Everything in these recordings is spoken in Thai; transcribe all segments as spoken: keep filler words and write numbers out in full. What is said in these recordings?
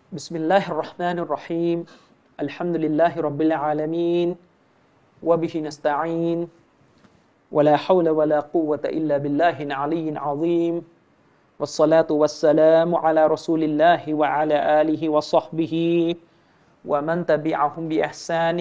بسم الله الرحمن الرحيم الحمد لله رب العالمين وبه نستعين ولا حول ولا قوة إلا بالله العلي العظيم والصلاة والسلام على رسول الله وعلى آله وصحبه ومن تبعهم بإحسان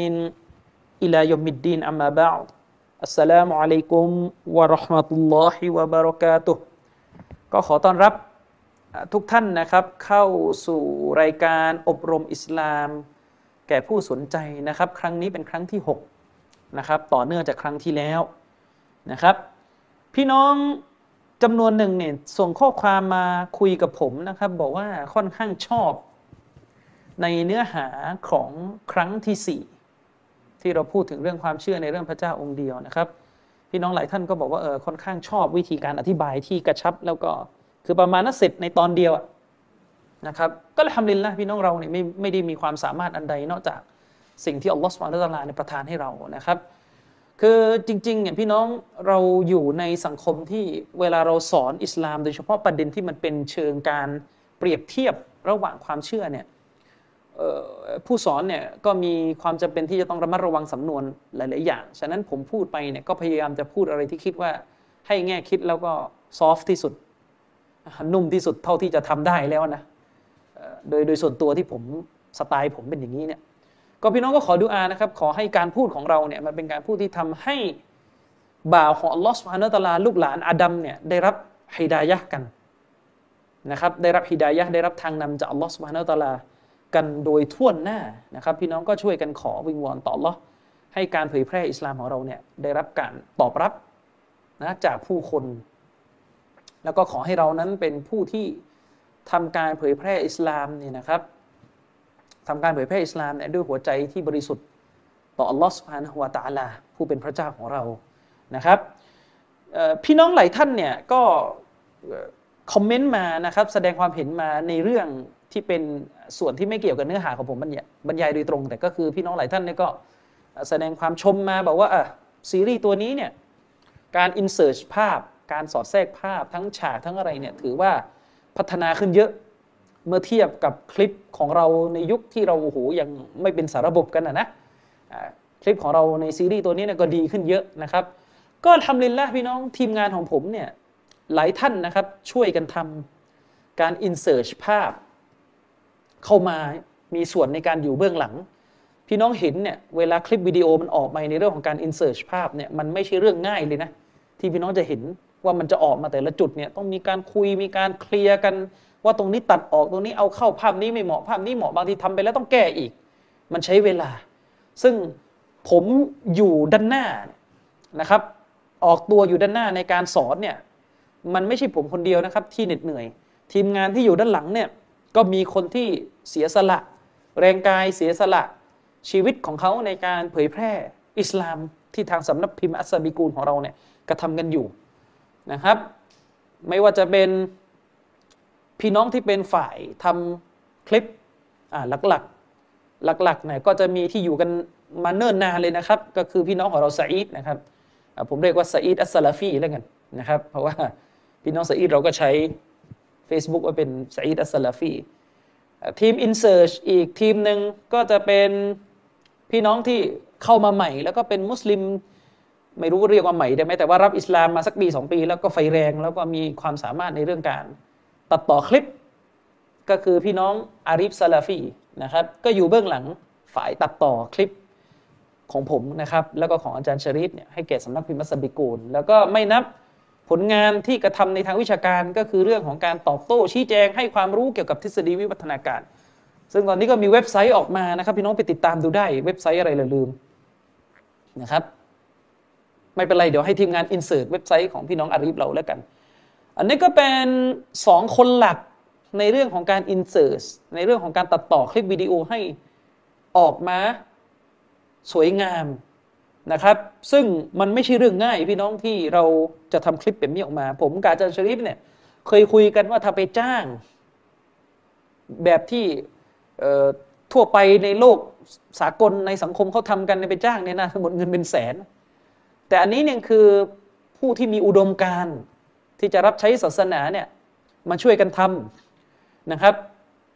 إلى يوم الدين أما بعد السلام عليكم ورحمة الله وبركاته ก็ขอต้อนรับทุกท่านนะครับเข้าสู่รายการอบรมอิสลามแก่ผู้สนใจนะครับครั้งนี้เป็นครั้งที่หกนะครับต่อเนื่องจากครั้งที่แล้วนะครับพี่น้องจำนวนหนึ่งเนี่ยส่งข้อความมาคุยกับผมนะครับบอกว่าค่อนข้างชอบในเนื้อหาของครั้งที่สี่ที่เราพูดถึงเรื่องความเชื่อในเรื่องพระเจ้าองค์เดียวนะครับพี่น้องหลายท่านก็บอกว่าเออค่อนข้างชอบวิธีการอธิบายที่กระชับแล้วก็คือประมาณนั้นเสร็จในตอนเดียวนะครับก็อัลฮัมดุลิลละห์พี่น้องเราเนี่ยไม่ไม่ได้มีความสามารถอันใดนอกจากสิ่งที่อัลลอฮฺซุบฮานะฮูวะตะอาลาเนี่ยประทานให้เรานะครับคือจริงๆเนี่ยพี่น้องเราอยู่ในสังคมที่เวลาเราสอนอิสลามโดยเฉพาะประเด็นที่มันเป็นเชิงการเปรียบเทียบระหว่างความเชื่อเนี่ยผู้สอนเนี่ยก็มีความจำเป็นที่จะต้องระมัดระวังสำนวนหลายๆอย่างฉะนั้นผมพูดไปเนี่ยก็พยายามจะพูดอะไรที่คิดว่าให้แง่คิดแล้วก็ซอฟที่สุดนุ่มที่สุดเท่าที่จะทำได้แล้วนะโดยโดยส่วนตัวที่ผมสไตล์ผมเป็นอย่างนี้เนี่ยก็พี่น้องก็ขอดุอานะครับขอให้การพูดของเราเนี่ยมันเป็นการพูดที่ทำให้บ่าวของอัลลอฮฺซุบฮานะฮูวะตะอาลาลูกหลานอาดัมเนี่ยได้รับฮิดายะห์กันนะครับได้รับฮิดายะห์ได้รับทางนำจากอัลลอฮฺซุบฮานะฮูวะตะอาลากันโดยทั่วหน้านะครับพี่น้องก็ช่วยกันขอวิงวอนต่ออัลลอฮ์ให้การเผยแพร่อิสลามของเราเนี่ยได้รับการตอบรับนะจากผู้คนแล้วก็ขอให้เรานั้นเป็นผู้ที่ทำการเผยแพร่อิสลามเนี่ยนะครับทำการเผยแพร่อิสลามเนี่ยด้วยหัวใจที่บริสุทธิ์ต่ออัลลอฮ์ซุบฮานะฮูวะตะอาลาผู้เป็นพระเจ้าของเรานะครับพี่น้องหลายท่านเนี่ยก็คอมเมนต์มานะครับแสดงความเห็นมาในเรื่องที่เป็นส่วนที่ไม่เกี่ยวกับเนื้อหาของผมบรรยายบรรยายโดยตรงแต่ก็คือพี่น้องหลายท่านเนี่ยก็แสดงความชมมาบอกว่าอ่ะซีรีส์ตัวนี้เนี่ยการอินเสิร์ชภาพการสอดแทรกภาพทั้งฉากทั้งอะไรเนี่ยถือว่าพัฒนาขึ้นเยอะเมื่อเทียบกับคลิปของเราในยุคที่เราโอ้โหยังไม่เป็นสาระบบกันนะนะคลิปของเราในซีรีส์ตัวนี้เนี่ยก็ดีขึ้นเยอะนะครับก็ทำลิลละพี่น้องทีมงานของผมเนี่ยหลายท่านนะครับช่วยกันทำการอินเสิร์ชภาพเข้ามามีส่วนในการอยู่เบื้องหลังพี่น้องเห็นเนี่ยเวลาคลิปวิดีโอมันออกมาในเรื่องของการอินเสิร์ชภาพเนี่ยมันไม่ใช่เรื่องง่ายเลยนะที่พี่น้องจะเห็นว่ามันจะออกมาแต่ละจุดเนี่ยต้องมีการคุยมีการเคลียร์กันว่าตรงนี้ตัดออกตรงนี้เอาเข้าภาพนี้ไม่เหมาะภาพนี้เหมาะบางทีทำไปแล้วต้องแก้อีกมันใช้เวลาซึ่งผมอยู่ด้านหน้านะครับออกตัวอยู่ด้านหน้าในการสอนเนี่ยมันไม่ใช่ผมคนเดียวนะครับที่เหน็ดเหนื่อยทีมงานที่อยู่ด้านหลังเนี่ยก็มีคนที่เสียสละแรงกายเสียสละชีวิตของเขาในการเผยแพร่อิสลามที่ทางสำนักพิมพ์อัสซาบิกูลของเราเนี่ยกระทำกันอยู่นะครับไม่ว่าจะเป็นพี่น้องที่เป็นฝ่ายทำคลิปอ่าหลักๆหลักๆเนี่ยก็จะมีที่อยู่กันมาเนิ่นนานเลยนะครับก็คือพี่น้องของเราซะอีดนะครับผมเรียกว่าซะอีดอัสซะลาฟีแล้วกันนะครับเพราะว่าพี่น้องซะอีดเราก็ใช้ Facebook ว่าเป็นซะอีดอัสซะลาฟีทีม Insearch อีกทีมหนึ่งก็จะเป็นพี่น้องที่เข้ามาใหม่แล้วก็เป็นมุสลิมไม่รู้เรียกว่าใหม่ได้ไหมแต่ว่ารับอิสลามมาสักปีสองปีแล้วก็ไฟแรงแล้วก็มีความสามารถในเรื่องการตัดต่อคลิปก็คือพี่น้องอาริฟซาลาฟีนะครับก็อยู่เบื้องหลังฝ่ายตัดต่อคลิปของผมนะครับแล้วก็ของอาจารย์ชะรีฟเนี่ยให้แก่สำนักพิมพ์มัสบิกูลแล้วก็ไม่นับผลงานที่กระทำในทางวิชาการก็คือเรื่องของการตอบโต้ชี้แจงให้ความรู้เกี่ยวกับทฤษฎีวิวัฒนาการซึ่งตอนนี้ก็มีเว็บไซต์ออกมานะครับพี่น้องไปติดตามดูได้เว็บไซต์อะไรละลืมนะครับไม่เป็นไรเดี๋ยวให้ทีมงานอินเสิร์ตเว็บไซต์ของพี่น้องอาริฟเราแล้วกันอันนี้ก็เป็นสองคนหลักในเรื่องของการอินเสิร์ตในเรื่องของการตัดต่อคลิปวิดีโอให้ออกมาสวยงามนะครับซึ่งมันไม่ใช่เรื่องง่ายพี่น้องที่เราจะทำคลิปแบบนี้ออกมาผมกับอาจารย์ชะรีฟเนี่ยเคยคุยกันว่าถ้าไปจ้างแบบที่ทั่วไปในโลกสากลในสังคมเขาทำกันไปจ้างเนี่ยนะหมดเงินเป็นแสนแต่อันนี้เนี่ยคือผู้ที่มีอุดมการณ์ที่จะรับใช้ศาสนาเนี่ยมาช่วยกันทำนะครับ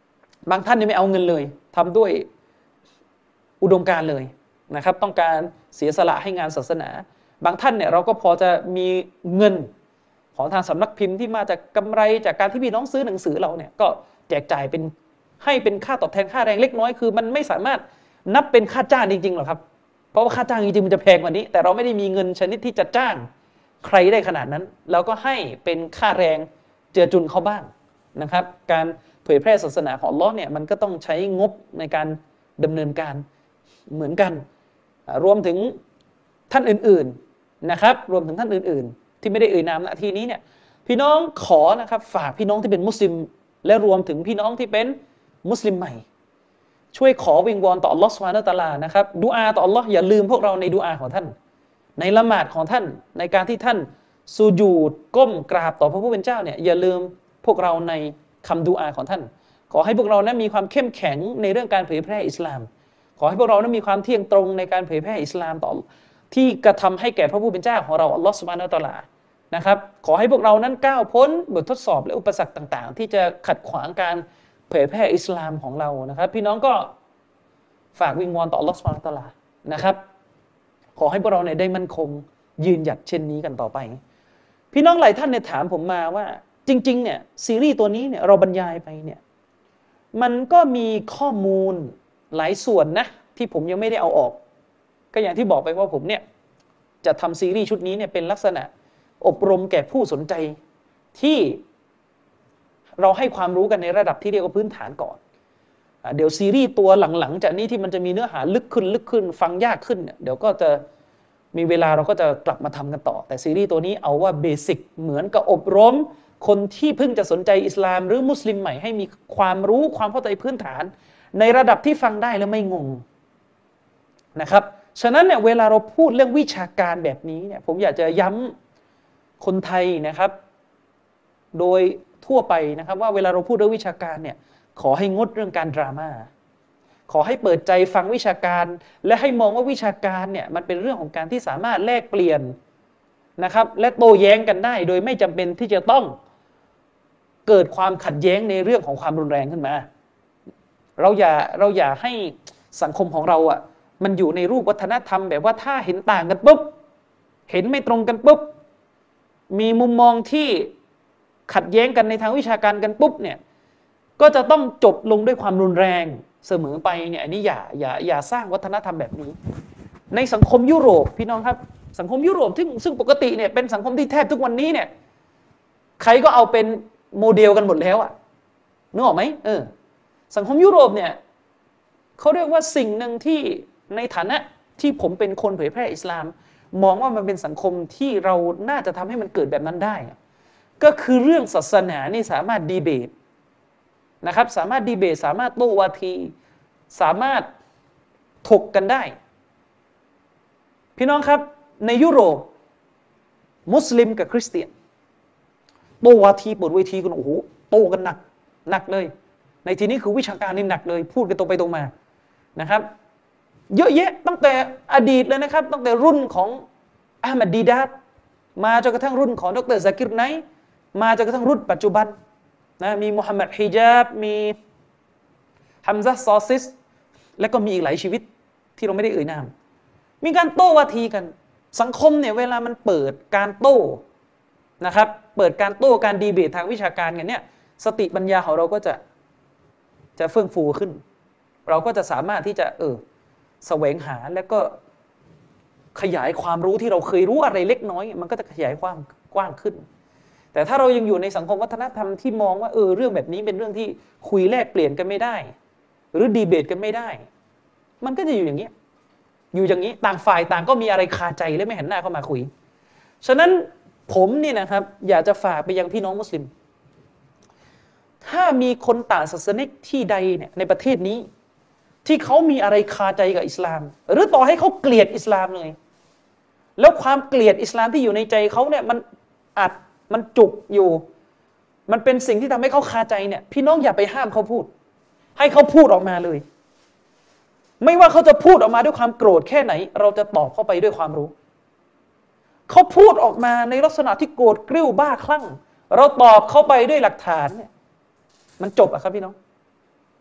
บางท่านนี่ไม่เอาเงินเลยทำด้วยอุดมการณ์เลยนะครับต้องการเสียสละให้งานศาสนาบางท่านเนี่ยเราก็พอจะมีเงินของทางสำนักพิมพ์ที่มาจากกำไรจากการที่พี่น้องซื้อหนังสือเราเนี่ยก็แจกจ่ายเป็นให้เป็นค่าตอบแทนค่าแรงเล็กน้อยคือมันไม่สามารถนับเป็นค่าจ้างจริงๆหรอกครับเพราะว่าค่าจ้างจริงๆมันจะแพงกว่านี้แต่เราไม่ได้มีเงินชนิดที่จะจ้างใครได้ขนาดนั้นเราก็ให้เป็นค่าแรงเจือจุนเขาบ้างนะครับการเผยแพร่ศาสนาของอัลเลาะห์เนี่ยมันก็ต้องใช้งบในการดำเนินการเหมือนกันรวมถึงท่านอื่นๆนะครับรวมถึงท่านอื่นๆที่ไม่ได้เอ่ยนามณที่นี้เนี่ยพี่น้องขอนะครับฝากพี่น้องที่เป็นมุสลิมและรวมถึงพี่น้องที่เป็นมุสลิมใหม่ช่วยขอวิงวอนต่ออัลลอฮฺซุบฮานะฮูวะตะอาลานะครับดุอาต่ออัลลอฮ์อย่าลืมพวกเราในดุอาของท่านในละหมาดของท่านในการที่ท่านสุญูดก้มกราบต่อพระผู้เป็นเจ้าเนี่ยอย่าลืมพวกเราในคำดุอาของท่านขอให้พวกเรานั้นมีความเข้มแข็งในเรื่องการเผยแพร่อิสลามขอให้พวกเรานั้นมีความเที่ยงตรงในการเผยแพร่อิสลามต่อที่กระทำให้แก่พระผู้เป็นเจ้าของเราอัลลอฮฺซุบฮานะฮูวะตะอาลานะครับขอให้พวกเรานั้นก้าวพ้นบททดสอบและอุปสรรคต่างๆที่จะขัดขวางการเผยแพร่อิสลามของเรานะครับพี่น้องก็ฝากวิงวอนต่ออัลลอฮฺซุบฮานะฮูวะตะอาลานะครับขอให้พวกเราเนี่ยได้มั่นคงยืนหยัดเช่นนี้กันต่อไปพี่น้องหลายท่านเนี่ยถามผมมาว่าจริงๆเนี่ยซีรีส์ตัวนี้เนี่ยเราบรรยายไปเนี่ยมันก็มีข้อมูลหลายส่วนนะที่ผมยังไม่ได้เอาออกก็อย่างที่บอกไปว่าผมเนี่ยจะทำซีรีส์ชุดนี้เนี่ยเป็นลักษณะอบรมแก่ผู้สนใจที่เราให้ความรู้กันในระดับที่เรียกว่าพื้นฐานก่อนเดี๋ยวซีรีส์ตัวหลังๆจากนี้ที่มันจะมีเนื้อหาลึกขึ้นลึกขึ้นฟังยากขึ้นเนี่ยเดี๋ยวก็จะมีเวลาเราก็จะกลับมาทำกันต่อแต่ซีรีส์ตัวนี้เอาว่าเบสิกเหมือนกับอบรมคนที่เพิ่งจะสนใจอิสลามหรือมุสลิมใหม่ให้มีความรู้ความเข้าใจพื้นฐานในระดับที่ฟังได้แล้วไม่งงนะครับฉะนั้นเนี่ยเวลาเราพูดเรื่องวิชาการแบบนี้เนี่ยผมอยากจะย้ำคนไทยนะครับโดยทั่วไปนะครับว่าเวลาเราพูดเรื่องวิชาการเนี่ยขอให้งดเรื่องการดราม่าขอให้เปิดใจฟังวิชาการและให้มองว่าวิชาการเนี่ยมันเป็นเรื่องของการที่สามารถแลกเปลี่ยนนะครับและโต้แย้งกันได้โดยไม่จำเป็นที่จะต้องเกิดความขัดแย้งในเรื่องของความรุนแรงขึ้นมาเราอย่าเราอย่าให้สังคมของเราอ่ะมันอยู่ในรูปวัฒนธรรมแบบว่าถ้าเห็นต่างกันปุ๊บเห็นไม่ตรงกันปุ๊บมีมุมมองที่ขัดแย้งกันในทางวิชาการกันปุ๊บเนี่ยก็จะต้องจบลงด้วยความรุนแรงเสมอไปเนี่ยอันนี้อย่าอย่าอย่าสร้างวัฒนธรรมแบบนี้ในสังคมยุโรปพี่น้องครับสังคมยุโรปซึ่งซึ่งปกติเนี่ยเป็นสังคมที่แทบทุกวันนี้เนี่ยใครก็เอาเป็นโมเดลกันหมดแล้วอะนึกออกไหมเออสังคมยุโรปเนี่ยเขาเรียกว่าสิ่งหนึ่งที่ในฐานะที่ผมเป็นคนเผยแพร่อิสลามมองว่ามันเป็นสังคมที่เราน่าจะทำให้มันเกิดแบบนั้นได้ก็คือเรื่องศาสนานี่สามารถดีเบตนะครับสามารถดีเบตสามารถโต้วาทีสามารถถกกันได้พี่น้องครับในยุโรปมุสลิมกับคริสเตียนโต้วาทีบนเวทีกันโอ้โหโต้กันหนักหนักเลยในที่นี้คือวิชาการนี่หนักเลยพูดกันตรงไปตรงมานะครับเยอะแยะตั้งแต่อดีตเลยนะครับตั้งแต่รุ่นของอะห์มัดดีดาดมาจนกระทั่งรุ่นของดรซากิรไนท์มาจนกระทั่งรุ่นปัจจุบันนะมีมุฮัมมัดฮิญาบมีฮัมซะฮ์ซอซิสและก็มีอีกหลายชีวิตที่เราไม่ได้เอ่ยนามมีการโต้วาทีกันสังคมเนี่ยเวลามันเปิดการโต้นะครับเปิดการโต้การดีเบตทางวิชาการกันเนี่ยสติปัญญาของเราก็จะจะเฟื่องฟูขึ้นเราก็จะสามารถที่จะเออแสวงหาและก็ขยายความรู้ที่เราเคยรู้อะไรเล็กน้อยมันก็จะขยายความกว้างขึ้นแต่ถ้าเรายังอยู่ในสังคมวัฒนธรรมที่มองว่าเออเรื่องแบบนี้เป็นเรื่องที่คุยแลกเปลี่ยนกันไม่ได้หรือดีเบตกันไม่ได้มันก็จะอยู่อย่างนี้อยู่อย่างนี้ต่างฝ่ายต่างก็มีอะไรคาใจและไม่หันหน้าเข้ามาคุยฉะนั้นผมนี่นะครับอยากจะฝากไปยังพี่น้องมุสลิมถ้ามีคนต่างศาสนิกที่ใดเนี่ยในประเทศนี้ที่เขามีอะไรคาใจกับอิสลามหรือต่อให้เขาเกลียดอิสลามเลยแล้วความเกลียดอิสลามที่อยู่ในใจเขาเนี่ยมันอัดมันจุกอยู่มันเป็นสิ่งที่ทำให้เขาคาใจเนี่ยพี่น้องอย่าไปห้ามเขาพูดให้เขาพูดออกมาเลยไม่ว่าเขาจะพูดออกมาด้วยความโกรธแค่ไหนเราจะตอบเข้าไปด้วยความรู้เขาพูดออกมาในลักษณะที่โกรธกริ้วบ้าคลั่งเราตอบเข้าไปด้วยหลักฐานเนี่ยมันจบอะครับพี่น้อง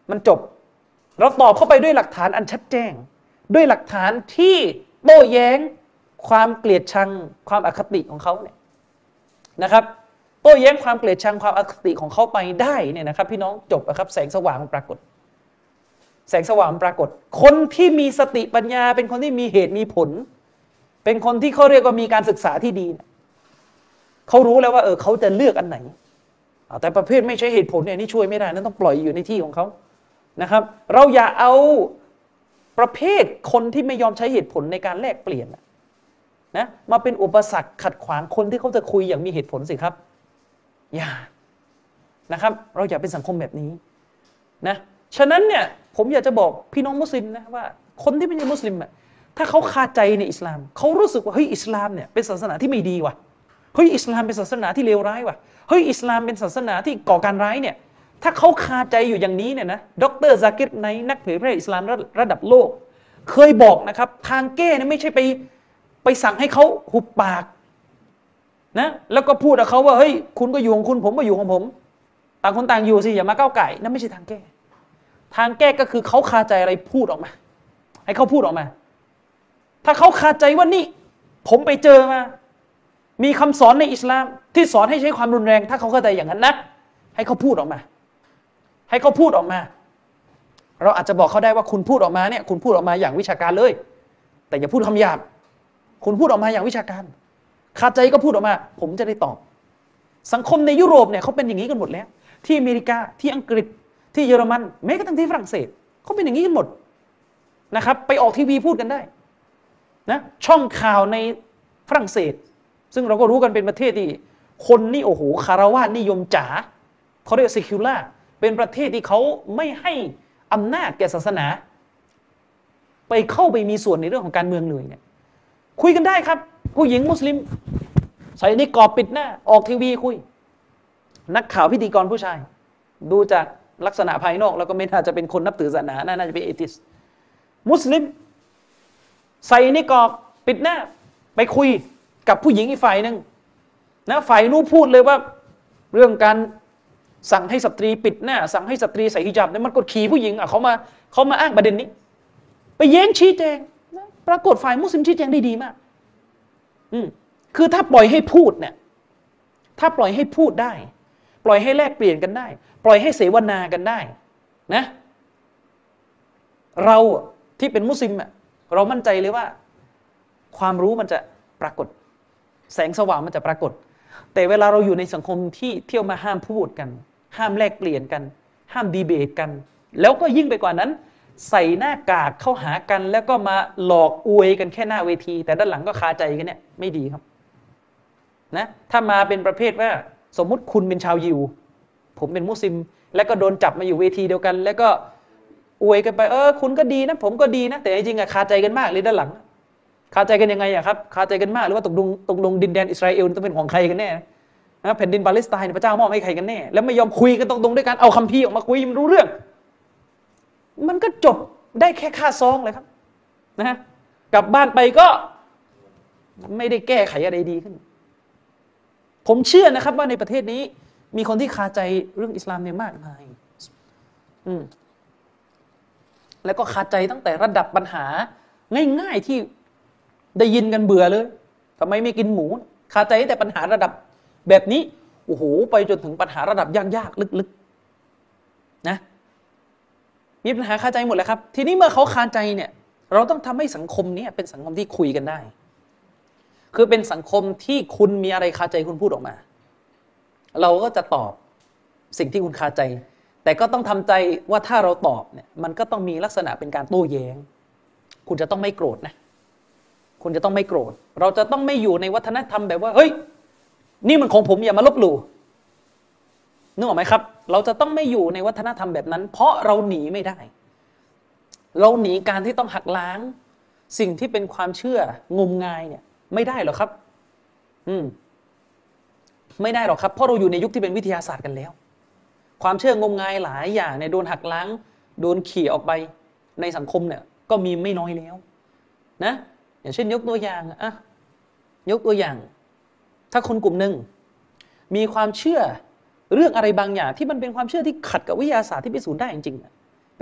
มันจบเราตอบเข้าไปด้วยหลักฐานอันชัดแจ้งด้วยหลักฐานที่โต้แย้งความเกลียดชังความอคติของเขาเนี่ยนะครับโต้แย้งความเกลียดชังความอคติของเขาไปได้เนี่ยนะครับพี่น้องจบนะครับแสงสว่างมันปรากฏแสงสว่างมันปรากฏคนที่มีสติปัญญาเป็นคนที่มีเหตุมีผลเป็นคนที่เขาเรียกว่ามีการศึกษาที่ดีเขารู้แล้วว่าเออเขาจะเลือกอันไหนแต่ประเภทไม่ใช่เหตุผลเนี่ยนี่ช่วยไม่ได้นั่นต้องปล่อยอยู่ในที่ของเขานะครับเราอย่าเอาประเภทคนที่ไม่ยอมใช้เหตุผลในการแลกเปลี่ยนนะมาเป็นอุปสรรคขัดขวางคนที่เขาจะคุยอย่างมีเหตุผลสิครับอย่านะครับเราอย่าเป็นสังคมแบบนี้นะฉะนั้นเนี่ยผมอยากจะบอกพี่น้องมุสลิมนะว่าคนที่ไม่ใช่มุสลิมอ่ะถ้าเขาคาใจในอิสลามเขารู้สึกว่าเฮ้ยอิสลามเนี่ยเป็นศาสนาที่ไม่ดีว่ะเฮ้ยอิสลามเป็นศาสนาที่เลวร้ายว่ะเฮ้ยอิสลามเป็นศาสนาที่ก่อการร้ายเนี่ยถ้าเขาคาใจอยู่อย่างนี้เนี่ยนะดร.ซากิรในนักเผยแพร่อิสลามระดับโลกเคยบอกนะครับทางแก้เนี่ยไม่ใช่ไปไปสั่งให้เขาหุบปากนะแล้วก็พูดกับเขาว่าเฮ้ยคุณก็อยู่ของคุณผมก็อยู่ของผมต่างคนต่างอยู่สิอย่ามาก้าวไก่นั่นไม่ใช่ทางแก้ทางแก้ก็คือเขาคาใจอะไรพูดออกมาให้เขาพูดออกมาถ้าเขาคาใจว่านี่ผมไปเจอมามีคำสอนในอิสลามที่สอนให้ใช้ความรุนแรงถ้าเขาเข้าใจอย่างนั้นนะให้เขาพูดออกมาให้เขาพูดออกมาเราอาจจะบอกเขาได้ว่าคุณพูดออกมาเนี่ยคุณพูดออกมาอย่างวิชาการเลยแต่อย่าพูดคำหยาบคุณพูดออกมาอย่างวิชาการคาใจก็พูดออกมาผมจะได้ตอบสังคมในยุโรปเนี่ยเขาเป็นอย่างนี้กันหมดแล้วที่อเมริกาที่อังกฤษที่เยอรมันแม้กระทั่งที่ฝรั่งเศสเขาเป็นอย่างนี้กันหมดนะครับไปออกทีวีพูดกันได้นะช่องข่าวในฝรั่งเศสซึ่งเราก็รู้กันเป็นประเทศที่คนนี่โอ้โหคารวะนิยมจ๋าเขาเรียก secular เป็นประเทศที่เขาไม่ให้อำนาจแก่ศาสนาไปเข้าไปมีส่วนในเรื่องของการเมืองเลยเนี่ยคุยกันได้ครับผู้หญิงมุสลิมใส่นิกอบปิดหน้าออกทีวีคุยนักข่าวพิธีกรผู้ชายดูจากลักษณะภายนอกแล้วก็ไม่น่าจะเป็นคนนับถือศาสนาน่าจะเป็นเอทิสมุสลิมใส่นิกอบปิดหน้าไปคุยกับผู้หญิงอีกฝ่ายนึงนะฝ่ายนู้นพูดเลยว่าเรื่องการสั่งให้สตรีปิดหน้าสั่งให้สตรีใส่ฮิญาบเนี่ยมันกดขี่ผู้หญิงอ่ะเขามาเขามาอ้างประเด็นนี้ไปแย้งชี้แจงนะปรากฏฝ่ายมุสลิมชี้แจงได้ดีมากอืมคือถ้าปล่อยให้พูดเนี่ยถ้าปล่อยให้พูดได้ปล่อยให้แลกเปลี่ยนกันได้ปล่อยให้เสวนากันได้นะเราที่เป็นมุสลิมอ่ะเรามั่นใจเลยว่าความรู้มันจะปรากฏแสงสว่างมันจะปรากฏแต่เวลาเราอยู่ในสังคมที่เที่ยวมาห้ามพูดกันห้ามแลกเปลี่ยนกันห้ามดีเบตกันแล้วก็ยิ่งไปกว่านั้นใส่หน้ากากเข้าหากันแล้วก็มาหลอกอวยกันแค่หน้าเวทีแต่ด้านหลังก็คาใจกันเนี่ยไม่ดีครับนะถ้ามาเป็นประเภทว่าสมมุติคุณเป็นชาวยิวผมเป็นมุสลิมแล้วก็โดนจับมาอยู่เวทีเดียวกันแล้วก็อวยกันไปเออคุณก็ดีนะผมก็ดีนะแต่จริงๆอะคาใจกันมากเลยด้านหลังคาใจกันยังไงอะครับคาใจกันมากหรือว่าตกลงตกลงดินแดนอิสราเอลต้องเป็นของใครกันแน่นะแผ่นดินปาเลสไตน์พระเจ้ามอบให้ใครกันแน่แล้วไม่ยอมคุยกันตรงๆด้วยการเอาคัมภีร์ออกมาคุยมันรู้เรื่องมันก็จบได้แค่ค่าซองเลยครับนะกลับบ้านไปก็ไม่ได้แก้ไขอะไรดีขึ้นผมเชื่อนะครับว่าในประเทศนี้มีคนที่คาใจเรื่องอิสลามเนี่ยมากมายอืมแล้วก็คาใจตั้งแต่ระดับปัญหาง่ายๆที่ได้ยินกันเบื่อเลยทำไมไม่กินหมูคาใจแต่ปัญหาระดับแบบนี้โอ้โหไปจนถึงปัญหาระดับยากๆลึกๆนะมีปัญหาคาใจหมดเลยครับทีนี้เมื่อเขาคาใจเนี่ยเราต้องทำให้สังคมนี้เป็นสังคมที่คุยกันได้คือเป็นสังคมที่คุณมีอะไรคาใจคุณพูดออกมาเราก็จะตอบสิ่งที่คุณคาใจแต่ก็ต้องทำใจว่าถ้าเราตอบเนี่ยมันก็ต้องมีลักษณะเป็นการโต้แย้งคุณจะต้องไม่โกรธนะคุณจะต้องไม่โกรธเราจะต้องไม่อยู่ในวัฒนธรรมแบบว่าเฮ้ยนี่มันของผมอย่ามาลบหลู่นึกออกไหมครับเราจะต้องไม่อยู่ในวัฒนธรรมแบบนั้นเพราะเราหนีไม่ได้เราหนีการที่ต้องหักล้างสิ่งที่เป็นความเชื่องมงายเนี่ยไม่ได้หรอกครับอืมไม่ได้หรอกครับเพราะเราอยู่ในยุคที่เป็นวิทยาศาสตร์กันแล้วความเชื่องมงายหลายอย่างเนี่ยโดนหักล้างโดนขี่ออกไปในสังคมเนี่ยก็มีไม่น้อยแล้วนะอย่างเช่นยกตัวอย่างอ่ะยกตัวอย่างถ้าคนกลุ่มหนึ่งมีความเชื่อเรื่องอะไรบางอย่างที่มันเป็นความเชื่อที่ขัดกับวิทยาศาสตร์ที่พิสูจน์ได้จริง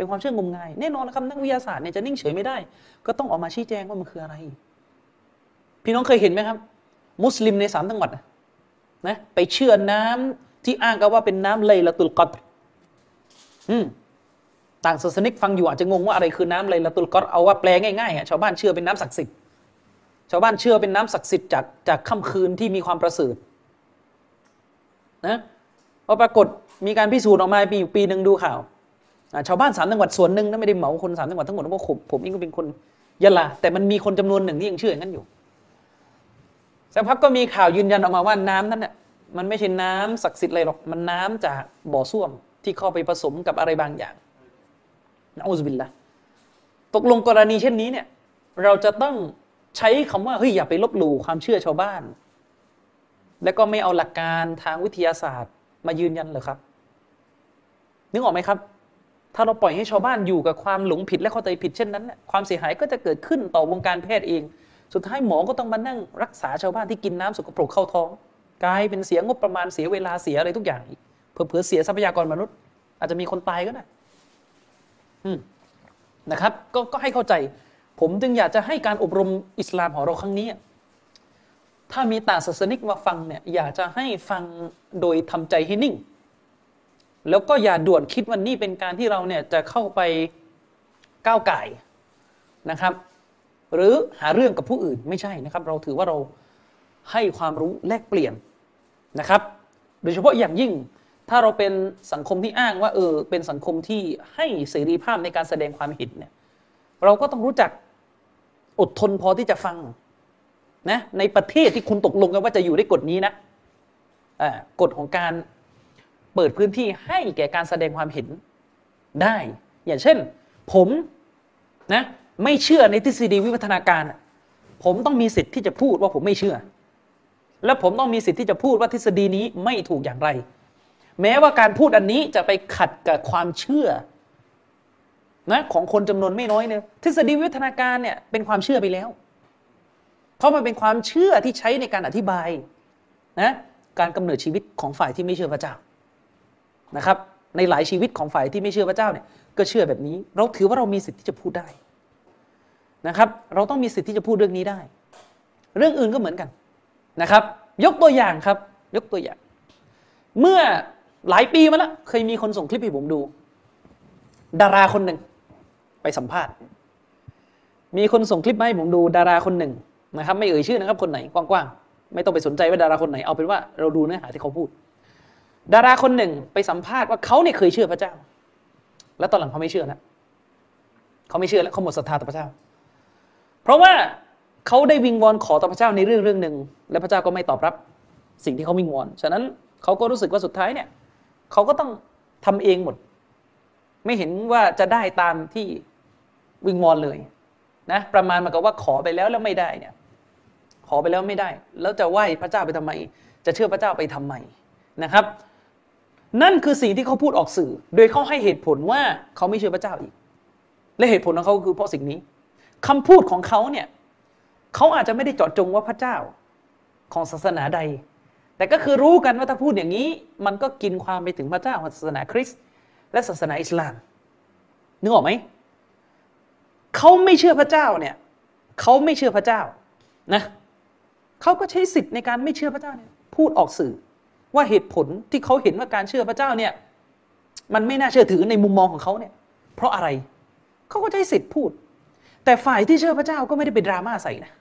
เป็นความเชื่องมงายแน่นอนนะครับนักวิทยาศาสตร์เนี่ยจะนิ่งเฉยไม่ได้ก็ต้องออกมาชี้แจงว่ามันคืออะไรพี่น้องเคยเห็นไหมครับมุสลิมในสามจังหวัดนะไปเชื่อน้ำที่อ้างกันว่าเป็นน้ำไลละตุลกอดรอืมต่างศาสนิกฟังอยู่อาจจะงงว่าอะไรคือน้ำไลละตุลกอดรเอาว่าแปลง่ายๆชาวบ้านเชื่อเป็นน้ำศักดิ์สิทธิ์ชาวบ้านเชื่อเป็นน้ำศักดิ์สิทธิ์จากจากค่ำคืนที่มีความประเสริฐนะพอปรากฏมีการพิสูจน์ออกมาปีอยู่ปีหนึ่งดูข่าวชาวบ้านสามจังหวัดส่วนหนึ่งนะไม่ได้เหมาคนสามจังหวัดทั้งหมดเพราะผมผมเองก็เป็นคนยะลาแต่มันมีคนจำนวนหนึ่งที่ยังเชื่ออย่างนั้นอยู่สักพักก็มีข่าวยืนยันออกมาว่าน้ำนั้นน่ะมันไม่ใช่น้ำศักดิ์สิทธิ์อะไรหรอกมันน้ำจากบ่อส้วมที่เข้าไปผสมกับอะไรบางอย่างนะอูซุบิลละตกลงกรณีเช่นนี้เนี่ยเราจะต้องใช้คำว่าเฮ้ยอย่าไปลบหลู่ความเชื่อชาวบ้านแล้วก็ไม่เอาหลักการทางวิทยาศาสตร์มายืนยันเหรอครับนึกออกไหมครับถ้าเราปล่อยให้ชาวบ้านอยู่กับความหลงผิดและเข้าใจผิดเช่นนั้นความเสียหายก็จะเกิดขึ้นต่อวงการแพทย์เองสุดท้ายหมอก็ต้องมานั่งรักษาชาวบ้านที่กินน้ำสกปรกเข้าท้องกลายเป็นเสียงบประมาณเสียเวลาเสียอะไรทุกอย่างอีกเผื่อๆเสียทรัพยากรมนุษย์อาจจะมีคนตายก็ได้อืมนะครับก็ก็ให้เข้าใจผมจึงอยากจะให้การอบรมอิสลามของเราครั้งนี้ถ้ามีต่างศาสนิกมาฟังเนี่ยอยากจะให้ฟังโดยทำใจให้นิ่งแล้วก็อย่าด่วนคิดว่านี่เป็นการที่เราเนี่ยจะเข้าไปก้าวไก่นะครับหรือหาเรื่องกับผู้อื่นไม่ใช่นะครับเราถือว่าเราให้ความรู้แลกเปลี่ยนนะครับโดยเฉพาะอย่างยิ่งถ้าเราเป็นสังคมที่อ้างว่าเออเป็นสังคมที่ให้เสรีภาพในการแสดงความเห็นเนี่ยเราก็ต้องรู้จักอดทนพอที่จะฟังนะในประเทศที่คุณตกลงกันว่าจะอยู่ในกฎนี้นะอ่ากฎของการเปิดพื้นที่ให้แก่การแสดงความเห็นได้อย่างเช่นผมนะไม่เชื่อในทฤษฎีวิวัฒนาการผมต้องมีสิทธิ์ที่จะพูดว่าผมไม่เชื่อและผมต้องมีสิทธิ์ที่จะพูดว่าทฤษฎีนี้ไม่ถูกอย่างไรแม้ว่าการพูดอันนี้จะไปขัดกับความเชื่อนะของคนจำนวนไม่น้อยเนี่ยทฤษฎีวิวัฒนาการเนี่ยเป็นความเชื่อไปแล้วเพราะมันเป็นความเชื่อที่ใช้ในการอธิบายนะการกำเนิดชีวิตของฝ่ายที่ไม่เชื่อพระเจ้านะครับในหลายชีวิตของฝ่ายที่ไม่เชื่อพระเจ้าเนี่ยก็เชื่อแบบนี้เราถือว่าเรามีสิทธิ์ที่จะพูดได้นะครับเราต้องมีสิทธิ์ที่จะพูดเรื่องนี้ได้เรื่องอื่นก็เหมือนกันนะครับยกตัวอย่างครับยกตัวอย่างเมื่อหลายปีมาแล้วเคยมีคนส่งคลิปให้ผมดูดาราคนหนึ่งไปสัมภาษณ์มีคนส่งคลิปมาให้ผมดูดาราคนหนึ่งนะครับไม่เอ่ยชื่อนะครับคนไหนกว้างๆไม่ต้องไปสนใจว่าดาราคนไหนเอาเป็นว่าเราดูเนื้อหาที่เขาพูดดาราคนหนึ่งไปสัมภาษณ์ว่าเขาเนี่ยเคยเชื่อพระเจ้าแล้วตอนหลังเขาไม่เชื่อแล้วเขาไม่เชื่อแล้วเขาหมดศรัทธาต่อพระเจ้าเพราะว่าเขาได้วิงวอนขอต่อพระเจ้าในเรื่องเรื่องหนึ่งและพระเจ้าก็ไม่ตอบรับสิ่งที่เขาวิงวอนฉะนั้นเขาก็รู้สึกว่าสุดท้ายเนี่ยเขาก็ต้องทำเองหมดไม่เห็นว่าจะได้ตามที่วิงวอนเลยนะประมาณเหมือนกับว่าขอไปแล้วแล้วไม่ได้เนี่ยขอไปแล้วไม่ได้แล้วจะไหว้พระเจ้าไปทำไมจะเชื่อพระเจ้าไปทำไมนะครับนั่นคือสิ่งที่เขาพูดออกสื่อโดยเขาให้เหตุผลว่าเขาไม่เชื่อพระเจ้าอีกและเหตุผลของเขาคือเพราะสิ่งนี้คำพูดของเขาเนี่ยเขาอาจจะไม่ได้เจาะจงว่าพระเจ้าของศาสนาใดแต่ก็คือรู้กันว่าถ้าพูดอย่างนี้มันก็กินความไปถึงพระเจ้าของศาสนาคริสต์และศาสนาอิสลามนึกออกไหมเขาไม่เชื่อพระเจ้าเนี่ยเขาไม่เชื่อพระเจ้านะเขาก็ใช้สิทธิ์ในการไม่เชื่อพระเจ้าเนี่ยพูดออกสื่อว่าเหตุผลที่เขาเห็นว่าการเชื่อพระเจ้าเนี่ยมันไม่น่าเชื่อถือในมุมมองของเขาเนี่ยเพราะอะไรเขาก็ใช้สิทธิ์พูดแต่ฝ่ายที่เชื่อพระเจ้าก็ไม่ได้เป็นดราม่าใส่นะ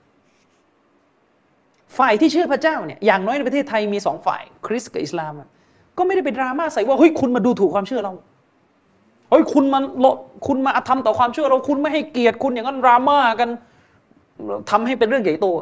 ฝ่ายที่เชื่อพระเจ้าเนี่ยอย่างน้อยในประเทศไทยมีสองฝ่ายคริสต์กับอิสลามก็ไม่ได้เป็นดราม่าใส่ว่าเฮ้ยคุณมาดูถูกความเชื่อเราเฮ้ยคุณมาคุณมาอาธรรมต่อความเชื่อเราคุณไม่ให้เกียรติคุณอย่างนั้นดราม่ากันทำให้เป็นเรื่องใหญ่โต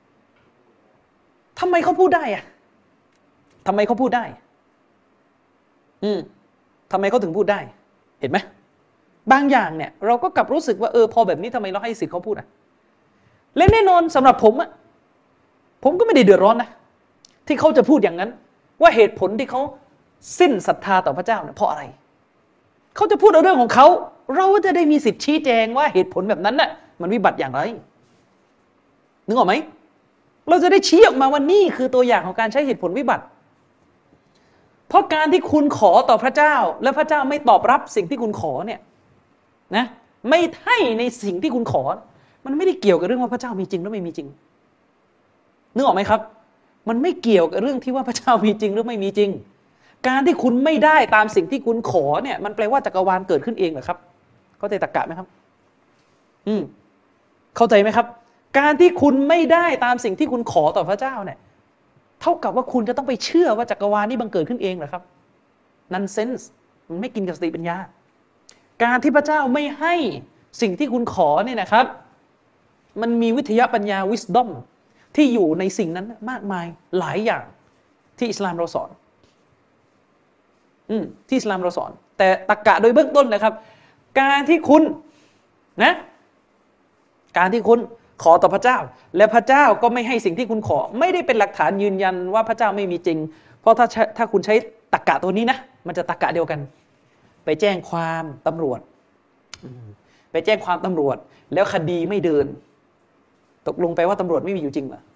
ทำไมเขาพูดได้อะทำไมเขาพูดได้อืมทำไมเขาถึงพูดได้เห็นไหมบางอย่างเนี่ยเราก็กลับรู้สึกว่าเออพอแบบนี้ทำไมเราให้สิทธิ์เขาพูดอ่ะและแน่นอนสำหรับผมอ่ะผมก็ไม่ได้เดือดร้อนนะที่เขาจะพูดอย่างนั้นว่าเหตุผลที่เขาสิ้นศรัทธาต่อพระเจ้าเนี่ยเพราะอะไรเขาจะพูดเรื่องของเขาเราจะได้มีสิทธิ์ชี้แจงว่าเหตุผลแบบนั้นน่ะมันวิบัติอย่างไรนึกออกไหมเราจะได้ชี้ออกมาว่านี่คือตัวอย่างของการใช้เหตุผลวิบัติเพราะการที่คุณขอต่อพระเจ้าและพระเจ้าไม่ตอบรับสิ่งที่คุณขอเนี่ยนะไม่ให้ในสิ่งที่คุณขอมันไม่ได้เกี่ยวกับเรื่องว่าพระเจ้ามีจริงหรือไม่มีจริงนึกออกไหมครับมันไม่เกี่ยวกับเรื่องที่ว่าพระเจ้ามีจริงหรือไม่มีจริงการที่คุณไม่ได้ตามสิ่งที่คุณขอเนี่ยมันแปลว่าจักรวาลเกิดขึ้นเองเหรอครับเข้าใจตรรกะไหมครับอืมเข้าใจไหมครับการที่คุณไม่ได้ตามสิ่งที่คุณขอต่อพระเจ้าเนี่ยเท่ากับว่าคุณจะต้องไปเชื่อว่าจักรวาลนี้บังเกิดขึ้นเองเหรอครับนันเซนส์มันไม่กินกับสติปัญญาการที่พระเจ้าไม่ให้สิ่งที่คุณขอเนี่ยนะครับมันมีวิทยาปัญญา wisdom ที่อยู่ในสิ่งนั้นมากมายหลายอย่างที่อิสลามเราสอนอืมที่อิสลามเราสอนแต่ตรรกะโดยเบื้องต้นนะครับการที่คุณนะการที่คุณขอต่อพระเจ้าและพระเจ้าก็ไม่ให้สิ่งที่คุณขอไม่ได้เป็นหลักฐานยืนยันว่าพระเจ้าไม่มีจริงเพราะถ้าถ้าคุณใช้ตรรกะตัวนี้นะมันจะตรรกะเดียวกันไปแจ้งความตำรวจไปแจ้งความตำรวจแล้วคดีไม่เดินตกลงไปว่าตำรวจไม่มีอยู่จริงเหรอ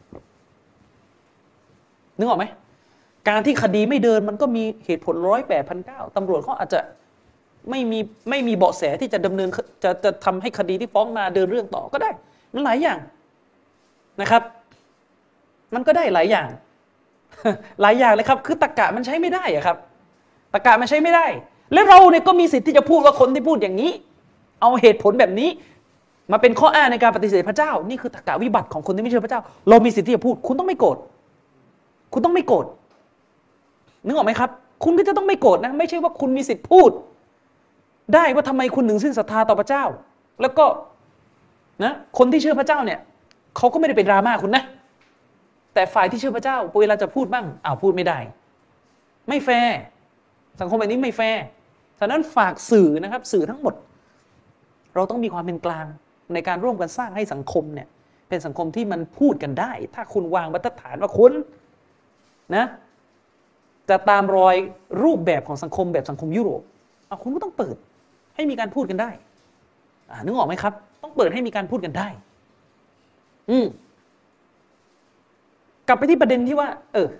นึกออกไหมการที่คดีไม่เดินมันก็มีเหตุผลร้อยแปดพันเก้าตำรวจเขาอาจจะไม่มีไม่มีเบาะแสที่จะดำเนินจะจะทำให้คดีที่ฟ้องมาเดินเรื่องต่อก็ได้มันหลายอย่างนะครับมันก็ได้หลายอย่างหลายอย่างเลยครับคือตรรกะมันใช้ไม่ได้อะครับตรรกะมันใช้ไม่ได้และเราเนี่ยก็มีสิทธิ์ที่จะพูดว่าคนที่พูดอย่างนี้เอาเหตุผลแบบนี้มาเป็นข้ออ้างในการปฏิเสธพระเจ้านี่คือตรรกะวิบัติของคนที่ไม่เชื่อพระเจ้าเรามีสิทธิ์ที่จะพูดคุณต้องไม่โกรธคุณต้องไม่โกรธนึกออกไหมครับคุณก็จะต้องไม่โกรธนะไม่ใช่ว่าคุณมีสิทธิ์พูดได้ว่าทำไมคุณถึงสิ้นศรัทธาต่อพระเจ้าแล้วก็นะคนที่เชื่อพระเจ้าเนี่ยเขาก็ไม่ได้เป็นดราม่าคุณนะแต่ฝ่ายที่เชื่อพระเจ้าเวลาจะพูดบ้างอ้าวพูดไม่ได้ไม่แฟร์สังคมแบบนี้ไม่แฟร์ฉะนั้นฝากสื่อนะครับสื่อทั้งหมดเราต้องมีความเป็นกลางในการร่วมกันสร้างให้สังคมเนี่ยเป็นสังคมที่มันพูดกันได้ถ้าคุณวางบรรทัดฐานว่าคุณนะจะตามรอยรูปแบบของสังคมแบบสังคมยุโรปเอาคุณก็ต้องเปิดให้มีการพูดกันได้อ่านึกออกไหมครับต้องเปิดให้มีการพูดกันได้อืมกลับไปที่ประเด็นที่ว่าเออ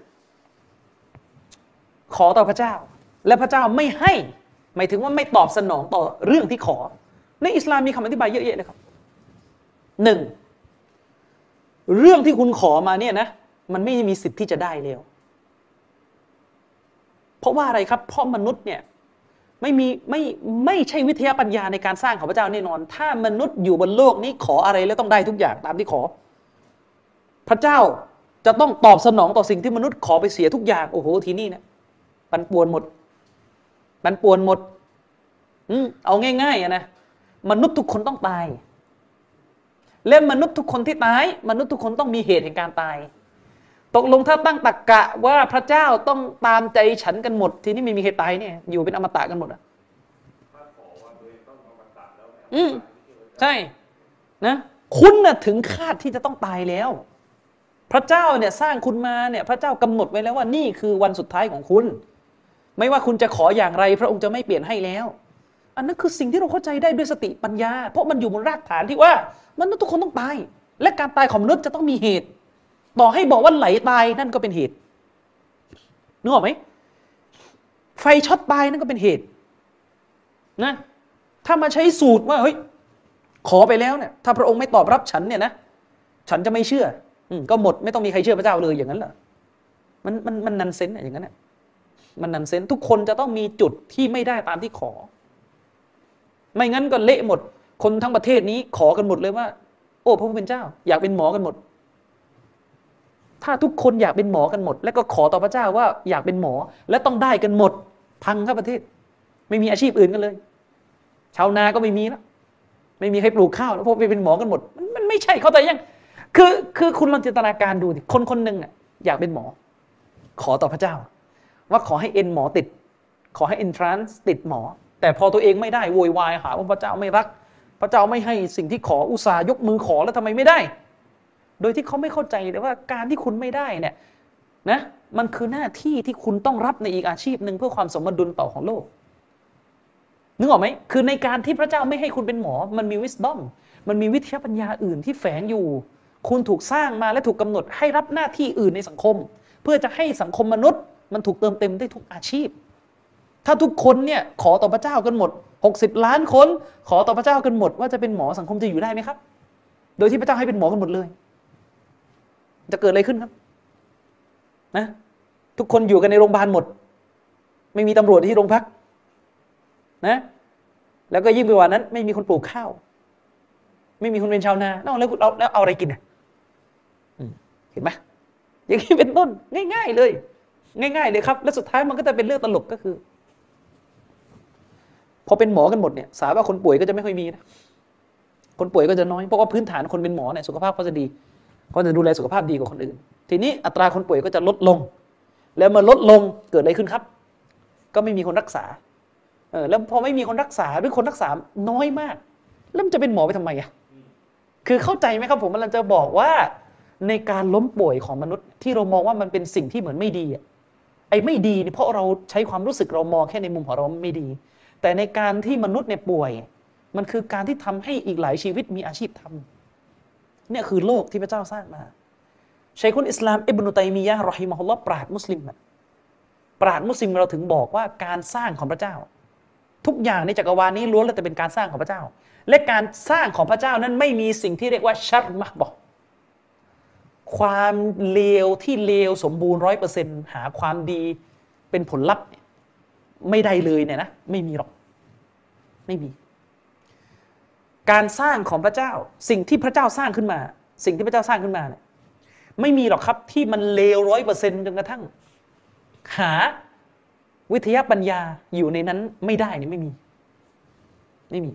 ขอต่อพระเจ้าและพระเจ้าไม่ให้หมายถึงว่าไม่ตอบสนองต่อเรื่องที่ขอในอิสลามมีคำอธิบายเยอะแยะเลยครับหนึ่งเรื่องที่คุณขอมาเนี่ยนะมันไม่มีสิทธิ์ที่จะได้แล้วเพราะว่าอะไรครับเพราะมนุษย์เนี่ยไม่มีไม่ไม่ใช่วิทยาปัญญาในการสร้างของพระเจ้าแน่นอนถ้ามนุษย์อยู่บนโลกนี้ขออะไรแล้วต้องได้ทุกอย่างตามที่ขอพระเจ้าจะต้องตอบสนองต่อสิ่งที่มนุษย์ขอไปเสียทุกอย่างโอ้โหทีนี้เนี่ยปั่นป่วนหมดปั่นป่วนหมดอืมเอาง่ายๆนะมนุษย์ทุกคนต้องตายและมนุษย์ทุกคนที่ตายมนุษย์ทุกคนต้องมีเหตุแห่งการตายตกลงถ้าตั้งตรรกะว่าพระเจ้าต้องตามใจฉันกันหมดทีนี้ไม่มีใครตายเนี่ยอยู่เป็นอมตะกันหมดอ่ะอืมใช่นะคุณน่ะถึงคาดที่จะต้องตายแล้วพระเจ้าเนี่ยสร้างคุณมาเนี่ยพระเจ้ากำหนดไว้แล้วว่านี่คือวันสุดท้ายของคุณไม่ว่าคุณจะขออย่างไรพระองค์จะไม่เปลี่ยนให้แล้วอันนั้นคือสิ่งที่เราเข้าใจได้ด้วยสติปัญญาเพราะมันอยู่บนรากฐานที่ว่ามนุษย์ทุกคนต้องตายและการตายของมนุษย์จะต้องมีเหตุต่อให้บอกว่าไหลตายนั่นก็เป็นเหตุนึกออกไหมไฟช็อตตายนั่นก็เป็นเหตุนะถ้ามาใช้สูตรว่าเฮ้ยขอไปแล้วเนี่ยถ้าพระองค์ไม่ตอบรับฉันเนี่ยนะฉันจะไม่เชื่อก็หมดไม่ต้องมีใครเชื่อพระเจ้าเลยอย่างนั้นเหรอมันมันมันนันเซนส์อย่างนั้นน่ะมันนันเซนส์ทุกคนจะต้องมีจุดที่ไม่ได้ตามที่ขอไม่งั้นก็เละหมดคนทั้งประเทศนี้ขอกันหมดเลยว่าโอ้พระผู้เป็นเจ้าอยากเป็นหมอกันหมดถ้าทุกคนอยากเป็นหมอกันหมดแล้วก็ขอต่อพระเจ้าว่าอยากเป็นหมอและต้องได้กันหมดพังทั้งประเทศไม่มีอาชีพอื่นกันเลยชาวนาก็ไม่มีแล้วไม่มีใครปลูกข้าวแล้วเพราะไปเป็นหมอกันหมดมันมันไม่ใช่เข้าใจยังคือคือคุณลองจินตนาการดูดิคนคนหนึ่งอ่ะอยากเป็นหมอขอต่อพระเจ้าว่าขอให้เอ็นหมอติดขอให้เอ็นทรานซ์ติดหมอแต่พอตัวเองไม่ได้โวยวายหาว่าพระเจ้าไม่รักพระเจ้าไม่ให้สิ่งที่ขออุตส่าห์ยกมือขอแล้วทำไมไม่ได้โดยที่เขาไม่เข้าใจเลยว่าการที่คุณไม่ได้เนี่ยนะมันคือหน้าที่ที่คุณต้องรับในอีกอาชีพหนึ่งเพื่อความสมดุลต่อของโลกนึกออกไหมคือในการที่พระเจ้าไม่ให้คุณเป็นหมอมันมี wisdom มันมีวิทยาปัญญาอื่นที่แฝงอยู่คุณถูกสร้างมาและถูกกำหนดให้รับหน้าที่อื่นในสังคมเพื่อจะให้สังคมมนุษย์มันถูกเติมเต็มได้ทุกอาชีพถ้าทุกคนเนี่ยขอต่อพระเจ้ากันหมดหกสิบล้านคนขอต่อพระเจ้ากันหมดว่าจะเป็นหมอสังคมจะอยู่ได้ไหมครับโดยที่พระเจ้าให้เป็นหมอกันหมดเลยจะเกิดอะไรขึ้นครับนะทุกคนอยู่กันในโรงพยาบาลหมดไม่มีตำรวจที่โรงพักนะแล้วก็ยิ่งไปกว่านั้นไม่มีคนปลูกข้าวไม่มีคนเป็นชาวนาแล้วเราแล้วเอาอะไรกินอ่ะเห็นไหมอย่างนี้เป็นต้นง่ายๆเลยง่ายๆเลยครับและสุดท้ายมันก็จะเป็นเรื่องตลกก็คือพอเป็นหมอกันหมดเนี่ยสาว่าคนป่วยก็จะไม่ค่อยมีนะคนป่วยก็จะน้อยเพราะว่าพื้นฐานคนเป็นหมอเนี่ยสุขภาพเขาจะดีเขาจะดูแลสุขภาพดีกว่าคนอื่นทีนี้อัตราคนป่วยก็จะลดลงแล้วเมื่อลดลงเกิดอะไรขึ้นครับก็ไม่มีคนรักษาเออแล้วพอไม่มีคนรักษาหรือคนรักษาน้อยมากแล้วมันจะเป็นหมอไปทำไมอ่ะคือเข้าใจไหมครับผมมันจะบอกว่าในการล้มป่วยของมนุษย์ที่เรามองว่ามันเป็นสิ่งที่เหมือนไม่ดีอ่ะไอ้ไม่ดีเนี่ยเพราะเราใช้ความรู้สึกเรามองแค่ในมุมของเราไม่ดีแต่ในการที่มนุษย์เนี่ยป่วยมันคือการที่ทำให้อีกหลายชีวิตมีอาชีพทำเนี่ยคือโลกที่พระเจ้าสร้างมาชัยคุลอิสลามอิบนุตัยมียะห์รอฮิมะฮุลลอฮ์ปราชญ์มุสลิมปราชญ์มุสลิมเราถึงบอกว่าการสร้างของพระเจ้าทุกอย่างในจักรวาลนี้ล้วนแล้วแต่เป็นการสร้างของพระเจ้าและการสร้างของพระเจ้านั้นไม่มีสิ่งที่เรียกว่าชัรมะห์บะความเลวที่เลวสมบูรณ์ ร้อยเปอร์เซ็นต์ หาความดีเป็นผลลัพธ์ไม่ได้เลยเนี่ยนะไม่มีหรอกไม่มีการสร้างของพระเจ้าสิ่งที่พระเจ้าสร้างขึ้นมาสิ่งที่พระเจ้าสร้างขึ้นมาเนี่ยไม่มีหรอกครับที่มันเลว ร้อยเปอร์เซ็นต์ จนกระทั่งหาวิทยาปัญญาอยู่ในนั้นไม่ได้นี่ไม่มีไม่มี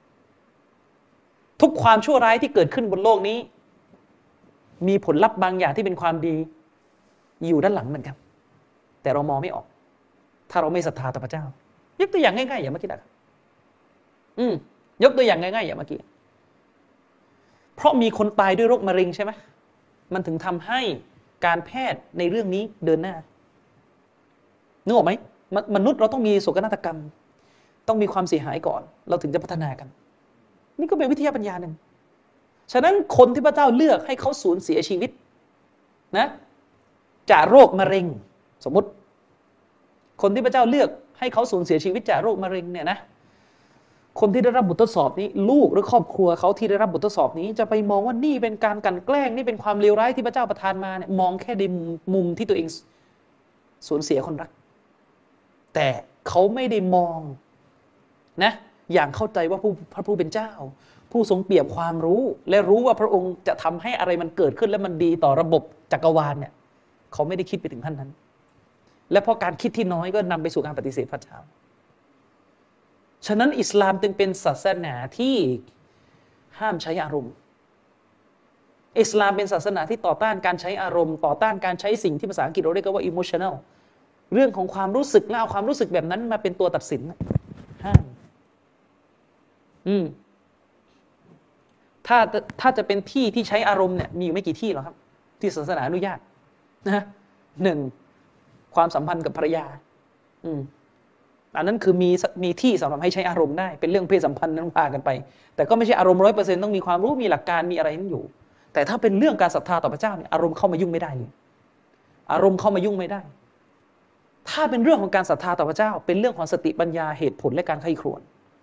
ทุกความชั่วร้ายที่เกิดขึ้นบนโลกนี้มีผลลัพธ์บางอย่างที่เป็นความดีอยู่ด้านหลังเหมือนกันแต่เรามองไม่ออกถ้าเราไม่ศรัทธาต่อพระเจ้ายกตัวอย่างง่ายๆอย่างเมื่อกี้นะครับอืมยกตัวอย่างง่ายๆอย่างเมื่อกี้เพราะมีคนตายด้วยโรคมะเร็งใช่ไหมมันถึงทำให้การแพทย์ในเรื่องนี้เดินหน้านึกออกไหมมนุษย์เราต้องมีโศกนาฏกรรมต้องมีความเสียหายก่อนเราถึงจะพัฒนากันนี่ก็เป็นวิทยาปัญญาหนึ่งฉะนั้นคนที่พระเจ้าเลือกให้เขาสูญเสียชีวิตนะจากโรคมะเร็งสมมติคนที่พระเจ้าเลือกให้เขาสูญเสียชีวิตจากโรคมะเร็งเนี่ยนะคนที่ได้รับบททดสอบนี้ลูกหรือครอบครัวเขาที่ได้รับบททดสอบนี้จะไปมองว่านี่เป็นการกลั่นแกล้งนี่เป็นความเลวร้ายที่พระเจ้าประทานมาเนี่ยมองแค่ในมุมที่ตัวเองสูญเสียคนรักแต่เขาไม่ได้มองนะอย่างเข้าใจว่าผู้พระผู้เป็นเจ้าผู้ทรงเปี่ยมความรู้และรู้ว่าพระองค์จะทำให้อะไรมันเกิดขึ้นและมันดีต่อระบบจักรวาลเนี่ยเขาไม่ได้คิดไปถึงขั้นนั้นและเพราะการคิดที่น้อยก็นำไปสู่การปฏิเสธพระเจ้าฉะนั้นอิสลามจึงเป็นศาสนาที่ห้ามใช้อารมณ์อิสลามเป็นศาสนาที่ต่อต้านการใช้อารมณ์ต่อต้านการใช้สิ่งที่ภาษาอังกฤษเราเรียกว่า emotional เรื่องของความรู้สึกและเอาความรู้สึกแบบนั้นมาเป็นตัวตัดสินห้ามอืมถ้าถ้าจะเป็นที่ที่ใช้อารมณ์เนี่ยมีอยู่ไม่กี่ที่หรอกครับที่ศาสนาอนุญาตนะหนึ่งความสัมพันธ์กับภรรยาอืมอันนั้นคือมีมีที่สำหรับให้ใช้อารมณ์ได้เป็นเรื่องเพศสัมพันธ์นั้นพากันไปแต่ก็ไม่ใช่อารมณ์ร้อยเปอร์เซ็นต์ต้องมีความรู้มีหลักการมีอะไรนั้นอยู่แต่ถ้าเป็นเรื่องการศรัทธาต่อพระเจ้าเนี่ยอารมณ์เข้ามายุ่งไม่ได้เลยอารมณ์เข้ามายุ่งไม่ได้ถ้าเป็นเรื่องของการศรัทธาต่อพระเจ้าเป็นเรื่องของสติปัญญาเหตุผลและการใคร่ครวญ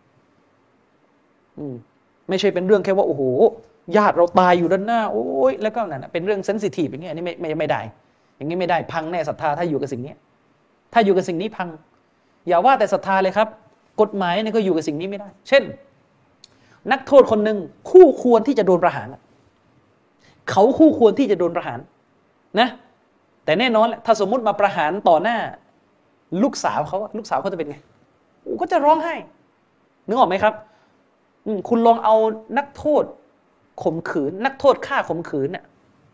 อืมไม่ใช่เป็นเรื่องแค่ว่าโอ้โหญาติเราตายอยู่ด้านหน้าโอ้ยแล้วก็นั่นนะเป็นเรื่องเซนซิทีฟอย่างเงี้ยนี่ไม่ไม่ไม่ได้อย่างนี้ไม่ได้พังแน่ศรัทธาถ้าอยู่กับสิ่งนี้ถ้าอยู่กับสิ่งนี้พังอย่าว่าแต่ศรัทธาเลยครับกฎหมายเนี่ยก็อยู่กับสิ่งนี้ไม่ได้เช่นนักโทษคนหนึ่งคู่ควรที่จะโดนประหารเขาคู่ควรที่จะโดนประหารนะแต่แน่นอนแหละถ้าสมมุติมาประหารต่อหน้าลูกสาวเขาลูกสาวเขาจะเป็นไงก็จะร้องไห้นึกออกไหมครับคุณลองเอานักโทษข่มขืนนักโทษฆ่าข่มขืนเนี่ย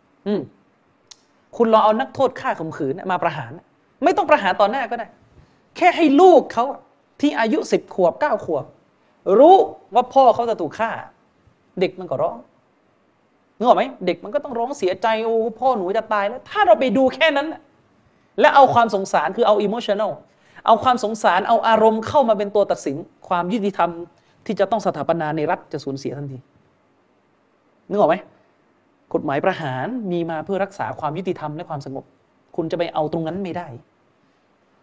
คุณลองเอานักโทษฆ่าข่มขืนมาประหารไม่ต้องประหารต่อหน้าก็ได้แค่ให้ลูกเขาที่อายุสิบขวบเก้าขวบรู้ว่าพ่อเขาจะถูกฆ่าเด็กมันก็ร้องนึกออกไหมเด็กมันก็ต้องร้องเสียใจโอ้พ่อหนูจะตายแล้วถ้าเราไปดูแค่นั้นและเอาความสงสารคือเอา emotional เอาความสงสารเอาอารมณ์เข้ามาเป็นตัวตัดสินความยุติธรรมที่จะต้องสถาปนาในรัฐจะสูญเสียทันทีนึกออกไหมกฎหมายประหารมีมาเพื่อรักษาความยุติธรรมและความสงบคุณจะไปเอาตรงนั้นไม่ได้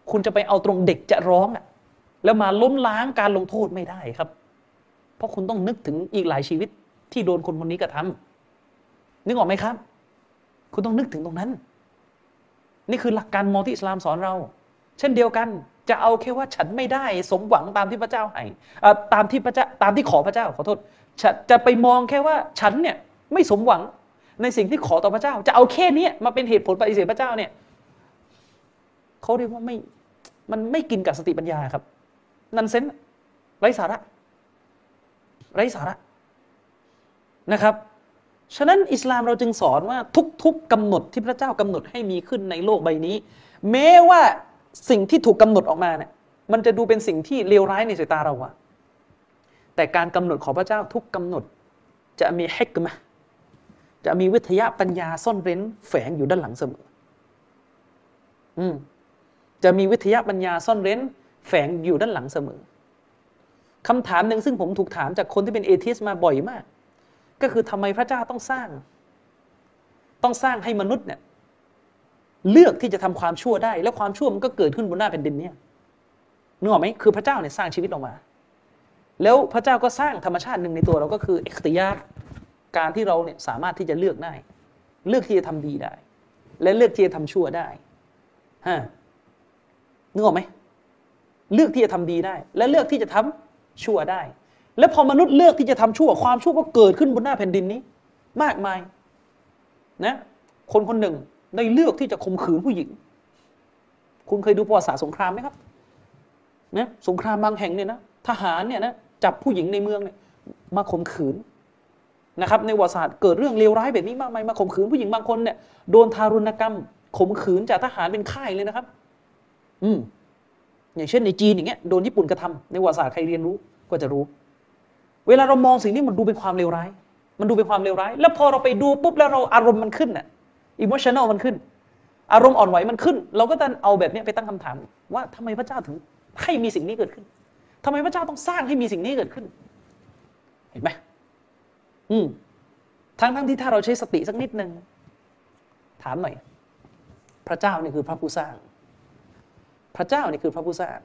คุณจะไปเอาตรงเด็กจะร้องอ่ะแล้วมาล้มล้างการลงโทษไม่ได้ครับเพราะคุณต้องนึกถึงอีกหลายชีวิตที่โดนคนคนนี้กระทำนึกออกไหมครับคุณต้องนึกถึงตรงนั้นนี่คือหลักการมองที่อิสลามสอนเราเช่นเดียวกันจะเอาแค่ว่าฉันไม่ได้สมหวังตามที่พระเจ้าให้ตามที่พระเจ้าตามที่ขอพระเจ้าขอโทษจะไปมองแค่ว่าฉันเนี่ยไม่สมหวังในสิ่งที่ขอต่อพระเจ้าจะเอาแค่นี้มาเป็นเหตุผลปฏิเสธพระเจ้าเนี่ยเขาเรียกว่าไม่มันไม่กินกับสติปัญญาครับนันเซนไร้สาระไร้สาระนะครับฉะนั้นอิสลามเราจึงสอนว่าทุกๆกำหนดที่พระเจ้ากำหนดให้มีขึ้นในโลกใบนี้แม้ว่าสิ่งที่ถูกกำหนดออกมาเนี่ยมันจะดูเป็นสิ่งที่เลวร้ายในสายตาเราอะแต่การกำหนดของพระเจ้าทุกกำหนดจะมีฮิกมะห์จะมีวิทยาปัญญาซ่อนเร้นแฝงอยู่ด้านหลังเสมออืมจะมีวิทยาปัญญาซ่อนเร้นแฝงอยู่ด้านหลังเสมอคำถามหนึ่งซึ่งผมถูกถามจากคนที่เป็นเอทิสต์มาบ่อยมากก็คือทำไมพระเจ้าต้องสร้างต้องสร้างให้มนุษย์เนี่ยเลือกที่จะทำความชั่วได้แล้วความชั่วมันก็เกิดขึ้นบนหน้าแผ่นดินเนี่ยนึกออกไหมคือพระเจ้าเนี่ยสร้างชีวิตออกมาแล้วพระเจ้าก็สร้างธรรมชาติหนึ่งในตัวเราก็คืออิคติยาร์การที่เราเนี่ยสามารถที่จะเลือกได้เลือกที่จะทำดีได้และเลือกที่จะทำชั่วได้ฮะนึกออกไหมเลือกที่จะทำดีได้และเลือกที่จะทำชั่วได้แล้วพอมนุษย์เลือกที่จะทำชั่วความชั่วก็เกิดขึ้นบนหน้าแผ่นดินนี้มากมายนะคนคนหนึ่งได้เลือกที่จะข่มขืนผู้หญิงคุณเคยดูประวัติศาสตร์สงครามไหมครับนะสงครามบางแห่งเนี่ยนะทหารเนี่ยนะจับผู้หญิงในเมืองเนี่ยมาข่มขืนนะครับในประวัติศาสตร์เกิดเรื่องเลวร้ายแบบนี้มากมายมาข่มขืนผู้หญิงบางคนเนี่ยโดนทารุณกรรมข่มขืนจากทหารเป็นค่ายเลยนะครับอืมอย่างเช่นในจีนอย่างเงี้ยโดนญี่ปุ่นกระทำในประวัติศาสตร์ใครเรียนรู้ก็จะรู้เวลาเรามองสิ่งนี้มันดูเป็นความเลวร้ายมันดูเป็นความเลวร้ายแล้วพอเราไปดูปุ๊บแล้วเราอารมณ์มันขึ้นน่ะอิโมชันแนลมันขึ้นอารมณ์อ่อนไหวมันขึ้นเราก็ต้องเอาแบบนี้ไปตั้งคำถามว่าทำไมพระเจ้าถึงให้มีสิ่งนี้เกิดขึ้นทำไมพระเจ้าต้องสร้างให้มีสิ่งนี้เกิดขึ้นเห็นไหมอืมทั้งทั้งที่ถ้าเราใช้สติสักนิดนึงถามหน่อยพระเจ้านี่คือพระผู้สร้างพระเจ้านี่คือพระผู้สร้าง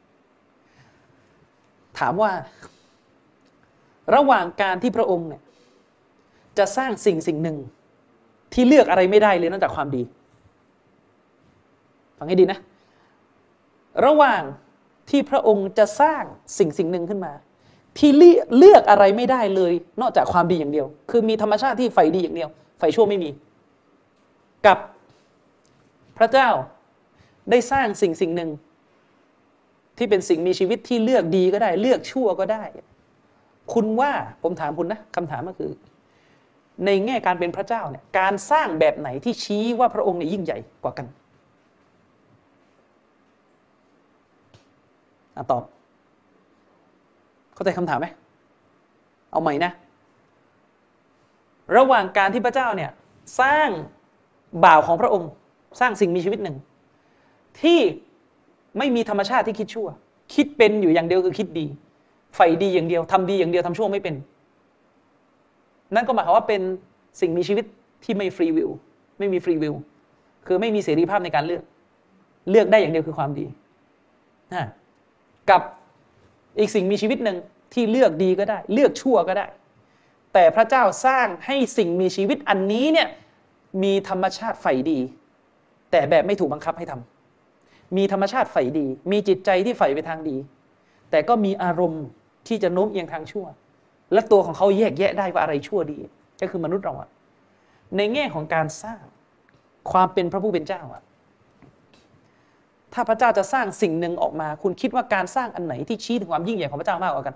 ถามว่าระหว่างการที่พระองค์เนี่ยจะสร้างสิ่งสิ่งหนึ่งที่เลือกอะไรไม่ได้เลยนอกจากความดีฟังให้ดีนะระหว่างที่พระองค์จะสร้างสิ่งสิ่งหนึ่งขึ้นมาที่เลือกอะไรไม่ได้เลยนอกจากความดีอย่างเดียวคือมีธรรมชาติที่ใฝ่ดีอย่างเดียวใฝ่ชั่วไม่มีกับพระเจ้าได้สร้างสิ่งสิ่งหนึ่งที่เป็นสิ่งมีชีวิตที่เลือกดีก็ได้เลือกชั่วก็ได้คุณว่าผมถามคุณนะคำถามก็คือในแง่การเป็นพระเจ้าเนี่ยการสร้างแบบไหนที่ชี้ว่าพระองค์เนี่ยยิ่งใหญ่กว่ากันอ่ะตอบเข้าใจคำถามไหมเอาใหม่นะระหว่างการที่พระเจ้าเนี่ยสร้างบ่าวของพระองค์สร้างสิ่งมีชีวิตหนึ่งที่ไม่มีธรรมชาติที่คิดชั่วคิดเป็นอยู่อย่างเดียวคือคิดดีใฝ่ดีอย่างเดียวทำดีอย่างเดียวทำชั่วไม่เป็นนั่นก็หมายความว่าเป็นสิ่งมีชีวิตที่ไม่ฟรีวิลไม่มีฟรีวิลคือไม่มีเสรีภาพในการเลือกเลือกได้อย่างเดียวคือความดีกับอีกสิ่งมีชีวิตหนึ่งที่เลือกดีก็ได้เลือกชั่วก็ได้แต่พระเจ้าสร้างให้สิ่งมีชีวิตอันนี้เนี่ยมีธรรมชาติใฝ่ดีแต่แบบไม่ถูกบังคับให้ทำมีธรรมชาติใฝ่ดีมีจิตใจที่ใฝ่ไปทางดีแต่ก็มีอารมณ์ที่จะโน้มเอียงทางชั่วและตัวของเขาแยกแยะได้ว่าอะไรชั่วดีก็คือมนุษย์เราอะในแง่ของการสร้างความเป็นพระผู้เป็นเจ้าอะถ้าพระเจ้าจะสร้างสิ่งหนึ่งออกมาคุณคิดว่าการสร้างอันไหนที่ชี้ถึงความยิ่งใหญ่ของพระเจ้ามากกว่ากัน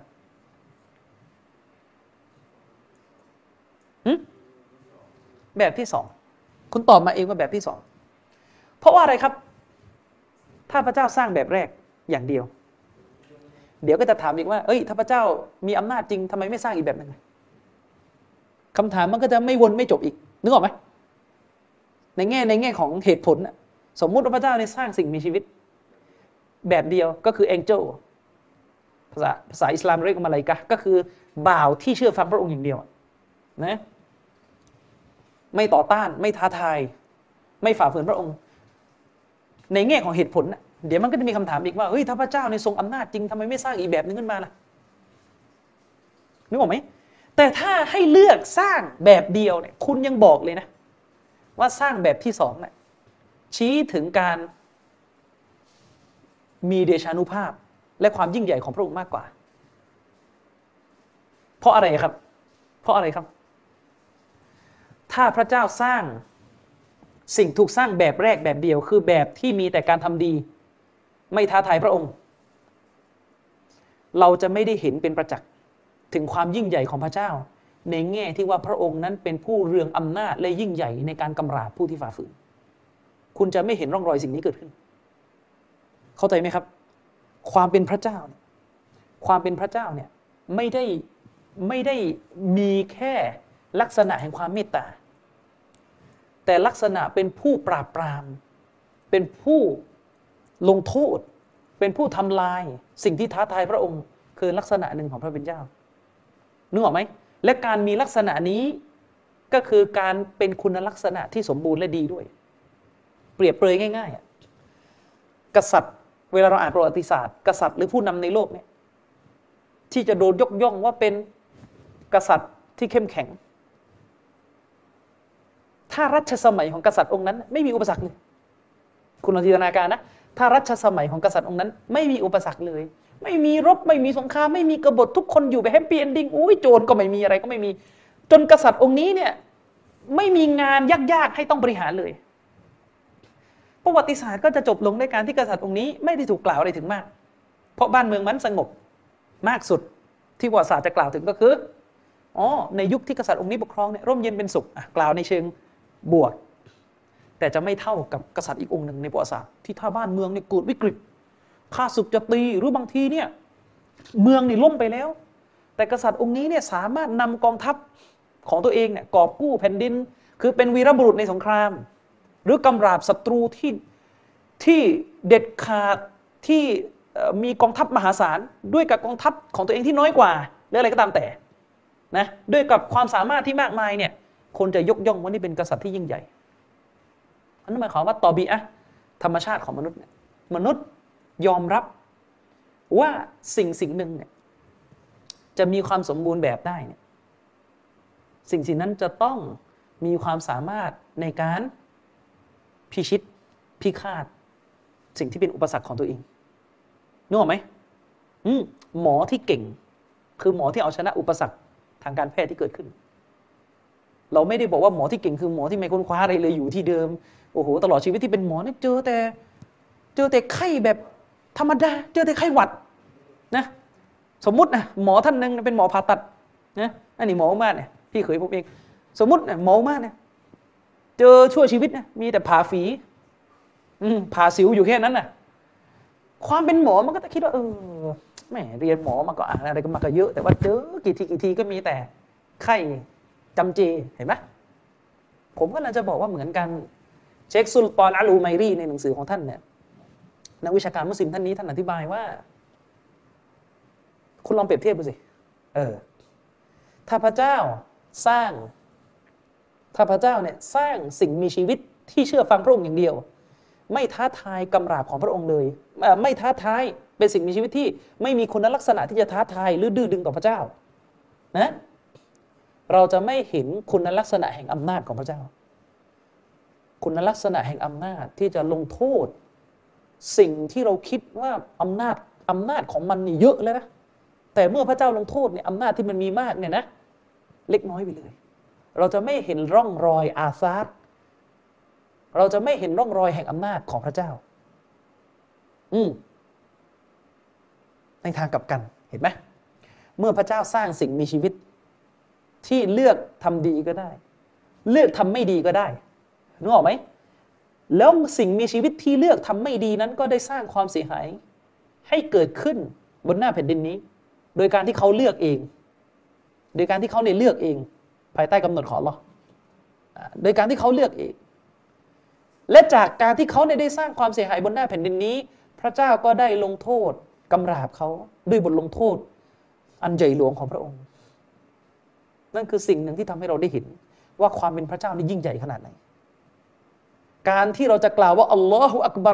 แบบที่สองคุณตอบมาเองว่าแบบที่สองเพราะว่าอะไรครับถ้าพระเจ้าสร้างแบบแรกอย่างเดียวเดี๋ยวก็จะถามอีกว่าเอ้ยถ้าพระเจ้ามีอำนาจจริงทำไมไม่สร้างอีกแบบหนึ่งคำถามมันก็จะไม่วนไม่จบอีกนึกออกไหมในแง่ในแง่ของเหตุผลสมมุติว่าพระเจ้าเนี่ยสร้างสิ่งมีชีวิตแบบเดียวก็คือแองเจิลภาษาภาษาอิสลามเรียกว่ามาลาอิกะฮ์ก็คือบ่าวที่เชื่อฟังพระองค์อย่างเดียวนะไม่ต่อต้านไม่ท้าทายไม่ฝ่าฝืนพระองค์ในแง่ของเหตุผลเดี๋ยวมันก็จะมีคำถามอีกว่าเฮ้ยถ้าพระเจ้าในทรงอำนาจจริงทำไมไม่สร้างอีกแบบนึงขึ้นมาล่ะนึกออกไหมแต่ถ้าให้เลือกสร้างแบบเดียวเนี่ยคุณยังบอกเลยนะว่าสร้างแบบที่สองเนี่ยชี้ถึงการมีเดชานุภาพและความยิ่งใหญ่ของพระองค์มากกว่าเพราะอะไรครับเพราะอะไรครับถ้าพระเจ้าสร้างสิ่งถูกสร้างแบบแรกแบบเดียวคือแบบที่มีแต่การทำดีไม่ท้าทายพระองค์เราจะไม่ได้เห็นเป็นประจักษ์ถึงความยิ่งใหญ่ของพระเจ้าในแง่ที่ว่าพระองค์นั้นเป็นผู้เรืองอำนาจและยิ่งใหญ่ในการกำราบผู้ที่ฝ่าฝืนคุณจะไม่เห็นร่องรอยสิ่งนี้เกิดขึ้นเข้าใจไหมครับความเป็นพระเจ้าเนี่ยความเป็นพระเจ้าเนี่ยไม่ได้ไม่ได้มีแค่ลักษณะแห่งความเมตตาแต่ลักษณะเป็นผู้ปราบปรามเป็นผู้ลงโทษเป็นผู้ทำลายสิ่งที่ท้าทายพระองค์คือลักษณะหนึ่งของพระเป็นเจ้านึกออกไหมและการมีลักษณะนี้ก็คือการเป็นคุณลักษณะที่สมบูรณ์และดีด้วยเปรียบเปรยง่ายๆกษัตริย์เวลาเราอ่านประวัติศาสตร์กษัตริย์หรือผู้นำในโลกเนี่ยที่จะโดนยกย่องว่าเป็นกษัตริย์ที่เข้มแข็งถ้ารัชสมัยของกษัตริย์องค์นั้นไม่มีอุปสรรคเลยคุณลองจินตนาการนะถ้ารัชสมัยของกษัตริย์องค์นั้นไม่มีอุปสรรคเลยไม่มีรบไม่มีสงครามไม่มีกบฏทุกคนอยู่แบบแฮปปี้เอนดิ้งอุ้ยโจรก็ไม่มีอะไรก็ไม่มีจนกษัตริย์องค์นี้เนี่ยไม่มีงานยากๆให้ต้องบริหารเลยประวัติศาสตร์ก็จะจบลงในการที่กษัตริย์องค์นี้ไม่ได้ถูกกล่าวอะไรถึงมากเพราะบ้านเมืองมันสงบมากสุดที่ประวัติศาสตร์จะกล่าวถึงก็คืออ๋อในยุคที่กษัตริย์องค์นี้ปกครองเนี่ยร่มเย็นเป็นสุขกล่าวในเชิงบวกแต่จะไม่เท่ากับกษัตริย์อีกองค์หนึ่งในประวัติศาสตร์ที่ถ้าบ้านเมืองเนี่ยเกิดวิกฤตข้าศึกจะตีหรือบางทีเนี่ยเมืองนี่ล่มไปแล้วแต่กษัตริย์องค์นี้เนี่ยสามารถนำกองทัพของตัวเองเนี่ยกอบกู้แผ่นดินคือเป็นวีรบุรุษในสงครามหรือกำราบศัตรูที่ที่เด็ดขาดที่มีกองทัพมหาศาลด้วยกับกองทัพของตัวเองที่น้อยกว่าหรืออะไรก็ตามแต่นะด้วยกับความสามารถที่มากมายเนี่ยคนจะยกย่องว่านี่เป็นกษัตริย์ที่ยิ่งใหญ่อันนั้นหมายความว่าตอบีอะห์ธรรมชาติของมนุษย์เนี่ยมนุษย์ยอมรับว่าสิ่งสิ่งหนึ่งเนี่ยจะมีความสมบูรณ์แบบได้เนี่ยสิ่งสิ่งนั้นจะต้องมีความสามารถในการพิชิตพิฆาตสิ่งที่เป็นอุปสรรคของตัวเองนึกออกไหมหมอที่เก่งคือหมอที่เอาชนะอุปสรรคทางการแพทย์ที่เกิดขึ้นเราไม่ได้บอกว่าหมอที่เก่งคือหมอที่ไม่ค้นคว้าอะไรเลยอยู่ที่เดิมโอ้โหตลอดชีวิตที่เป็นหมอเนี่ยเจอแต่เจอแต่ไข้แบบธรรมดาเจอแต่ไข้หวัดนะสมมุตินะหมอท่านนึงเป็นหมอผ่าตัดนะอันนี้หมอมากเนี่ยพี่เคยผมเองสมมุตินะหมอมากเนี่ยเจอชั่วชีวิตนะมีแต่ผ่าฝีผ่าสิวอยู่แค่นั้นน่ะความเป็นหมอมันก็จะคิดว่าเออแหมเรียนหมอมาก็อ่านอะไรก็มาก็เยอะแต่ว่าเจอกี่ทีกี่ทีก็มีแต่ไข้จำเจเห็นไหมผมก็เลยจะบอกว่าเหมือนกันเชคซุลตานอัลอูไมรีในหนังสือของท่านเนี่ยนักวิชาการมุสลิมท่านนี้ท่านอธิบายว่าคุณลองเปรียบเทียบดูสิเออถ้าพระเจ้าสร้างถ้าพระเจ้าเนี่ยสร้างสิ่งมีชีวิตที่เชื่อฟังพระองค์อย่างเดียวไม่ท้าทายกำราบของพระองค์เลยไม่ท้าทายเป็นสิ่งมีชีวิตที่ไม่มีคุณลักษณะที่จะท้าทายหรือดื้อดึงต่อพระเจ้านะเราจะไม่เห็นคุณลักษณะแห่งอำนาจของพระเจ้าคุณลักษณะแห่งอำนาจที่จะลงโทษสิ่งที่เราคิดว่าอำนาจอำนาจของมันนี่เยอะแล้วนะแต่เมื่อพระเจ้าลงโทษเนี่ยอำนาจที่มันมีมากเนี่ยนะเล็กน้อยไปเลยเราจะไม่เห็นร่องรอยอาซาดเราจะไม่เห็นร่องรอยแห่งอำนาจของพระเจ้าอืมในทางกลับกันเห็นไหมเมื่อพระเจ้าสร้างสิ่งมีชีวิตที่เลือกทำดีก็ได้เลือกทำไม่ดีก็ได้นึกออกไหมแล้วสิ่งมีชีวิตที่เลือกทำไม่ดีนั้นก็ได้สร้างความเสียหายให้เกิดขึ้นบนหน้าแผ่นดินนี้โดยการที่เขาเลือกเองโดยการที่เขาเนี่ยเลือกเองภายใต้กำหนดของอัลเลาะห์โดยการที่เขาเลือกเองและจากการที่เขาได้สร้างความเสียหายบนหน้าแผ่นดินนี้พระเจ้าก็ได้ลงโทษกำราบเขาด้วยบทลงโทษอันใหญ่หลวงของพระองค์นั่นคือสิ่งหนึ่งที่ทำให้เราได้เห็นว่าความเป็นพระเจ้านี่ยิ่งใหญ่ขนาดไหนการที่เราจะกล่าวว่าอัลลอฮุอักบัร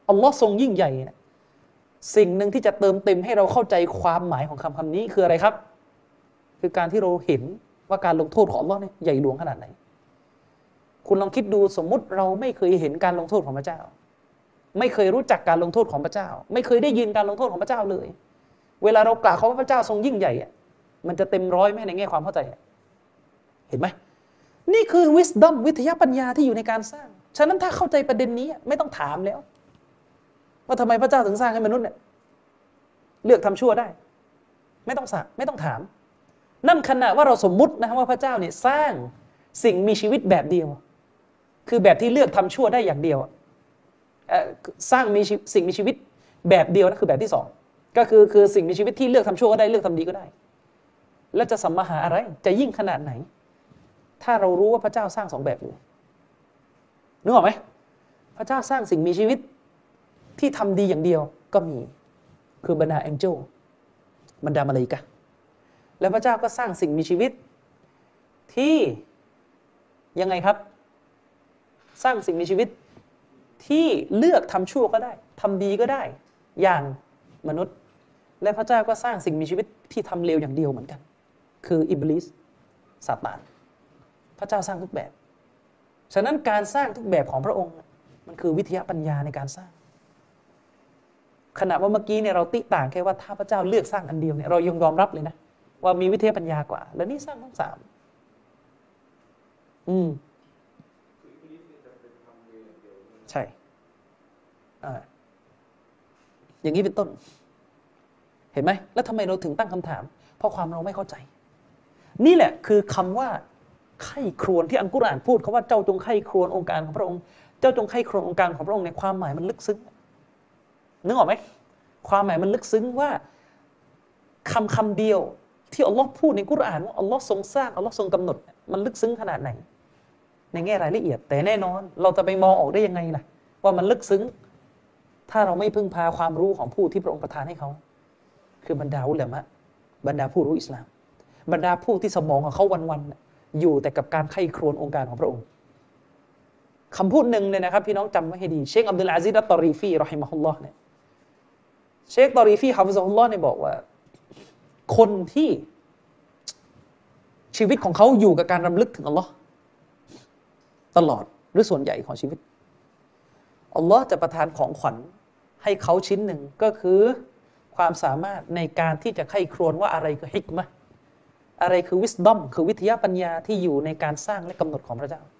อัลลอฮ์ทรงยิ่งใหญ่นะสิ่งหนึ่งที่จะเติมเต็มให้เราเข้าใจความหมายของคำคำนี้คืออะไรครับคือการที่เราเห็นว่าการลงโทษของอัลลอฮ์เนี่ยใหญ่หลวงขนาดไหนคุณลองคิดดูสมมุติเราไม่เคยเห็นการลงโทษของพระเจ้าไม่เคยรู้จักการลงโทษของพระเจ้าไม่เคยได้ยินการลงโทษของพระเจ้าเลยเวลาเรากล่าวคำว่าพระเจ้าทรงยิ่งใหญ่มันจะเต็มร้อยไหมในแง่ความเข้าใจเห็นไหมนี่คือ wisdom วิทยาปัญญาที่อยู่ในการสร้างฉะนั้นถ้าเข้าใจประเด็นนี้ไม่ต้องถามแล้วว่าทำไมพระเจ้าถึงสร้างให้มนุษย์เนี่ยเลือกทำชั่วได้ไม่ต้องสั่งไม่ต้องถามนั่นขณะว่าเราสมมุตินะว่าพระเจ้าเนี่ยสร้างสิ่งมีชีวิตแบบเดียวคือแบบที่เลือกทำชั่วได้อย่างเดียวสร้างมีสิ่งมีชีวิตแบบเดียวนะคือแบบที่สองก็คือคือสิ่งมีชีวิตที่เลือกทำชั่วก็ได้เลือกทำดีก็ได้แล้วจะสัมมาหาอะไรจะยิ่งขนาดไหนถ้าเรารู้ว่าพระเจ้าสร้างสองแบบเลยนึกออกไหมพระเจ้าสร้างสิ่งมีชีวิตที่ทำดีอย่างเดียวก็มีคือบรรดาแองเจิลบรรดามาลาอิกะฮ์แล้วพระเจ้าก็สร้างสิ่งมีชีวิตที่ยังไงครับสร้างสิ่งมีชีวิตที่เลือกทำชั่วก็ได้ทำดีก็ได้อย่างมนุษย์และพระเจ้าก็สร้างสิ่งมีชีวิตที่ทำเลวอย่างเดียวเหมือนกันคืออิบลิสซาตานพระเจ้าสร้างทุกแบบฉะนั้นการสร้างทุกแบบของพระองค์มันคือวิทยาปัญญาในการสร้างขณะว่าเมื่อกี้เนี่ยเราติต่างแค่ว่าถ้าพระเจ้าเลือกสร้างอันเดียวเนี่ยเรายังยอมรับเลยนะว่ามีวิทยาปัญญากว่าแล้วนี่สร้างทั้งสามอืมใช่อ่าอย่างนี้เป็นต้นเห็นไหมแล้วทำไมเราถึงตั้งคำถามเพราะความเราไม่เข้าใจนี่แหละคือคำว่าไข้ครวญที่อัลกุรอานพูดเขาว่าเจ้าจงไข้ครวญองค์การของพระองค์เจ้าจงไข้ครวญองค์การของพระองค์ในความหมายมันลึกซึ้งนึกออกไหมความหมายมันลึกซึ้งว่าคำคำเดียวที่อัลลอฮ์พูดในกุรอานว่าอัลลอฮ์ทรงสร้างอัลลอฮ์ทรงกำหนดมันลึกซึ้งขนาดไหนในแง่รายละเอียดแต่แน่นอนเราจะไปมองออกได้ยังไงล่ะว่ามันลึกซึ้งถ้าเราไม่พึ่งพาความรู้ของผู้ที่พระองค์ประทานให้เขาคือบรรดาอุลามะบรรดาผู้รู้อิสลามบรรดาผู้ที่สมองของเขาวันๆอยู่แต่กับการไข้ครวญองค์การของพระองค์คำพูดหนึ่งเนี่ยนะครับพี่น้องจำไว้ให้ดีเชคอับดุลอาซิซอัตตอรีฟีรอฮิมะฮุลลอฮ์เนี่ยเชคตอรีฟีฮะฟิซะฮุลลอฮ์เนี่ยบอกว่าคนที่ชีวิตของเขาอยู่กับการรำลึกถึงอัลลอฮ์ตลอดหรือส่วนใหญ่ของชีวิตอัลลอฮ์จะประทานของขวัญให้เขาชิ้นหนึ่งก็คือความสามารถในการที่จะไข้ครวญว่าอะไรคือฮิกมะห์อะไรคือวิสดอมคือวิทยาปัญญาที่อยู่ในการสร้างและกำหนดของพระเจ้า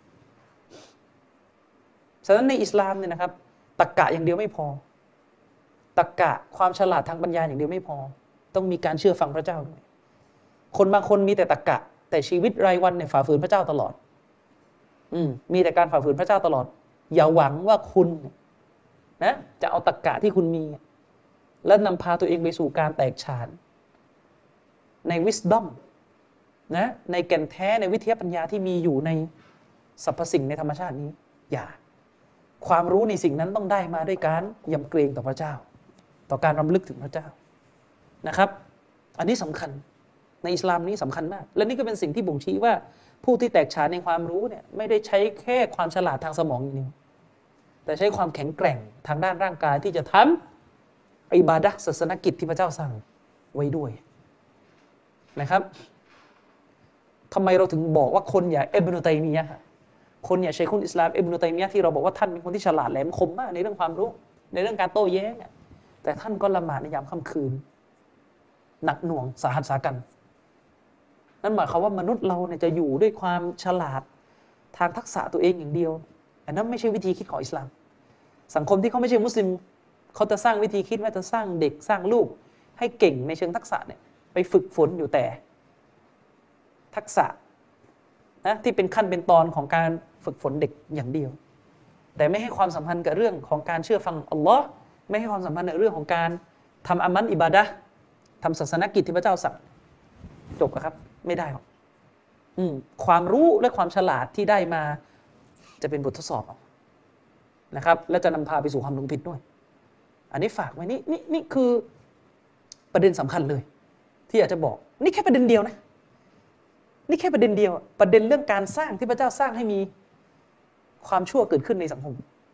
ฉะนั้นในอิสลามเนี่ยนะครับตรรกะอย่างเดียวไม่พอตรรกะความฉลาดทางปัญญาอย่างเดียวไม่พอต้องมีการเชื่อฟังพระเจ้าด้วยคนบางคนมีแต่ตรรกะแต่ชีวิตรายวันเนี่ยฝ่าฝืนพระเจ้าตลอดอืมมีแต่การฝ่าฝืนพระเจ้าตลอดอย่าหวังว่าคุณนะจะเอาตรรกะที่คุณมีแล้วนำพาตัวเองไปสู่การแตกฉานในวิสดอมนะในแก่นแท้ในวิทยาปัญญาที่มีอยู่ในสรรพสิ่งในธรรมชาตินี้อย่าความรู้ในสิ่งนั้นต้องได้มาด้วยการยำเกรงต่อพระเจ้าต่อการรำลึกถึงพระเจ้านะครับอันนี้สำคัญในอิสลามนี้สำคัญมากและนี่ก็เป็นสิ่งที่บ่งชี้ว่าผู้ที่แตกฉานในความรู้เนี่ยไม่ได้ใช้แค่ความฉลาดทางสมองอย่างเดียวแต่ใช้ความแข็งแกร่งทางด้านร่างกายที่จะทำอิบาดะห์ศาสนกิจที่พระเจ้าสั่งไว้ด้วยนะครับทำไมเราถึงบอกว่าคนอย่างอิบนุตัยมียะห์คนอย่างชัยคุลอิสลามอิบนุตัยมียะห์ที่เราบอกว่าท่านเป็นคนที่ฉลาดแหลมคมมากในเรื่องความรู้ในเรื่องการโต้แย้งแต่ท่านก็ละหมาดในยามค่ำคืนหนักหน่วงสาหัสสากันนั่นหมายความว่ามนุษย์เราเนี่ยจะอยู่ด้วยความฉลาดทางทักษะตัวเองอย่างเดียวอันนั้นไม่ใช่วิธีคิดของอิสลามสังคมที่เขาไม่ใช่มุสลิมเขาจะสร้างวิธีคิดว่าจะสร้างเด็กสร้างลูกให้เก่งในเชิงทักษะเนี่ยไปฝึกฝนอยู่แต่ทักษะนะที่เป็นขั้นเป็นตอนของการฝึกฝนเด็กอย่างเดียวแต่ไม่ให้ความสัมพันธ์กับเรื่องของการเชื่อฟังอัลลอฮ์ไม่ให้ความสัมพันธ์ในเรื่องของการทำอามัลอิบาดะห์ทำศาสนกิจที่พระเจ้าสั่งจบครับไม่ได้หรอกอืมความรู้และความฉลาดที่ได้มาจะเป็นบททดสอบนะครับและจะนำพาไปสู่ความหลงผิดด้วยอันนี้ฝากไว้นี่นี่นี่คือประเด็นสำคัญเลยที่อยากจะบอกนี่แค่ประเด็นเดียวนะนี่แค่ประเด็นเดียวประเด็นเรื่องการสร้างที่พระเจ้าสร้างให้มีความชั่วเกิดขึ้นในสังคม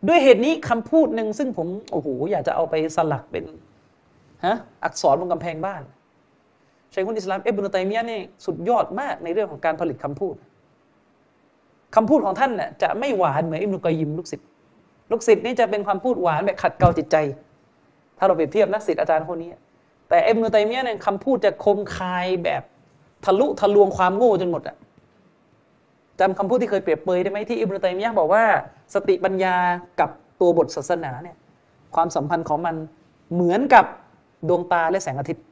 ด้วยเหตุนี้คำพูดหนึ่งซึ่งผมโอ้โหอยากจะเอาไปสลักเป็นฮะอักษรบนกำแพงบ้านชัยคุลอิสลามอิบนุตัยมียะห์นี่สุดยอดมากในเรื่องของการผลิตคำพูดคำพูดของท่านเนี่ยจะไม่หวานเหมือนอิบนุกอยยิมลูกศิษย์ลูกศิษย์นี่จะเป็นความพูดหวานแบบขัดเกลาจิตใจถ้าเราเปรียบเทียบนักศิษย์อาจารย์คนนี้แต่อิบนุตัยมียะห์เนี่ยคำพูดจะคมคายแบบทะลุทะลวงความโง่จนหมดอะจำคำพูดที่เคยเปรียบเปรยได้ไหมที่อิบนุตัยมียะห์บอกว่าสติปัญญากับตัวบทศาสนาเนี่ยความสัมพันธ์ของมันเหมือนกับดวงตาและแสงอาทิตย์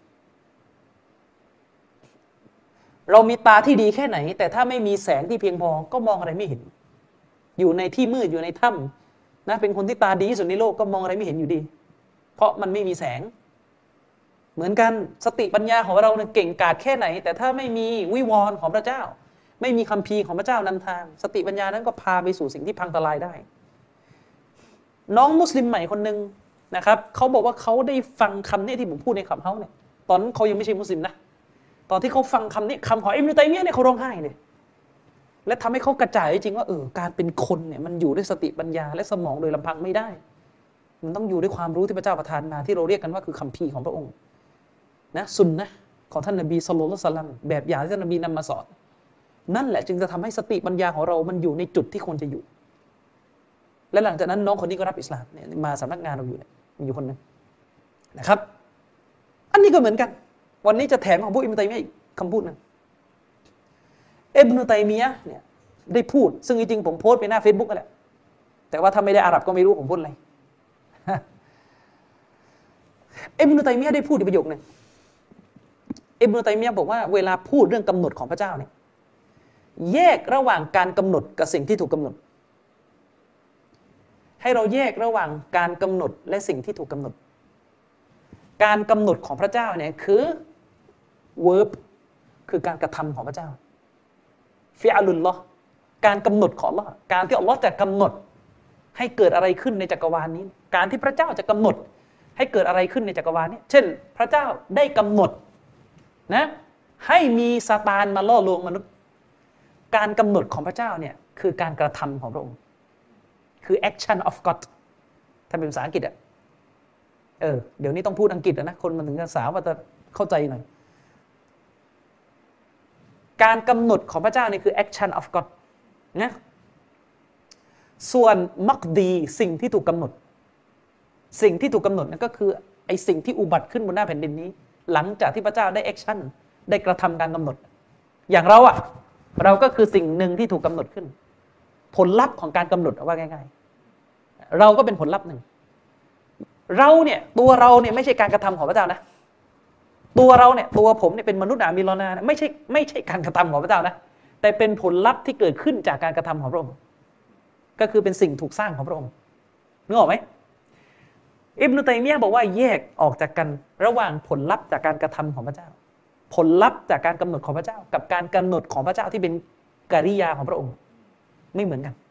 เรามีตาที่ดีแค่ไหนแต่ถ้าไม่มีแสงที่เพียงพอก็มองอะไรไม่เห็นอยู่ในที่มืดอยู่ในถ้ำนะเป็นคนที่ตาดีที่สุดในโลกก็มองอะไรไม่เห็นอยู่ดีเพราะมันไม่มีแสงเหมือนกันสติปัญญาของเราเนี่ยเก่งกาจแค่ไหนแต่ถ้าไม่มีวิวรณ์ของพระเจ้าไม่มีคัมภีร์ของพระเจ้านำทางสติปัญญานั้นก็พาไปสู่สิ่งที่พังทลายได้น้องมุสลิมใหม่คนหนึ่งนะครับเขาบอกว่าเขาได้ฟังคำนี้ที่ผมพูดในคำเขาเนี่ยตอนนั้นเขายังไม่ใช่มุสลิมนะตอนที่เขาฟังคำนี้คำของอิบนุตัยมียะห์เนี่ยเขาร้องไห้เลยและทำให้เขากระจ่ายจริงว่าเออการเป็นคนเนี่ยมันอยู่ด้วยสติปัญญาและสมองโดยลำพังไม่ได้มันต้องอยู่ด้วยความรู้ที่พระเจ้าประทานมาที่เราเรียกกันว่าคือคัมภีร์ของพระองค์นะซุนนะห์ของท่านนบีศ็อลลัลลอฮุอะลัยฮิวะซัลลัมแบบอย่างที่ท่านนบีนำมาสอนนั่นแหละจึงจะทำให้สติปัญญาของเรามันอยู่ในจุดที่ควรจะอยู่และหลังจากนั้นน้องคนนี้ก็รับอิสลามเนี่ยมาสำนักงานเราอยู่เนี่ยมีอยู่คนนึงนะครับอันนี้ก็เหมือนกันวันนี้จะแถมของพวกอิบนุตัยมียะห์อีกคำพูดนึงอิบนุตัยมียะห์เนี่ยได้พูดซึ่งจริงๆผมโพสต์ไปหน้า Facebook ก็แหละแต่ว่าถ้าไม่ได้อาหรับก็ไม่รู้ผมพูดอะไรอิบนุตัยมียะห์ได้พูดอีกประโยคนึงอิบนุตัยมียะห์บอกว่าเวลาพูดเรื่องกำหนดของพระเจ้าเนี่ยแยกระหว่างการกำหนดกับสิ่งที่ถูกกำหนดให้เราแยกระหว่างการกำหนดและสิ่งที่ถูกกำหนดการกำหนดของพระเจ้าเนี่ยคือ verb คือการกระทำของพระเจ้าฟิอลุลลอฮ์การกำหนดของอัลเลาะห์การที่อัลเลาะห์จะกำหนดให้เกิดอะไรขึ้นในจักรวาลนี้การที่พระเจ้าจะกำหนดให้เกิดอะไรขึ้นในจักรวาลนี้เช่นพระเจ้าได้กำหนดนะให้มีซาตานมาล่อลวงมนุษย์การกำหนดของพระเจ้าเนี่ยคือการกระทำของพระองค์คือ action of God ถ้าเป็นภาษาอังกฤษอ่ะเออเดี๋ยวนี้ต้องพูดอังกฤษนะคนมันถึงจะสาวว่าจะเข้าใจหน่อยการกำหนดของพระเจ้านี่คือ action of God นะส่วนมักดีสิ่งที่ถูกกำหนดสิ่งที่ถูกกำหนดนั่นก็คือไอ้สิ่งที่อุบัติขึ้นบนหน้าแผ่นดินนี้หลังจากที่พระเจ้าได้ action ได้กระทำการกำหนดอย่างเราอ่ะเราก็คือสิ่งหนึ่งที่ถูกกำหนดขึ้นผลลัพธ์ของการกำหนดว่าง่ายๆเราก็เป็นผลลัพธ์หนึ่งเราเนี่ยตัวเราเนี่ยไม่ใช่การกระทำของพระเจ้านะตัวเราเนี่ยตัวผมเนี่ยเป็นมนุษย์อามีรอนาไม่ใช่ไม่ใช่การกระทำของพระเจ้านะแต่เป็นผลลัพธ์ที่เกิดขึ้นจากการกระทำของพระองค์ก็คือเป็นสิ่งถูกสร้างของพระองค์นึกออกไหมอิบนุตัยมียะห์บอกว่าแยกออกจากกันระหว่างผลลัพธ์จากการกระทำของพระเจ้าผลลัพธ์จากการกำหนดของพระเจ้ากับการกำหนดของพระเจ้าที่เป็นกิริยาของพระองค์ไม่เหมือนกัน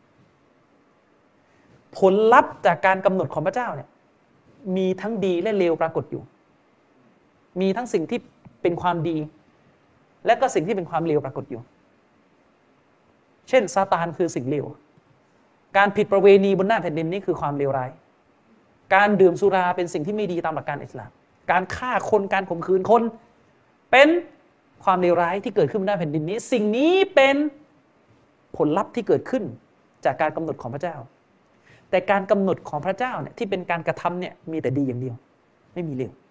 ผลลัพธ์จากการกำหนดของพระเจ้าเนี่ยมีทั้งดีและเลวปรากฏอยู่มีทั้งสิ่งที่เป็นความดีและก็สิ่งที่เป็นความเลวปรากฏอยู่เช่นซาตานคือสิ่งเลวการผิดประเวณีบนหน้าแผ่นดินนี้คือความเลวร้ายการดื่มสุราเป็นสิ่งที่ไม่ดีตามหลักการอิสลามการฆ่าคนการข่มขืนคนเป็นความเลวร้ายที่เกิดขึ้นบนหน้าแผ่นดินนี้สิ่งนี้เป็นผลลัพธ์ที่เกิดขึ้นจากการกำหนดของพระเจ้าแต่การกำหนดของพระเจ้าเนี่ยที่เป็นการกระทำเนี่ยมีแต่ดีอย่างเดียวไม่มีเลว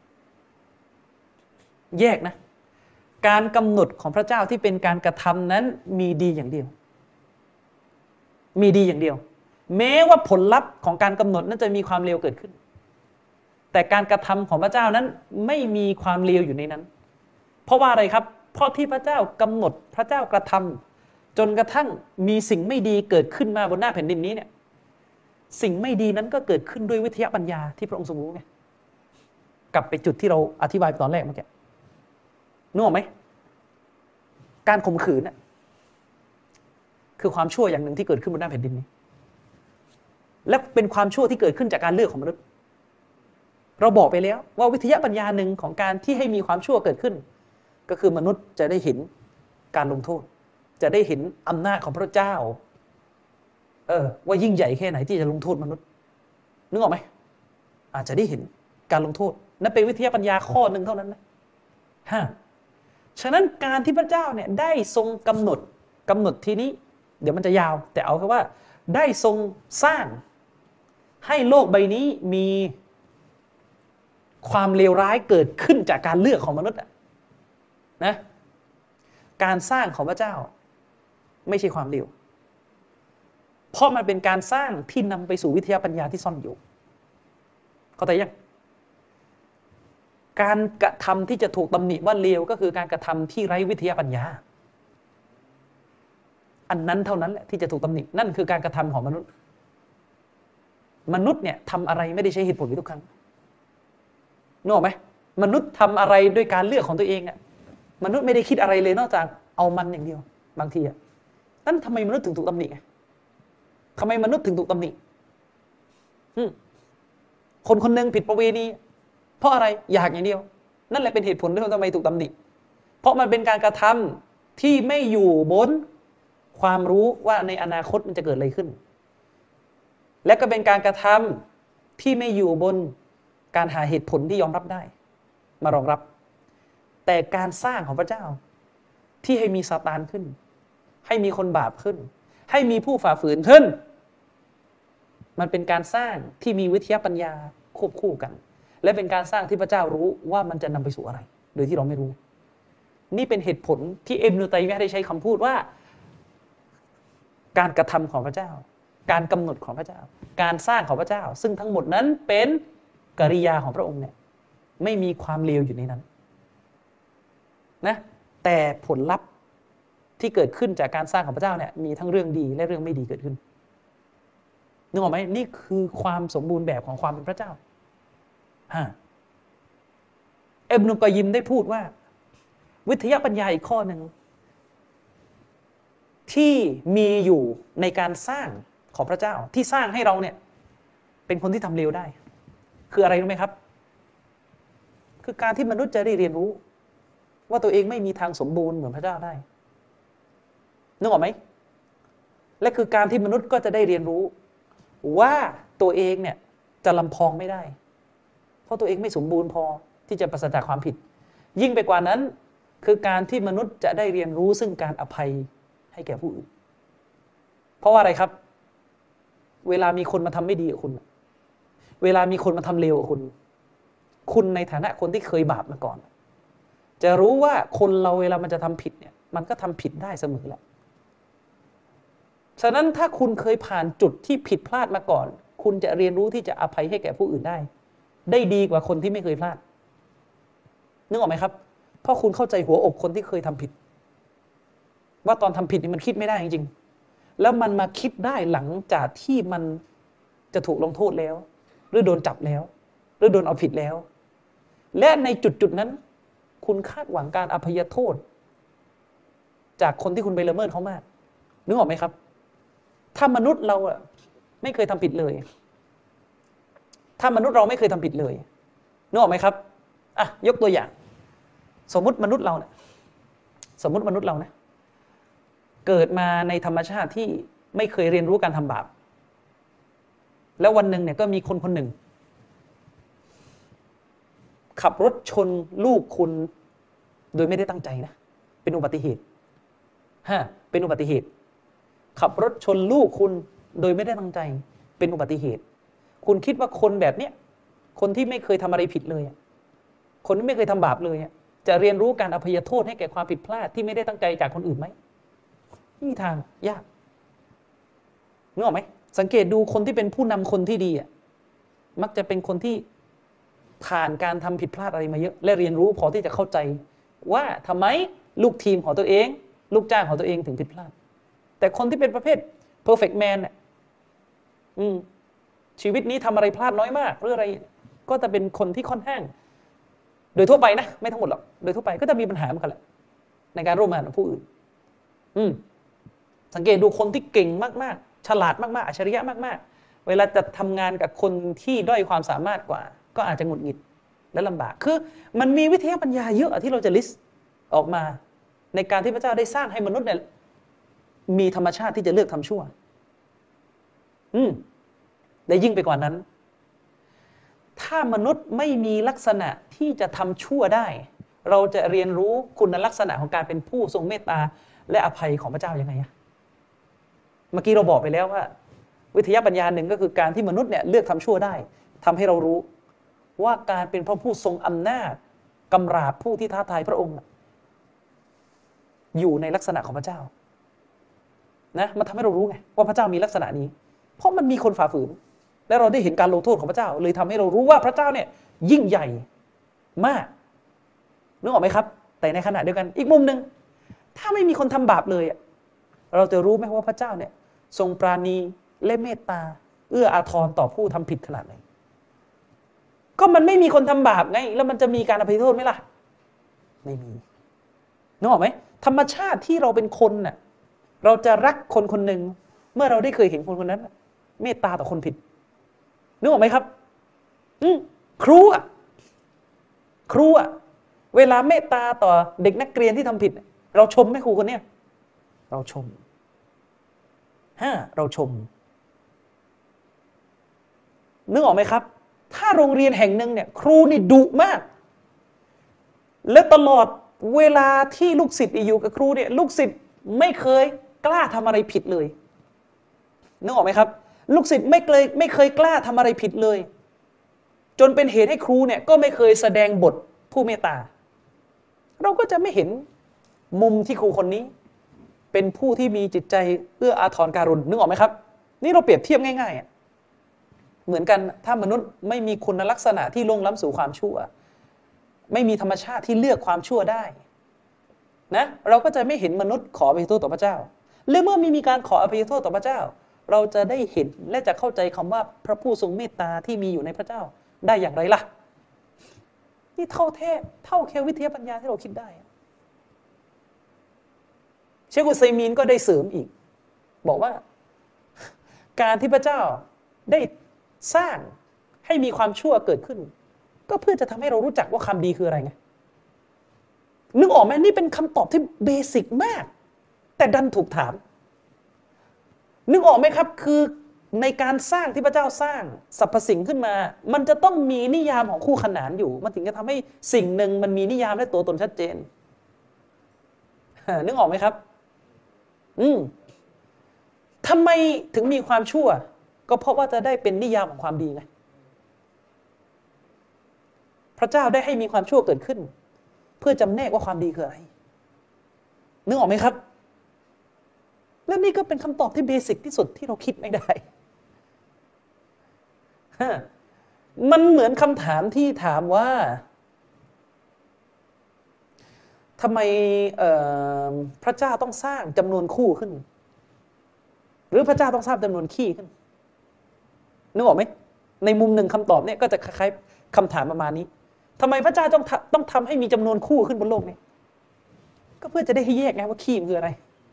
แยกนะการกำหนดของพระเจ้าที่เป็นการกระทำนั้นมีดีอย่างเดียวมีดีอย่างเดียวแม้ว่าผลลัพธ์ของการกำหนดนั้นจะมีความเลวเกิดขึ้นแต่การกระทำของพระเจ้านั้นไม่มีความเลวอยู่ในนั้นเพราะว่าอะไรครับเพราะที่พระเจ้ากำหนดพระเจ้ากระทำจนกระทั่งมีสิ่งไม่ดีเกิดขึ้นมาบนหน้าแผ่นดินนี้เนี่ยสิ่งไม่ดีนั้นก็เกิดขึ้นด้วยวิทยาปัญญาที่พระองค์ทรงรู้ไงกลับไปจุดที่เราอธิบายตอนแรกเมื่อกี้นึกออกไหมการข่มขืนน่ะคือความชั่วอย่างหนึ่งที่เกิดขึ้นบนหน้าแผ่นดินนี้และเป็นความชั่วที่เกิดขึ้นจากการเลือกของมนุษย์เราบอกไปแล้วว่าวิทยาปัญญาหนึ่งของการที่ให้มีความชั่วเกิดขึ้นก็คือมนุษย์จะได้เห็นการลงโทษจะได้เห็นอำนาจของพระเจ้าเออว่ายิ่งใหญ่แค่ไหนที่จะลงโทษมนุษย์นึกออกไหมอาจจะได้เห็นการลงโทษนั่นเป็นวิทยาปัญญาข้อหนึ่งเท่านั้นนะฮะฉะนั้นการที่พระเจ้าเนี่ยได้ทรงกำหนดกำหนดทีนี้เดี๋ยวมันจะยาวแต่เอาแค่ว่าได้ทรงสร้างให้โลกใบนี้มีความเลวร้ายเกิดขึ้นจากการเลือกของมนุษย์นะการสร้างของพระเจ้าไม่ใช่ความเลวเพราะมันเป็นการสร้างที่นำไปสู่วิทยาปัญญาที่ซ่อนอยู่เข้าใจยังการกระทำที่จะถูกตำหนิว่าเลวก็คือการกระทำที่ไร้วิทยาปัญญาอันนั้นเท่านั้นแหละที่จะถูกตำหนินั่นคือการกระทำของมนุษย์มนุษย์เนี่ยทำอะไรไม่ได้ใช้เหตุผลทุกครั้งนึกออกไหมมนุษย์ทำอะไรด้วยการเลือกของตัวเองอ่ะมนุษย์ไม่ได้คิดอะไรเลยนอกจากเอามันอย่างเดียวบางทีอ่ะนั่นทำไมมนุษย์ถึงถูกตำหนิทำไมมนุษย์ถึงถูกตำหนิคนคนหนึ่งผิดประเวณีเพราะอะไรอยากอย่างเดียวนั่นแหละเป็นเหตุผลที่ทำไมถูกตำหนิเพราะมันเป็นการกระทำที่ไม่อยู่บนความรู้ว่าในอนาคตมันจะเกิดอะไรขึ้นและก็เป็นการกระทำที่ไม่อยู่บนการหาเหตุผลที่ยอมรับได้มารองรับแต่การสร้างของพระเจ้าที่ให้มีซาตานขึ้นให้มีคนบาปขึ้นให้มีผู้ฝ่าฝืนขึ้นมันเป็นการสร้างที่มีวิทยาปัญญาควบคู่กันและเป็นการสร้างที่พระเจ้ารู้ว่ามันจะนำไปสู่อะไรโดยที่เราไม่รู้นี่เป็นเหตุผลที่อิบนุตัยมียะห์ได้ใช้คำพูดว่าการกระทำของพระเจ้าการกำหนดของพระเจ้าการสร้างของพระเจ้าซึ่งทั้งหมดนั้นเป็นกิริยาของพระองค์เนี่ยไม่มีความเลวอยู่ในนั้นนะแต่ผลลัพธ์ที่เกิดขึ้นจากการสร้างของพระเจ้าเนี่ยมีทั้งเรื่องดีและเรื่องไม่ดีเกิดขึ้นนึกออกไหมนี่คือความสมบูรณ์แบบของความเป็นพระเจ้าฮะอิบนุกอยยิมได้พูดว่าวิทยาปัญญาอีกข้อหนึ่งที่มีอยู่ในการสร้างของพระเจ้าที่สร้างให้เราเนี่ยเป็นคนที่ทำเลวได้คืออะไรรู้ไหมครับคือการที่มนุษย์จะได้เรียนรู้ว่าตัวเองไม่มีทางสมบูรณ์เหมือนพระเจ้าได้นึกออกไหมและคือการที่มนุษย์ก็จะได้เรียนรู้ว่าตัวเองเนี่ยจะลำพองไม่ได้เพราะตัวเองไม่สมบูรณ์พอที่จะปราศจากความผิดยิ่งไปกว่านั้นคือการที่มนุษย์จะได้เรียนรู้ซึ่งการอภัยให้แก่ผู้อื่นเพราะว่าอะไรครับเวลามีคนมาทำไม่ดีกับคุณเวลามีคนมาทำเลวกับคุณคุณในฐานะคนที่เคยบาปมาก่อนจะรู้ว่าคนเราเวลามันจะทำผิดเนี่ยมันก็ทำผิดได้เสมอแหละฉะนั้นถ้าคุณเคยผ่านจุดที่ผิดพลาดมาก่อนคุณจะเรียนรู้ที่จะอภัยให้แก่ผู้อื่นได้ได้ดีกว่าคนที่ไม่เคยพลาดนึกออกไหมครับเพราะคุณเข้าใจหัวอกคนที่เคยทำผิดว่าตอนทำผิดนี่มันคิดไม่ได้จริงๆแล้วมันมาคิดได้หลังจากที่มันจะถูกลงโทษแล้วหรือโดนจับแล้วหรือโดนเอาผิดแล้วและในจุดจุดนั้นคุณคาดหวังการอภัยโทษจากคนที่คุณไปละเมิดเขามากนึกออกไหมครับถ้ามนุษย์เราอะไม่เคยทำผิดเลยถ้ามนุษย์เราไม่เคยทำผิดเลยนึกออกไหมครับอ่ะยกตัวอย่างสมมุติมนุษย์เราเนี่ยสมมุติมนุษย์เรานะเกิดมาในธรรมชาติที่ไม่เคยเรียนรู้การทำบาปแล้ววันหนึ่งเนี่ยก็มีคนคนหนึ่งขับรถชนลูกคุณโดยไม่ได้ตั้งใจนะเป็นอุบัติเหตุฮะเป็นอุบัติเหตุขับรถชนลูกคุณโดยไม่ได้ตั้งใจเป็นอุบัติเหตุคุณคิดว่าคนแบบเนี้ยคนที่ไม่เคยทำอะไรผิดเลยคนที่ไม่เคยทำบาปเลยจะเรียนรู้การอภัยโทษให้แก่ความผิดพลาดที่ไม่ได้ตั้งใจจากคนอื่นไหมไม่มีทางยากนึกออกไหมสังเกตดูคนที่เป็นผู้นำคนที่ดีอ่ะมักจะเป็นคนที่ผ่านการทำผิดพลาดอะไรมาเยอะและเรียนรู้พอที่จะเข้าใจว่าทำไมลูกทีมของตัวเองลูกจ้างของตัวเองถึงผิดพลาดแต่คนที่เป็นประเภท perfect man เนี่ยอืมชีวิตนี้ทำอะไรพลาดน้อยมากหรืออะไรก็จะเป็นคนที่ค่อนข้างโดยทั่วไปนะไม่ทั้งหมดหรอกโดยทั่วไปก็จะมีปัญหาเหมือนกันแหละในการร่วมงานกับผู้อื่นอืมสังเกตดูคนที่เก่งมากๆฉลาดมากๆอัจฉริยะมากๆเวลาจะทำงานกับคนที่ด้อยความสามารถกว่าก็อาจจะหงุดหงิดและลำบากคือมันมีวิทยาปัญญาเยอะที่เราจะลิสต์ออกมาในการที่พระเจ้าได้สร้างให้มนุษย์เนี่ยมีธรรมชาติที่จะเลือกทำชั่วอืมและยิ่งไปกว่านั้นถ้ามนุษย์ไม่มีลักษณะที่จะทำชั่วได้เราจะเรียนรู้คุณลักษณะของการเป็นผู้ทรงเมตตาและอภัยของพระเจ้ายังไงอะเมื่อกี้เราบอกไปแล้วว่าวิทยาปัญญาหนึ่งก็คือการที่มนุษย์เนี่ยเลือกทำชั่วได้ทำให้เรารู้ว่าการเป็นพระผู้ทรงอำนาจกำราบผู้ที่ท้าทายพระองค์อยู่ในลักษณะของพระเจ้านะมันทำให้เรารู้ไงว่าพระเจ้ามีลักษณะนี้เพราะมันมีคนฝ่าฝืนและเราได้เห็นการลงโทษของพระเจ้าเลยทำให้เรารู้ว่าพระเจ้าเนี่ยยิ่งใหญ่มากนึกออกไหมครับแต่ในขณะเดียวกันอีกมุมหนึ่งถ้าไม่มีคนทำบาปเลยเราจะรู้ไหมว่าพระเจ้าเนี่ยทรงปราณีและเมตตาเอื้ออาทรต่อผู้ทำผิดขนาดไหนก็มันไม่มีคนทำบาปไงแล้วมันจะมีการอภัยโทษไหมล่ะไม่มีนึกออกไหมธรรมชาติที่เราเป็นคนน่ะเราจะรักคนคนหนึ่งเมื่อเราได้เคยเห็นคนคนนั้นเมตตาต่อคนผิดนึกออกไหมครับอืมครูอ่ะครูอ่ะเวลาเมตตาต่อเด็กนักเรียนที่ทำผิดเราชมไหมครูคนเนี้ยเราชมฮะเราชมนึกออกไหมครับถ้าโรงเรียนแห่งหนึ่งเนี่ยครูนี่ดุมากและตลอดเวลาที่ลูกศิษย์อยู่กับครูเนี่ยลูกศิษย์ไม่เคยกล้าทำอะไรผิดเลยนึกออกไหมครับลูกศิษย์ไม่เคยไม่เคยกล้าทำอะไรผิดเลยจนเป็นเหตุให้ครูเนี่ยก็ไม่เคยแสดงบทผู้เมตตาเราก็จะไม่เห็นมุมที่ครูคนนี้เป็นผู้ที่มีจิตใจเอื้ออาทรการุณนึกออกไหมครับนี่เราเปรียบเทียบง่ายๆเหมือนกันถ้ามนุษย์ไม่มีคุณลักษณะที่ล่วงล้ำสู่ความชั่วไม่มีธรรมชาติที่เลือกความชั่วได้นะเราก็จะไม่เห็นมนุษย์ขออภัยโทษต่อพระเจ้าและเมื่อมีมีการขออภัยโทษต่อพระเจ้าเราจะได้เห็นและจะเข้าใจคำว่าพระผู้ทรงเมตตาที่มีอยู่ในพระเจ้าได้อย่างไรล่ะนี่เท่าแท้เท่าแค่วิทยาปัญญาที่เราคิดได้เชคอุซัยมีนก็ได้เสริมอีกบอกว่าการที่พระเจ้าได้สร้างให้มีความชั่วเกิดขึ้นก็เพื่อจะทำให้เรารู้จักว่าความดีคืออะไรไงนึกออกไหมนี่เป็นคำตอบที่เบสิกมากแต่ดันถูกถามนึกออกไหมครับคือในการสร้างที่พระเจ้าสร้างสรรพสิ่งขึ้นมามันจะต้องมีนิยามของคู่ขนานอยู่มันถึงจะทำให้สิ่งหนึ่งมันมีนิยามและตัวตนชัดเจนนึกออกไหมครับอืมทำไมถึงมีความชั่วก็เพราะว่าจะได้เป็นนิยามของความดีไงพระเจ้าได้ให้มีความชั่วเกิดขึ้นเพื่อจำแนกว่าความดีคืออะไรนึกออกไหมครับและนี่ก็เป็นคำตอบที่เบสิกที่สุดที่เราคิดไม่ได้มันเหมือนคำถามที่ถามว่าทำไมพระเจ้าต้องสร้างจำนวนคู่ขึ้นหรือพระเจ้าต้องสร้างจำนวนขี้ขึ้นนึกออกไหมในมุมหนึ่งคำตอบเนี่ยก็จะคล้ายๆคำถามประมาณนี้ทำไมพระเจ้าต้องต้องทำให้มีจำนวนคู่ขึ้นบนโลกนี้ก็เพื่อจะได้ให้แยกไงว่าขี้มันคืออะไร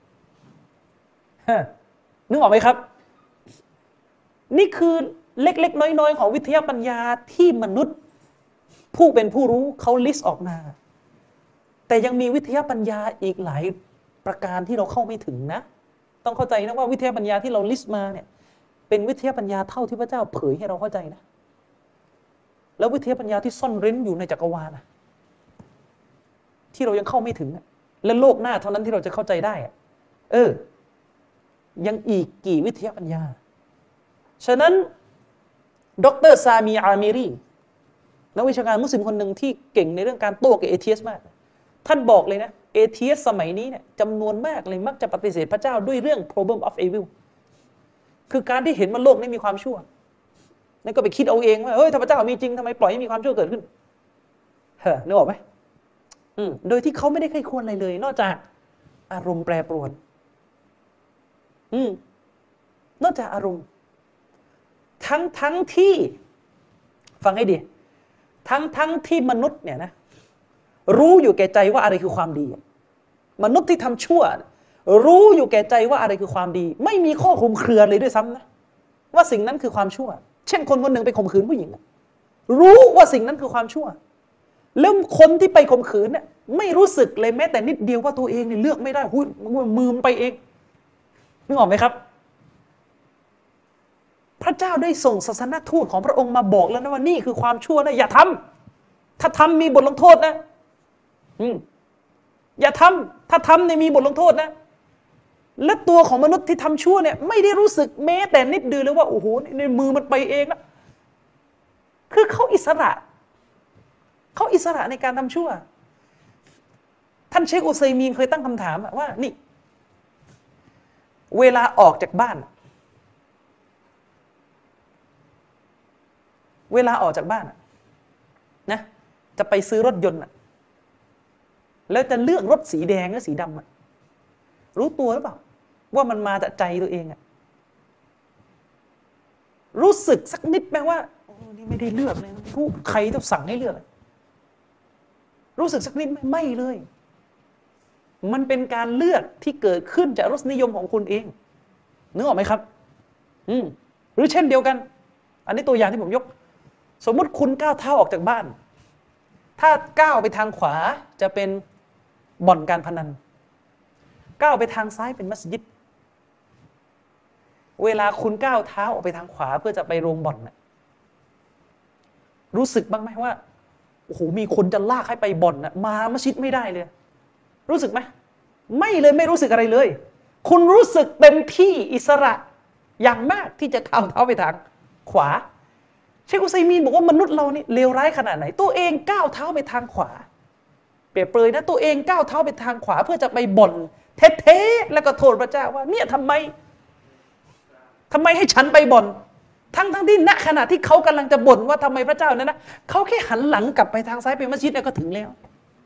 นึกออกไหมครับนี่คือเล็กๆน้อยๆของวิทยาปัญญาที่มนุษย์ผู้เป็นผู้รู้เขาลิสต์ออกมาแต่ยังมีวิทยาปัญญาอีกหลายประการที่เราเข้าไม่ถึงนะต้องเข้าใจนะว่าวิทยาปัญญาที่เราลิสต์มาเนี่ยเป็นวิทยาปัญญาเท่าที่พระเจ้าเผยให้เราเข้าใจนะแล้ววิทยาปัญญาที่ซ่อนเร้นอยู่ในจักรวาลนะที่เรายังเข้าไม่ถึงและโลกหน้าเท่านั้นที่เราจะเข้าใจได้เออยังอีกกี่วิทยาปัญญาฉะนั้นดร.ซามีอามิรีนักวิชาการมุสลิมคนหนึ่งที่เก่งในเรื่องการโต้กับเอเทียสมากท่านบอกเลยนะเอเทียสสมัยนี้เนี่ยจำนวนมากเลยมักจะปฏิเสธพระเจ้าด้วยเรื่อง problem of evil คือการที่เห็นว่าโลกนี้มีความชั่วนั่นก็ไปคิดเอาเองว่าเฮ้ยถ้าพระเจ้ามีจริงทำไมปล่อยให้มีความชั่วเกิดขึ้นเฮ้อนึกออกไหมอืมโดยที่เขาไม่ได้ใคร่ควรอะไรเลยนอกจากอารมณ์แปรปรวนอืมนอกจากอารมณ์ทั้งทั้งที่ฟังให้ดีทั้งทั้งที่มนุษย์เนี่ยนะรู้อยู่แก่ใจว่าอะไรคือความดีมนุษย์ที่ทำชั่วรู้อยู่แก่ใจว่าอะไรคือความดีไม่มีข้อคลุมเครือเลยด้วยซ้ำนะว่าสิ่งนั้นคือความชั่วเช่นคนคนหนึ่งไปข่มขืนผู้หญิงรู้ว่าสิ่งนั้นคือความชั่วแล้วคนที่ไปข่มขืนเนี่ยไม่รู้สึกเลยแม้แต่นิดเดียวว่าตัวเองเนี่ยเลือกไม่ได้หุ้ยมือมันไปเองนึกออกไหมครับระเจ้าได้ส่งศาสนทูตของพระองค์มาบอกแล้วนะว่านี่คือความชั่วนะอย่าทำถ้าทำมีบทลงโทษนะอืมอย่าทำถ้าทำเนี่ยมีบทลงโทษนะและตัวของมนุษย์ที่ทำชั่วเนี่ยไม่ได้รู้สึกแม้แต่นิดเดียวเลยว่าโอ้โหในมือมันไปเองนะคือเขาอิสระเขาอิสระในการทำชั่วท่านเชคอุซัยมีนเคยตั้งคำถามว่านี่เวลาออกจากบ้านเวลาออกจากบ้านนะจะไปซื้อรถยนต์แล้วจะเลือกรถสีแดงหรือสีดำรู้ตัวหรือเปล่าว่ามันมาจากใจตัวเองอะรู้สึกสักนิดไหมว่าโอ้นี่ไม่ได้เลือกเลยผู้ใครต้องสั่งให้เลือกรู้สึกสักนิดไหมไม่เลยมันเป็นการเลือกที่เกิดขึ้นจากรสนิยมของคุณเองนึกออกไหมครับอืมหรือเช่นเดียวกันอันนี้ตัวอย่างที่ผมยกสมมุติคุณก้าวเท้าออกจากบ้านถ้าก้าวไปทางขวาจะเป็นบ่อนการพนันก้าวไปทางซ้ายเป็นมัสยิดเวลาคุณก้าวเท้าออกไปทางขวาเพื่อจะไปโรงบ่อนน่ะรู้สึกบ้างไหมว่าโอ้โหมีคนจะลากให้ไปบ่อนน่ะมามัสยิดไม่ได้เลยรู้สึกไหมไม่เลยไม่รู้สึกอะไรเลยคุณรู้สึกเต็มที่อิสระอย่างมากที่จะก้าวเท้าไปทางขวาเชคอุซัยมีนบอกว่ามนุษย์เรานี่เลวร้ายขนาดไหนตัวเองก้าวเท้าไปทางขวาเปรียบเปรยนะตัวเองก้าวเท้าไปทางขวาเพื่อจะไปบ่อนเท่ๆแล้วก็โทษพระเจ้าว่าเนี่ยทำไมทำไมให้ฉันไปบ่อนทั้งทั้งที่ณขณะที่เขากำลังจะบ่นว่าทำไมพระเจ้านั้นนะเขาแค่หันหลังกลับไปทางซ้ายไปมัสยิดแล้วก็ถึงแล้ว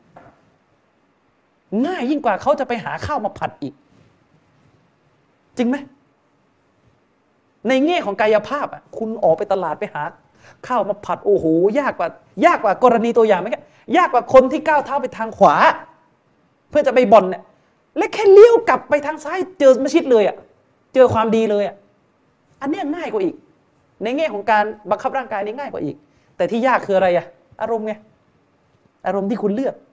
ง่ายยิ่งกว่าเขาจะไปหาข้าวมาผัดอีกจริงไหมในแง่ของกายภาพอ่ะคุณออกไปตลาดไปหาข้าวมาผัดโอ้โหยากกว่ายากกว่ากรณีตัวอย่างไหมครับยากกว่าคนที่ก้าวเท้าไปทางขวาเพื่อจะไปบ่อนเนี่ยและแค่เลี้ยวกลับไปทางซ้ายเจอมัสยิดเลยอ่ะเจอความดีเลยอ่ะอันนี้ง่ายกว่าอีกในแง่ของการบังคับร่างกายนี่ง่ายกว่าอีกแต่ที่ยากคืออะไรอ่ะอารมณ์ไงอารมณ์ที่คุณเลือก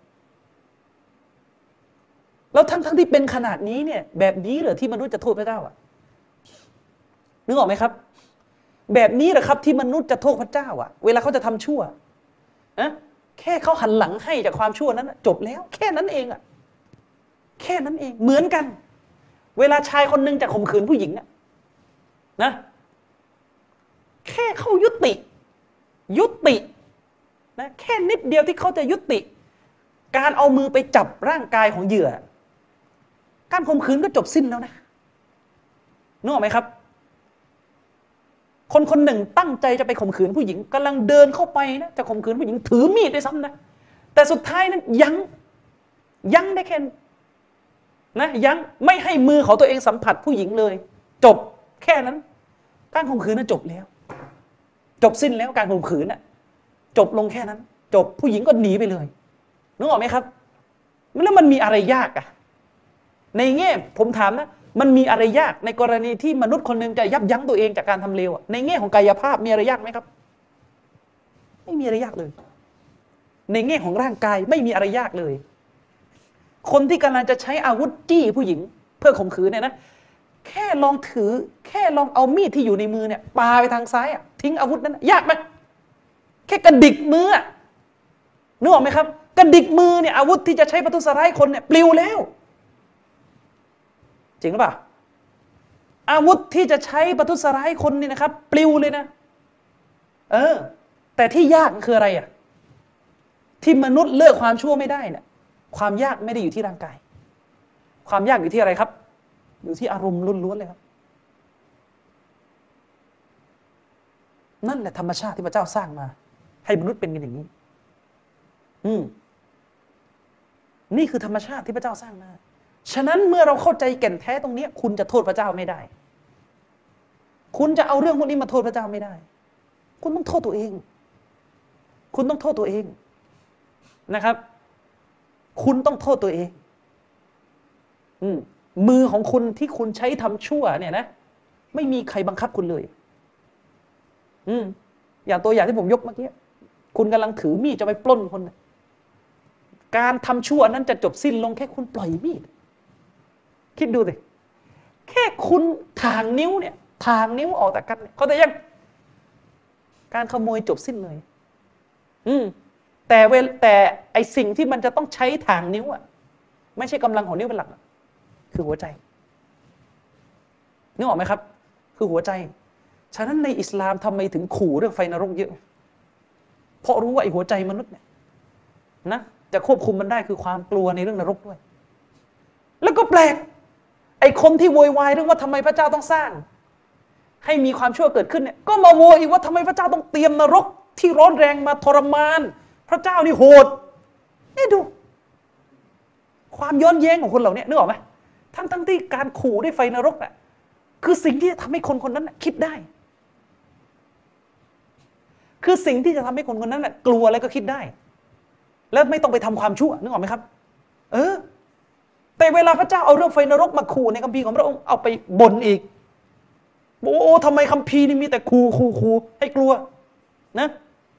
แล้วทั้งทั้งที่เป็นขนาดนี้เนี่ยแบบนี้เหรอที่มนุษย์จะโทษพระเจ้าอ่ะนึกออกไหมครับแบบนี้เหรอครับที่มนุษย์จะโทษพระเจ้าอ่ะเวลาเขาจะทำชั่วนะแค่เขาหันหลังให้จากความชั่วนั้นจบแล้วแค่นั้นเองอ่ะแค่นั้นเองเหมือนกันเวลาชายคนหนึ่งจะข่มขืนผู้หญิงอ่ะนะแค่เขายุติยุตินะแค่นิดเดียวที่เขาจะยุติการเอามือไปจับร่างกายของเหยื่อการข่มขืนก็จบสิ้นแล้วนะนึกออกไหมครับคนคนหนึ่งตั้งใจจะไปข่มขืนผู้หญิงกำลังเดินเข้าไปนะจะข่มขืนผู้หญิงถือมีดด้วยซ้ำนะแต่สุดท้ายนั้นยั้งยั้งได้แค่นะยั้งไม่ให้มือของตัวเองสัมผัสผู้หญิงเลยจบแค่นั้นการข่มขืนนั้นจบแล้วจบสิ้นแล้วการข่มขืนน่ะจบลงแค่นั้นจบผู้หญิงก็หนีไปเลยนึกออกไหมครับแล้วมันมีอะไรยากอะในแง่ผมถามนะมันมีอะไรยากในกรณีที่มนุษย์คนหนึ่งจะยับยั้งตัวเองจากการทำเลวในแง่ของกายภาพมีอะไรยากไหมครับไม่มีอะไรยากเลยในแง่ของร่างกายไม่มีอะไรยากเลยคนที่กำลังจะใช้อาวุธจี้ผู้หญิงเพื่อข่มขืนเนี่ยนะแค่ลองถือแค่ลองเอามีดที่อยู่ในมือเนี่ยปาไปทางซ้ายอ่ะทิ้งอาวุธนั้นยากไหมแค่กระดิกมือนึกออกไหมครับกระดิกมือเนี่ยอาวุธที่จะใช้ประทุษร้ายคนเนี่ยปลิวแล้วจริงหรือเปล่าอาวุธที่จะใช้ประทุษร้ายคนนี่นะครับปลิวเลยนะเออแต่ที่ยากคืออะไรอ่ะที่มนุษย์เลิกความชั่วไม่ได้เนี่ยความยากไม่ได้อยู่ที่ร่างกายความยากอยู่ที่อะไรครับอยู่ที่อารมณ์ล้วนๆเลยครับนั่นแหละธรรมชาติที่พระเจ้าสร้างมาให้มนุษย์เป็นกันอย่างนี้อืมนี่คือธรรมชาติที่พระเจ้าสร้างมาฉะนั้นเมื่อเราเข้าใจแก่นแท้ตรงนี้คุณจะโทษพระเจ้าไม่ได้คุณจะเอาเรื่องพวกนี้มาโทษพระเจ้าไม่ได้คุณต้องโทษตัวเองคุณต้องโทษตัวเองนะครับคุณต้องโทษตัวเองอืมมือของคุณที่คุณใช้ทำชั่วเนี่ยนะไม่มีใครบังคับคุณเลยอืมอย่างตัวอย่างที่ผมยกเมื่อกี้คุณกำลังถือมีดจะไปปล้นคนการทำชั่วนั้นจะจบสิ้นลงแค่คุณปล่อยมีดคิดดูสิแค่คุณถางนิ้วเนี่ยทางนิ้วออกจากกันเขาแต่ยังการขโมยจบสิ้นเลยอืมแต่เวลแต่ไอสิ่งที่มันจะต้องใช้ทางนิ้วอ่ะไม่ใช่กำลังของนิ้วเป็นหลักคือหัวใจนึกออกไหมครับคือหัวใจฉะนั้นในอิสลามทำไมถึงขู่เรื่องไฟนรกเยอะเพราะรู้ว่าไอหัวใจมนุษย์เนี่ยนะจะควบคุมมันได้คือความกลัวในเรื่องนรกด้วยแล้วก็แปลกไอคนที่โวยวายเรื่องว่าทำไมพระเจ้าต้องสร้างให้มีความชั่วเกิดขึ้นเนี่ยก็มาโวยอีกว่าทำไมพระเจ้าต้องเตรียมนรกที่ร้อนแรงมาทรมานพระเจ้านี่โหดนี่ดูความย้อนแย้งของคนเหล่านี้นึกออกไหมทั้งทั้งที่การขู่ด้วยไฟนรกน่ะคือสิ่งที่จะทำให้คนคนนั้นคิดได้คือสิ่งที่จะทำให้คนคนนั้นกลัวแล้วก็คิดได้แล้วไม่ต้องไปทำความชั่วนึกออกไหมครับเออแต่เวลาพระเจ้าเอาเรื่องไฟนรกมาขู่ในคัมภีร์ของพระองค์เอาไปบ่นอีกโอ้โอ้ทำไมคัมภีร์นี่มีแต่ขู่ขู่ขู่ให้กลัวนะ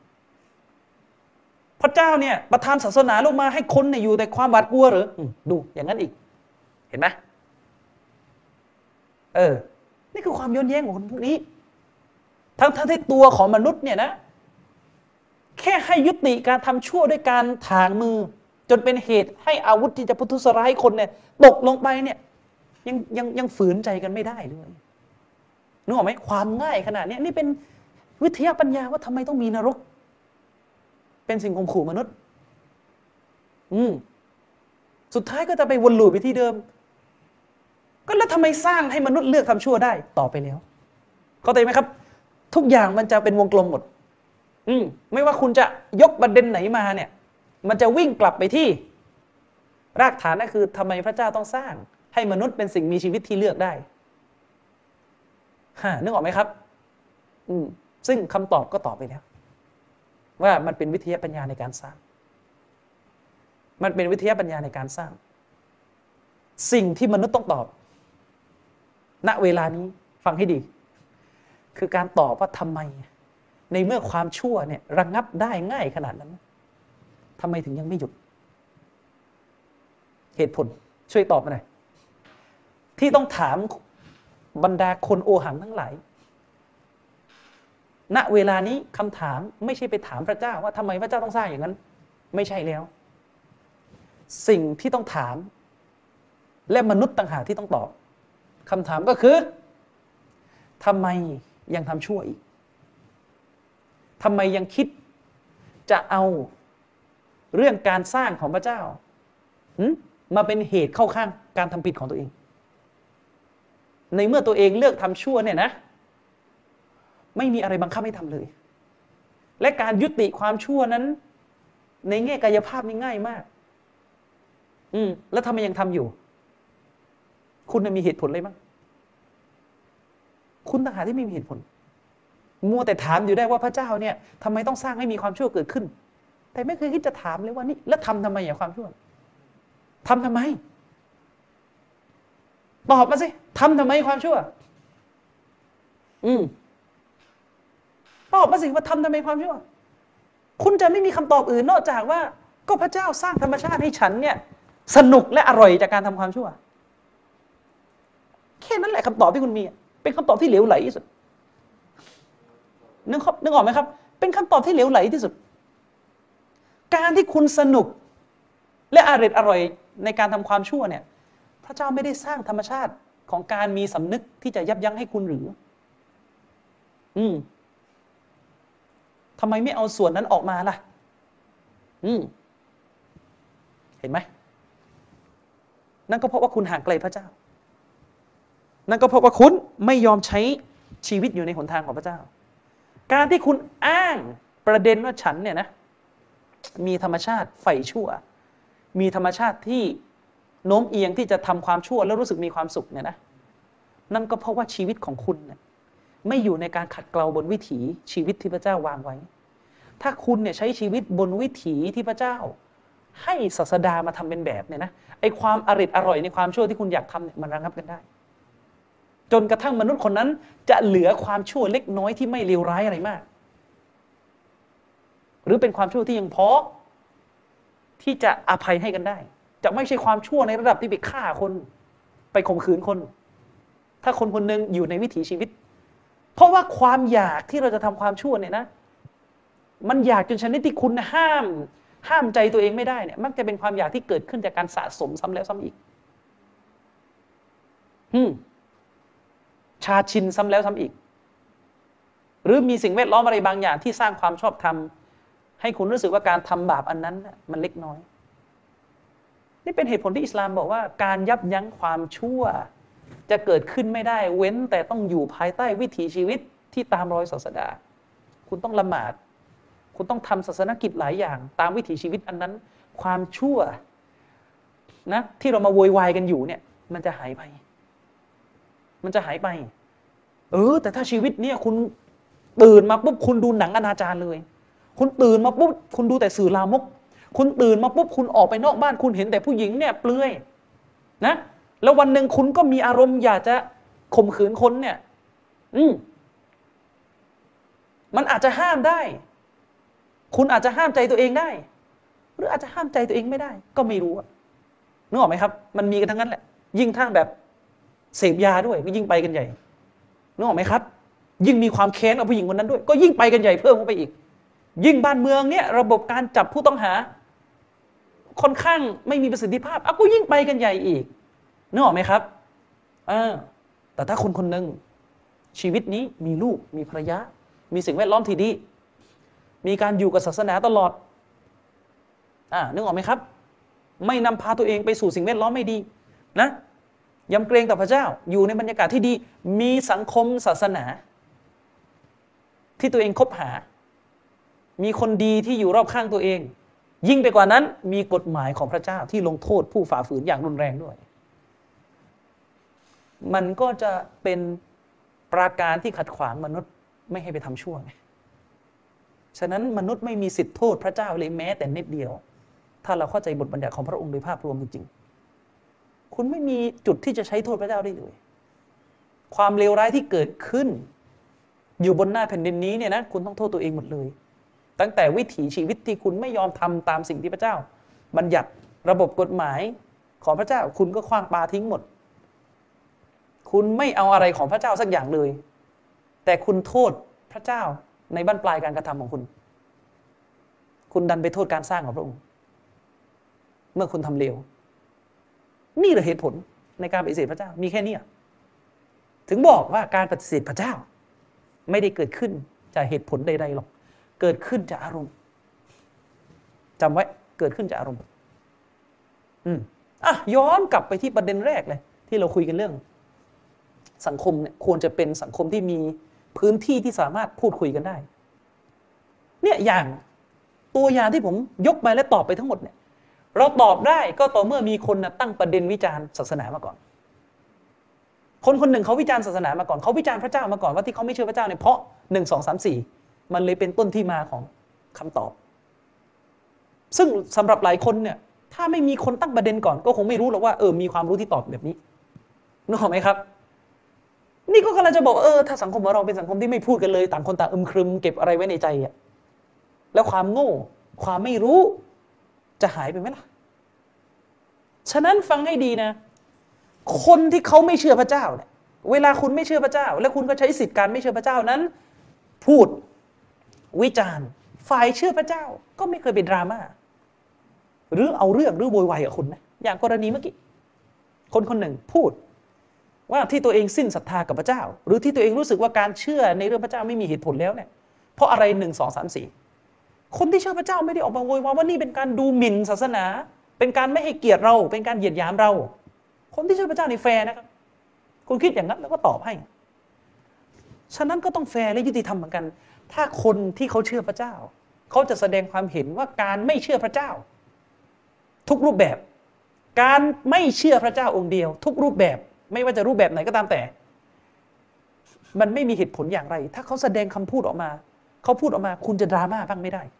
พระเจ้าเนี่ยประทานศาสนาลงมาให้คนเนี่ยอยู่แต่ความหวาดกลัวหรือดูอย่างนั้นอีกเห็นไหมเออนี่คือความย้อนแย้งของคนพวกนี้ทั้งทั้งที่ตัวของมนุษย์เนี่ยนะแค่ให้ยุติการทำชั่วด้วยการถางมือจนเป็นเหตุให้อาวุธที่จะพุทุสร้ายคนเนี่ยตกลงไปเนี่ยยังยังยังฝืนใจกันไม่ได้เลยนึกออกไหมความง่ายขนาดนี้นี่เป็นวิทยาปัญญาว่าทำไมต้องมีนรกเป็นสิ่งข่มขู่มนุษย์อืมสุดท้ายก็จะไปวนลูปไปที่เดิมก็แล้วทำไมสร้างให้มนุษย์เลือกทำชั่วได้ต่อไปแล้วเข้าใจไหมครับทุกอย่างมันจะเป็นวงกลมหมดอืมไม่ว่าคุณจะยกประเด็นไหนมาเนี่ยมันจะวิ่งกลับไปที่รากฐานนั่นคือทำไมพระเจ้าต้องสร้างให้มนุษย์เป็นสิ่งมีชีวิตที่เลือกได้ฮะนึกออกไหมครับอืมซึ่งคำตอบก็ตอบไปแล้วว่ามันเป็นวิทยาปัญญาในการสร้างมันเป็นวิทยาปัญญาในการสร้างสิ่งที่มนุษย์ต้องตอบณเวลานี้ฟังให้ดีคือการตอบว่าทำไมในเมื่อความชั่วเนี่ยระงับได้ง่ายขนาดนั้นทำไมถึงยังไม่หยุดเหตุผลช่วยตอบมาหน่อยที่ต้องถามบรรดาคนโอหังทั้งหลายณเวลานี้คำถามไม่ใช่ไปถามพระเจ้าว่าทำไมพระเจ้าต้องสร้างอย่างนั้นไม่ใช่แล้วสิ่งที่ต้องถามและมนุษย์ต่างหากที่ต้องตอบคำถามก็คือทำไมยังทำชั่วอีกทำไมยังคิดจะเอาเรื่องการสร้างของพระเจ้ามาเป็นเหตุเข้าข้างการทำผิดของตัวเองในเมื่อตัวเองเลือกทำชั่วเนี่ยนะไม่มีอะไรบังคับให้ทำเลยและการยุติความชั่วนั้นในแง่กายภาพนี่ง่ายมากอืมแล้วทำไมยังทำอยู่คุณมีเหตุผลอะไรบ้างคุณต่างหากที่ไม่มีเหตุผลมัวแต่ถามอยู่ได้ว่าพระเจ้าเนี่ยทำไมต้องสร้างให้มีความชั่วเกิดขึ้นแต่ไม่เคยคิดจะถามเลยว่านี่แล้วทำทำไมอย่างความชั่วทำทำไมตอบมาสิทำทำไมความชั่วอืมตอบมาสิว่าทำทำไมความชั่วคุณจะไม่มีคำตอบอื่นนอกจากว่าก็พระเจ้าสร้างธรรมชาติให้ฉันเนี่ยสนุกและอร่อยจากการทำความชั่วแค่นั้นแหละคำตอบที่คุณมีเป็นคำตอบที่เหลวไหลที่สุดนึกนึกออกไหมครับเป็นคำตอบที่เหลวไหลที่สุดการที่คุณสนุกและอร่อยอร่อยในการทำความชั่วเนี่ยพระเจ้าไม่ได้สร้างธรรมชาติของการมีสำนึกที่จะยับยั้งให้คุณหรืออืมทำไมไม่เอาส่วนนั้นออกมาล่ะอืมเห็นไหมนั่นก็เพราะว่าคุณห่างไกลพระเจ้านั่นก็เพราะว่าคุณไม่ยอมใช้ชีวิตอยู่ในหนทางของพระเจ้าการที่คุณอ้างประเด็นว่าฉันเนี่ยนะมีธรรมชาติใฝ่ชั่วมีธรรมชาติที่โน้มเอียงที่จะทำความชั่วแล้วรู้สึกมีความสุขเนี่ยนะนั่นก็เพราะว่าชีวิตของคุณเนี่ยไม่อยู่ในการขัดเกลาบนวิถีชีวิตที่พระเจ้าวางไว้ถ้าคุณเนี่ยใช้ชีวิตบนวิถีที่พระเจ้าให้ศาสดามาทำเป็นแบบเนี่ยนะไอความอริดอร่อยในความชั่วที่คุณอยากทำเนี่ยมันระงับกันได้จนกระทั่งมนุษย์คนนั้นจะเหลือความชั่วเล็กน้อยที่ไม่เลวร้ายอะไรมากหรือเป็นความชั่วที่ยังพอที่จะอภัยให้กันได้จะไม่ใช่ความชั่วในระดับที่ไปฆ่าคนไปข่มขืนคนถ้าคนคนหนึ่งอยู่ในวิถีชีวิตเพราะว่าความอยากที่เราจะทำความชั่วเนี่ยนะมันอยากจนชนิดที่คุณห้ามห้ามใจตัวเองไม่ได้เนี่ยมักจะเป็นความอยากที่เกิดขึ้นจากการสะสมซ้ำแล้วซ้ำอีกอืมชาชินซ้ำแล้วซ้ำอีกหรือมีสิ่งแวดล้อมอะไรบางอย่างที่สร้างความชอบธรรมให้คุณรู้สึกว่าการทำบาปอันนั้นมันเล็กน้อยนี่เป็นเหตุผลที่อิสลามบอกว่าการยับยั้งความชั่วจะเกิดขึ้นไม่ได้เว้นแต่ต้องอยู่ภายใต้วิถีชีวิตที่ตามรอยศาสดาคุณต้องละหมาดคุณต้องทำศาสนกิจหลายอย่างตามวิถีชีวิตอันนั้นความชั่วนะที่เรามาโวยวายกันอยู่เนี่ยมันจะหายไปมันจะหายไปเออแต่ถ้าชีวิตเนี่ยคุณตื่นมาปุ๊บคุณดูหนังอนาจารเลยคุณตื่นมาปุ๊บคุณดูแต่สื่อลามกคุณตื่นมาปุ๊บคุณออกไปนอกบ้านคุณเห็นแต่ผู้หญิงเนี่ยเปลือยนะแล้ววันหนึ่งคุณก็มีอารมณ์อยากจะข่มขืนคนเนี่ยอืมมันอาจจะห้ามได้คุณอาจจะห้ามใจตัวเองได้หรืออาจจะห้ามใจตัวเองไม่ได้ก็ไม่รู้นึกออกไหมครับมันมีกันทั้งนั้นแหละยิ่งถ้าแบบเสพยาด้วยก็ยิ่งไปกันใหญ่นึกออกไหมครับยิ่งมีความแค้นกับผู้หญิงคนนั้นด้วยก็ยิ่งไปกันใหญ่เพิ่มเข้าไปอีกยิ่งบ้านเมืองเนี่ยระบบการจับผู้ต้องหาค่อนข้างไม่มีประสิทธิภาพอ่ะก็ยิ่งไปกันใหญ่อีกนึกออกไหมครับเออแต่ถ้าคนคนหนึ่งชีวิตนี้มีลูกมีภรรยามีสิ่งแวดล้อมที่ดีมีการอยู่กับศาสนาตลอดอ่านึกออกไหมครับไม่นำพาตัวเองไปสู่สิ่งแวดล้อมไม่ดีนะยำเกรงต่อพระเจ้าอยู่ในบรรยากาศที่ดีมีสังคมศาสนาที่ตัวเองคบหามีคนดีที่อยู่รอบข้างตัวเองยิ่งไปกว่านั้นมีกฎหมายของพระเจ้าที่ลงโทษผู้ฝ่าฝืนอย่างรุนแรงด้วยมันก็จะเป็นปราการที่ขัดขวางมนุษย์ไม่ให้ไปทำชั่วไงฉะนั้นมนุษย์ไม่มีสิทธิ์โทษพระเจ้าเลยแม้แต่นิดเดียวถ้าเราเข้าใจบทบัญญัติของพระองค์โดยภาพรวมจริงๆคุณไม่มีจุดที่จะใช้โทษพระเจ้าได้เลยความเลวร้ายที่เกิดขึ้นอยู่บนหน้าแผ่นดินนี้เนี่ยนะคุณต้องโทษตัวเองหมดเลยตั้งแต่วิถีชีวิตที่คุณไม่ยอมทำตามสิ่งที่พระเจ้าบัญญัติระบบกฎหมายของพระเจ้าคุณก็ขว้างปาทิ้งหมดคุณไม่เอาอะไรของพระเจ้าสักอย่างเลยแต่คุณโทษพระเจ้าในบั้นปลายการกระทำของคุณคุณดันไปโทษการสร้างของพระองค์เมื่อคุณทำเลวนี่แหละเหตุผลในการปฏิเสธพระเจ้ามีแค่นี้ถึงบอกว่าการปฏิเสธพระเจ้าไม่ได้เกิดขึ้นจากเหตุผลใดๆหรอกเกิดขึ้นจากอารมณ์จำไว้เกิดขึ้นจากอารมณ์อืมอ่ะย้อนกลับไปที่ประเด็นแรกเลยที่เราคุยกันเรื่องสังคมเนี่ยควรจะเป็นสังคมที่มีพื้นที่ที่สามารถพูดคุยกันได้เนี่ยอย่างตัวอย่างที่ผมยกไปและตอบไปทั้งหมดเนี่ยเราตอบได้ก็ต่อเมื่อมีคนนะตั้งประเด็นวิจารณ์ศาสนามาก่อนคนคนหนึ่งเขาวิจารณ์ศาสนามาก่อนเขาวิจารณ์พระเจ้ามาก่อนว่าที่เขาไม่เชื่อพระเจ้าเนี่ยเพราะหนึ่งสองสามสี่มันเลยเป็นต้นที่มาของคำตอบซึ่งสำหรับหลายคนเนี่ยถ้าไม่มีคนตั้งประเด็นก่อนก็คงไม่รู้หรอกว่าเออมีความรู้ที่ตอบแบบนี้นึกออกไหมครับนี่ก็กำลังจะบอกเออถ้าสังคมของเราเป็นสังคมที่ไม่พูดกันเลยต่างคนต่างอึมครึมเก็บอะไรไว้ในใจอ่ะแล้วความโง่ความไม่รู้จะหายไปไหมล่ะฉะนั้นฟังให้ดีนะคนที่เขาไม่เชื่อพระเจ้าเนี่ยเวลาคุณไม่เชื่อพระเจ้าและคุณก็ใช้สิทธิการไม่เชื่อพระเจ้านั้นพูดวิจารณ์ฝ่ายเชื่อพระเจ้าก็ไม่เคยเป็นดราม่าหรือเอาเรื่องหรือโวยวายกับคุณนะอย่างกรณีเมื่อกี้คนคนหนึ่งพูดว่าที่ตัวเองสิ้นศรัทธากับพระเจ้าหรือที่ตัวเองรู้สึกว่าการเชื่อในเรื่องพระเจ้าไม่มีเหตุผลแล้วเนี่ยเพราะอะไรหนึ่งสองสามสี่คนที่เชื่อพระเจ้าไม่ได้ออกมาโวยวายว่านี่เป็นการดูหมิ่นศาสนาเป็นการไม่ให้เกียรติเราเป็นการเหยียดหยามเราคนที่เชื่อพระเจ้าในแฟร์นะครับคุณคิดอย่างนั้นแล้วก็ตอบให้ฉะนั้นก็ต้องแฟร์และยุติธรรมเหมือนกันถ้าคนที่เขาเชื่อพระเจ้าเขาจะแสดงความเห็นว่าการไม่เชื่อพระเจ้าทุกรูปแบบการไม่เชื่อพระเจ้าองค์เดียวทุกรูปแบบไม่ว่าจะรูปแบบไหนก็ตามแต่มันไม่มีเหตุผลอย่างไรถ้าเขาแสดงคำพูดออกมาเขาพูดออกมาคุณจะดราม่าบ้างไม่ได้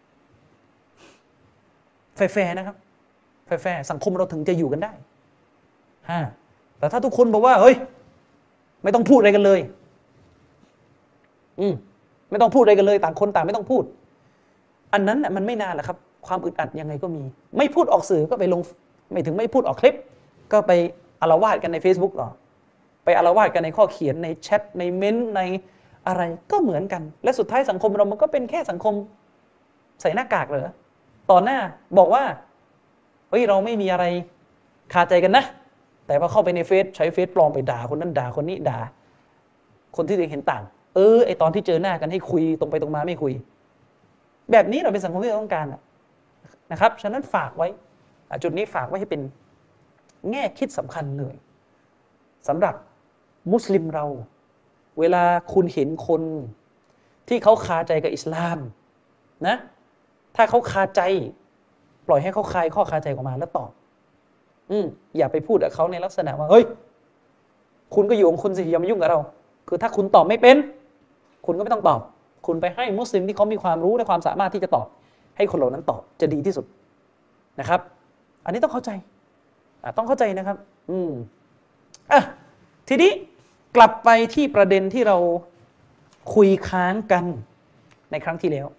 แฟร์ๆนะครับแฟร์ๆสังคมเราถึงจะอยู่กันได้ฮะแต่ถ้าทุกคนบอกว่าเฮ้ยไม่ต้องพูดอะไรกันเลยอืมไม่ต้องพูดอะไรกันเลยต่างคนต่างไม่ต้องพูดอันนั้นน่ะมันไม่นานหรอกครับความอึดอัดยังไงก็มีไม่พูดออกสื่อก็ไปลงไม่ถึงไม่พูดออกคลิปก็ไปอาละวาดกันใน Facebook หรอไปอาละวาดกันในข้อเขียนในแชทในเม้นต์ในอะไรก็เหมือนกันและสุดท้ายสังคมเรามันก็เป็นแค่สังคมใส่หน้ากากเหรอต่อหน้าบอกว่าเฮ้ยเราไม่มีอะไรคาใจกันนะแต่พอเข้าไปในเฟซใช้เฟซปลอมไปด่าคนนั้นด่าคนนี้ด่าคนที่ตัวเองเห็นต่างเออไอตอนที่เจอหน้ากันให้คุยตรงไปตรงมาไม่คุยแบบนี้เราเป็นสังคมที่เราต้องการนะครับฉะนั้นฝากไว้จุดนี้ฝากไว้ให้เป็นแง่คิดสำคัญเลยสำหรับมุสลิมเราเวลาคุณเห็นคนที่เขาคาใจกับอิสลามนะถ้าเขาคาใจปล่อยให้เขาคลายข้อคาใจออกมาแล้วตอบอืมอย่าไปพูดกับเขาในลักษณะว่าเฮ้ยคุณก็อยู่ของคุณสิอย่ามายุ่งกับเราคือถ้าคุณตอบไม่เป็นคุณก็ไม่ต้องตอบคุณไปให้มุสลิมที่เขามีความรู้และความสามารถที่จะตอบให้คนเหล่านั้นตอบจะดีที่สุดนะครับอันนี้ต้องเข้าใจต้องเข้าใจนะครับอืมอ่ะทีนี้กลับไปที่ประเด็นที่เราคุยค้างกันในครั้งที่แล้ว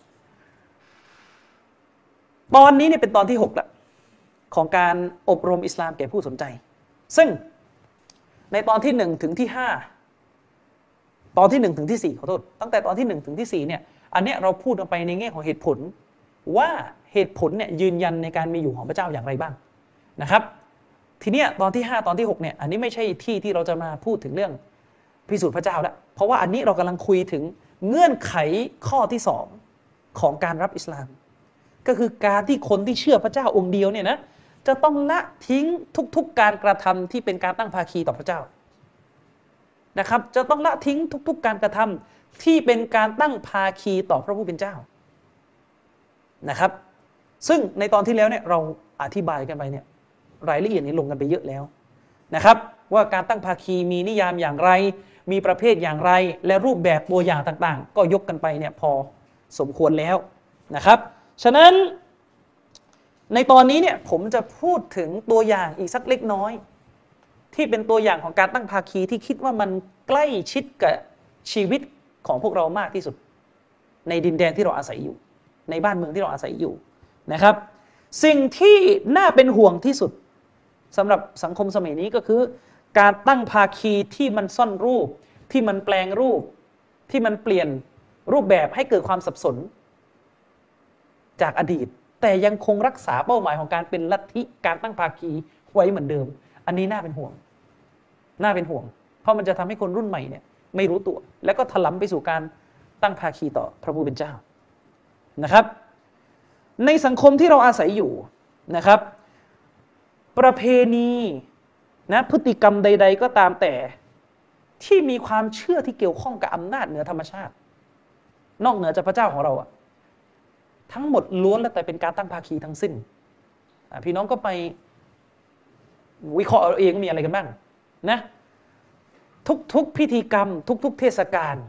ตอนนี้เนี่ยเป็นตอนที่หกแล้วของการอบรมอิสลามแก่ผู้สนใจซึ่งในตอนที่หนึ่งถึงที่ห้าตอนที่หนึ่งถึงที่สี่ขอโทษตั้งแต่ตอนที่หนึ่งถึงที่สี่เนี่ยอันเนี้ยเราพูดกันไปในแง่ของเหตุผลว่าเหตุผลเนี่ยยืนยันในการมีอยู่ของพระเจ้าอย่างไรบ้างนะครับทีเนี้ยตอนที่ห้าตอนที่หกเนี่ยอันนี้ไม่ใช่ที่ที่เราจะมาพูดถึงเรื่องพิสูจน์พระเจ้าแล้วเพราะว่าอันนี้เรากำลังคุยถึงเงื่อนไขข้อที่สองของการรับอิสลามก็คือการที่คนที่เชื่อพระเจ้าองค์เดียวเนี่ยนะจะต้องละทิ้งทุกๆการกระทำที่เป็นการตั้งภาคีต่อพระเจ้านะครับจะต้องละทิ้งทุกๆการกระทำที่เป็นการตั้งภาคีต่อพระผู้เป็นเจ้านะครับซึ่งในตอนที่แล้วเนี่ยเราอธิบายกันไปเนี่ยรายละเอียดนี้ลงกันไปเยอะแล้วนะครับว่าการตั้งภาคีมีนิยามอย่างไรมีประเภทอย่างไรและรูปแบบตัวอย่างต่างๆก็ยกกันไปเนี่ยพอสมควรแล้วนะครับฉะนั้นในตอนนี้เนี่ยผมจะพูดถึงตัวอย่างอีกสักเล็กน้อยที่เป็นตัวอย่างของการตั้งภาคีที่คิดว่ามันใกล้ชิดกับชีวิตของพวกเรามากที่สุดในดินแดนที่เราอาศัยอยู่ในบ้านเมืองที่เราอาศัยอยู่นะครับสิ่งที่น่าเป็นห่วงที่สุดสำหรับสังคมสมัยนี้ก็คือการตั้งภาคีที่มันซ่อนรูปที่มันแปลงรูปที่มันเปลี่ยนรูปแบบให้เกิดความสับสนจากอดีตแต่ยังคงรักษาเป้าหมายของการเป็นลัทธิการตั้งภาคีไว้เหมือนเดิมอันนี้น่าเป็นห่วงน่าเป็นห่วงเพราะมันจะทำให้คนรุ่นใหม่เนี่ยไม่รู้ตัวแล้วก็ถลำไปสู่การตั้งภาคีต่อพระผู้เป็นเจ้านะครับในสังคมที่เราอาศัยอยู่นะครับประเพณีนะพฤติกรรมใดๆก็ตามแต่ที่มีความเชื่อที่เกี่ยวข้องกับอำนาจเหนือธรรมชาตินอกเหนือจากพระเจ้าของเราอะทั้งหมดล้วนแล้วแต่เป็นการตั้งภาคีทั้งสิ้นพี่น้องก็ไปวิเคราะห์เอาเองมีอะไรกันบ้างนะทุกๆพิธีกรรมทุกๆเทศกาล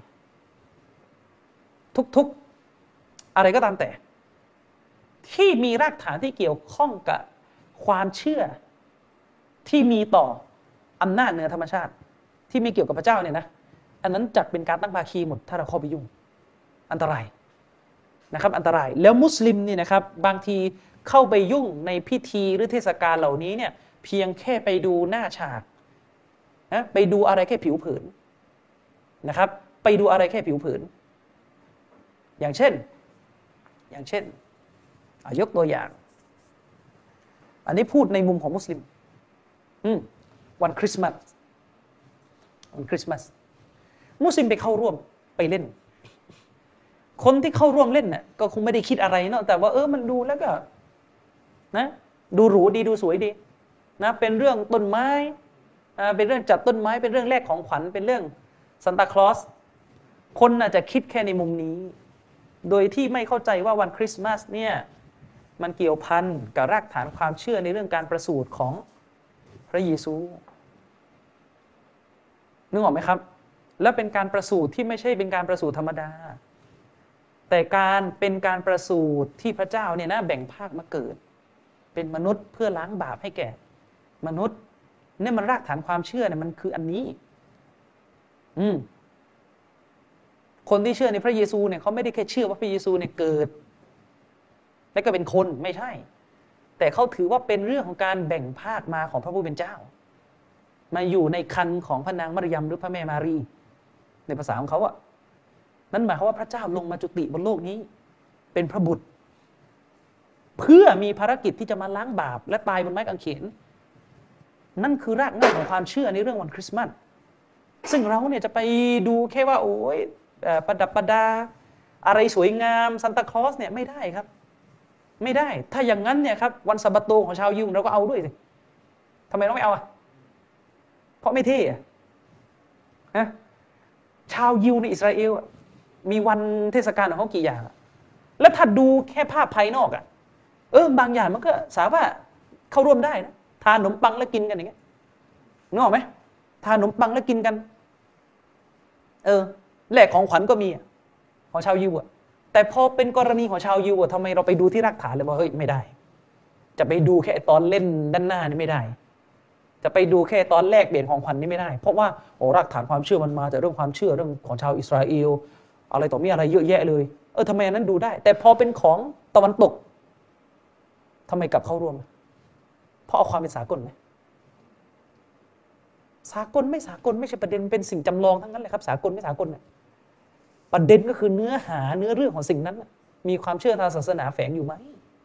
ทุกๆอะไรก็ตามแต่ที่มีรากฐานที่เกี่ยวข้องกับความเชื่อที่มีต่ออำนาจเหนือธรรมชาติที่ไม่เกี่ยวกับพระเจ้าเนี่ยนะอันนั้นจัดเป็นการตั้งภาคีหมดถ้าเราเข้าไปยุ่งอันตรายนะครับอันตรายแล้วมุสลิมนี่นะครับบางทีเข้าไปยุ่งในพิธีหรือเทศกาลเหล่านี้เนี่ยเพียงแค่ไปดูหน้าฉากนะไปดูอะไรแค่ผิวเผินนะครับไปดูอะไรแค่ผิวเผินอย่างเช่นอย่างเช่นยกตัวอย่างอันนี้พูดในมุมของมุสลิมวันคริสต์มาสวันคริสต์มาสมุสลิมไปเข้าร่วมไปเล่นคนที่เข้าร่วมเล่นน่ะก็คงไม่ได้คิดอะไรเนาะแต่ว่าเออมันดูแล้วก็นะดูหรูดีดูสวยดีนะเป็นเรื่องต้นไม้อ่าเป็นเรื่องจัดต้นไม้เป็นเรื่องแรกของขวัญเป็นเรื่องซานตาคลอสคนน่าจะคิดแค่ในมุมนี้โดยที่ไม่เข้าใจว่าวันคริสต์มาสเนี่ยมันเกี่ยวพันกับรากฐานความเชื่อในเรื่องการประสูติของพระเยซูนึกออกไหมครับและเป็นการประสูติที่ไม่ใช่เป็นการประสูติธรรมดาแต่การเป็นการประสูติที่พระเจ้าเนี่ยนะแบ่งภาคมาเกิดเป็นมนุษย์เพื่อล้างบาปให้แก่มนุษย์เนี่ยมันรากฐานความเชื่อเนี่ยมันคืออันนี้อืมคนที่เชื่อในพระเยซูเนี่ยเขาไม่ได้แค่เชื่อว่าพระเยซูเนี่ยเกิดและก็เป็นคนไม่ใช่แต่เขาถือว่าเป็นเรื่องของการแบ่งภาคมาของพระผู้เป็นเจ้ามาอยู่ในครรภ์ของพระนางมารยมหรือพระแม่มารีในภาษาของเขาอะนั่นหมายความว่าพระเจ้าลงมาจุติบนโลกนี้เป็นพระบุตรเพื่อมีภารกิจที่จะมาล้างบาปและตายบนไม้กางเขนนั่นคือรากเหง้าของความเชื่อในเรื่องวันคริสต์มาสซึ่งเราเนี่ยจะไปดูแค่ว่าโอ้ยประดับประดาอะไรสวยงามซานตาคลอสเนี่ยไม่ได้ครับไม่ได้ถ้าอย่างนั้นเนี่ยครับวันสะบาโตของชาวยิวเราก็เอาด้วยสิทำไมเราไม่เอาอ่ะเพราะไม่เท่อะฮะชาวยิวในอิสราเอลมีวันเทศกาลของเขากี่อย่างแล้วถ้าดูแค่ภาพภายนอกอ่ะเออบางอย่างมันก็สามารถเข้าร่วมได้นะทานขนมปังแล้วกินกันอย่างเงี้ยนึกออกไหมทานขนมปังแล้วกินกันเออแลกของขวัญก็มีของชาวยิวอ่ะแต่พอเป็นกรณีของชาวยิวอ่ะทำไมเราไปดูที่รากฐานเลยว่าเฮ้ยไม่ได้จะไปดูแค่ตอนเล่นด้านหน้านี่ไม่ได้จะไปดูแค่ตอนแรกเปลี่ยนของขวัญนี่ไม่ได้เพราะว่าโอ้รากฐานความเชื่อมันมาจากเรื่องความเชื่อเรื่องของชาวอิสราเอลอะไรต่อมีอะไรเยอะแยะเลยเออทำไมอันนั้นดูได้แต่พอเป็นของตะวันตกทำไมกลับเข้าร่วมเพราะเอาความเป็นสากลไหมสากลไม่สากลไม่ใช่ประเด็นเป็นสิ่งจำลองทั้งนั้นเลยครับสากลไม่สากลเนี่ยประเด็นก็คือเนื้อหาเนื้อเรื่องของสิ่งนั้นมีความเชื่อทางศาสนาแฝงอยู่ไหม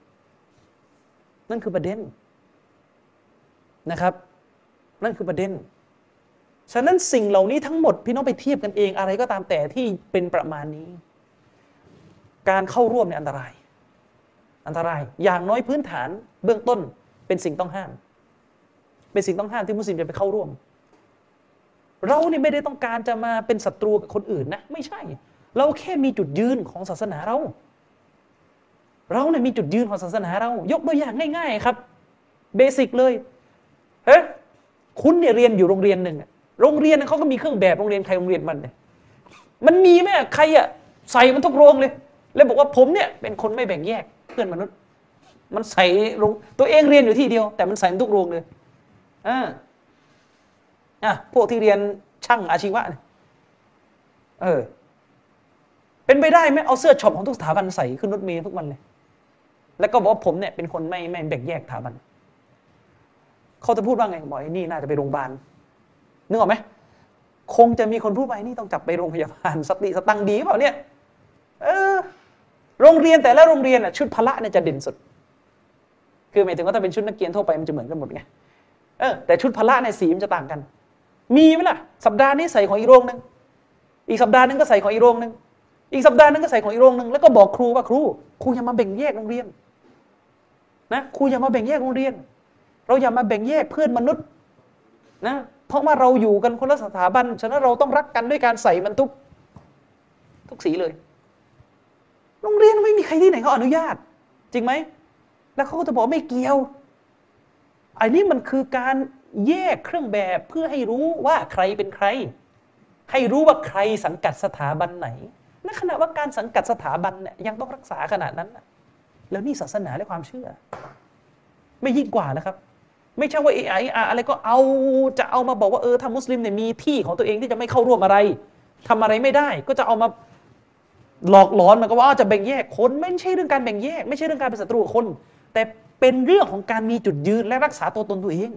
นั่นคือประเด็นนะครับนั่นคือประเด็นฉะนั้นสิ่งเหล่านี้ทั้งหมดพี่น้องไปเทียบกันเองอะไรก็ตามแต่ที่เป็นประมาณนี้การเข้าร่วมเนี่ยอันตรายอันตรายอย่างน้อยพื้นฐานเบื้องต้นเป็นสิ่งต้องห้ามเป็นสิ่งต้องห้ามที่มุสลิมจะไปเข้าร่วมเราเนี่ยไม่ได้ต้องการจะมาเป็นศัตรูกับคนอื่นนะไม่ใช่เราแค่มีจุดยืนของศาสนาเราเราเนี่ยมีจุดยืนของศาสนาเรายกตัวอย่างง่ายๆครับเบสิกเลยเฮ้ยคุณเนี่ยเรียนอยู่โรงเรียนหนึ่งโรงเรียนเขาก็มีเครื่องแบบโรงเรียนใครโรงเรียนมันเนี่ยมันมีไหมใครอะใส่มันทุกโรงเลยแล้วบอกว่าผมเนี่ยเป็นคนไม่แบ่งแยกเพื่อนมนุษย์มันใส่โรงตัวเองเรียนอยู่ที่เดียวแต่มันใส่ทุกโรงเลยอ่าอ่ะพวกที่เรียนช่างอาชีวะเนี่ยเออเป็นไปได้ไหมเอาเสื้อช็อปของทุกสถาบันใส่ขึ้นรถเมล์ทุกวันเลยแล้วก็บอกว่าผมเนี่ยเป็นคนไม่ไม่แบ่งแยกสถาบันเขาจะพูดว่าไงบอกไอ้นี่น่าจะไปโรงพยาบาลนึกออกไหมคงจะมีคนพูดไปนี่ต้องจับไปโรงพยาบาลสติสตังดีเปล่าเนี่ยเออโรงเรียนแต่ละโรงเรียนอ่ะชุดพละเนี่ยจะเด่นสุดคือหมายถึงว่าถ้าเป็นชุดนักเรียนทั่วไปมันจะเหมือนกันหมดไงเออแต่ชุดพละในสีมันจะต่างกันมีไหมล่ะสัปดาห์นี้ใส่ของอีกโรงนึงอีกสัปดาห์นึงก็ใส่ของอีกโรงนึงอีกสัปดาห์นึงก็ใส่ของอีกโรงนึงแล้วก็บอกครูว่าครูครูอย่ามาแบ่งแยกโรงเรียนนะครูอย่ามาแบ่งแยกโรงเรียนเราอย่ามาแบ่งแยกเพื่อนมนุษย์นะเพราะว่าเราอยู่กันคนละสถาบันฉะนั้นเราต้องรักกันด้วยการใส่มันทุกทุกสีเลยโรงเรียนไม่มีใครที่ไหนเขาอนุญาตจริงไหมแล้วเขาก็จะบอกไม่เกี่ยวอันนี้มันคือการแยกเครื่องแบบเพื่อให้รู้ว่าใครเป็นใครให้รู้ว่าใครสังกัดสถาบันไหนในขณะว่าการสังกัดสถาบันเนี่ยยังต้องรักษาขนาดนั้นแล้วนี่ศาสนาและความเชื่อไม่ยิ่งกว่านะครับไม่ใช่ว่าไอ้อะไรก็เอาจะเอามาบอกว่าเออถ้ามุสลิมเนี่ยมีที่ของตัวเองที่จะไม่เข้าร่วมอะไรทำอะไรไม่ได้ก็จะเอามาหลอกหลอนมันก็ว่าจะแบ่งแยกคนไม่ใช่เรื่องการแบ่งแยกไม่ใช่เรื่องการเป็นศัตรูกับคนแต่เป็นเรื่องของการมีจุดยืนและรักษาตัวตนตัวเอง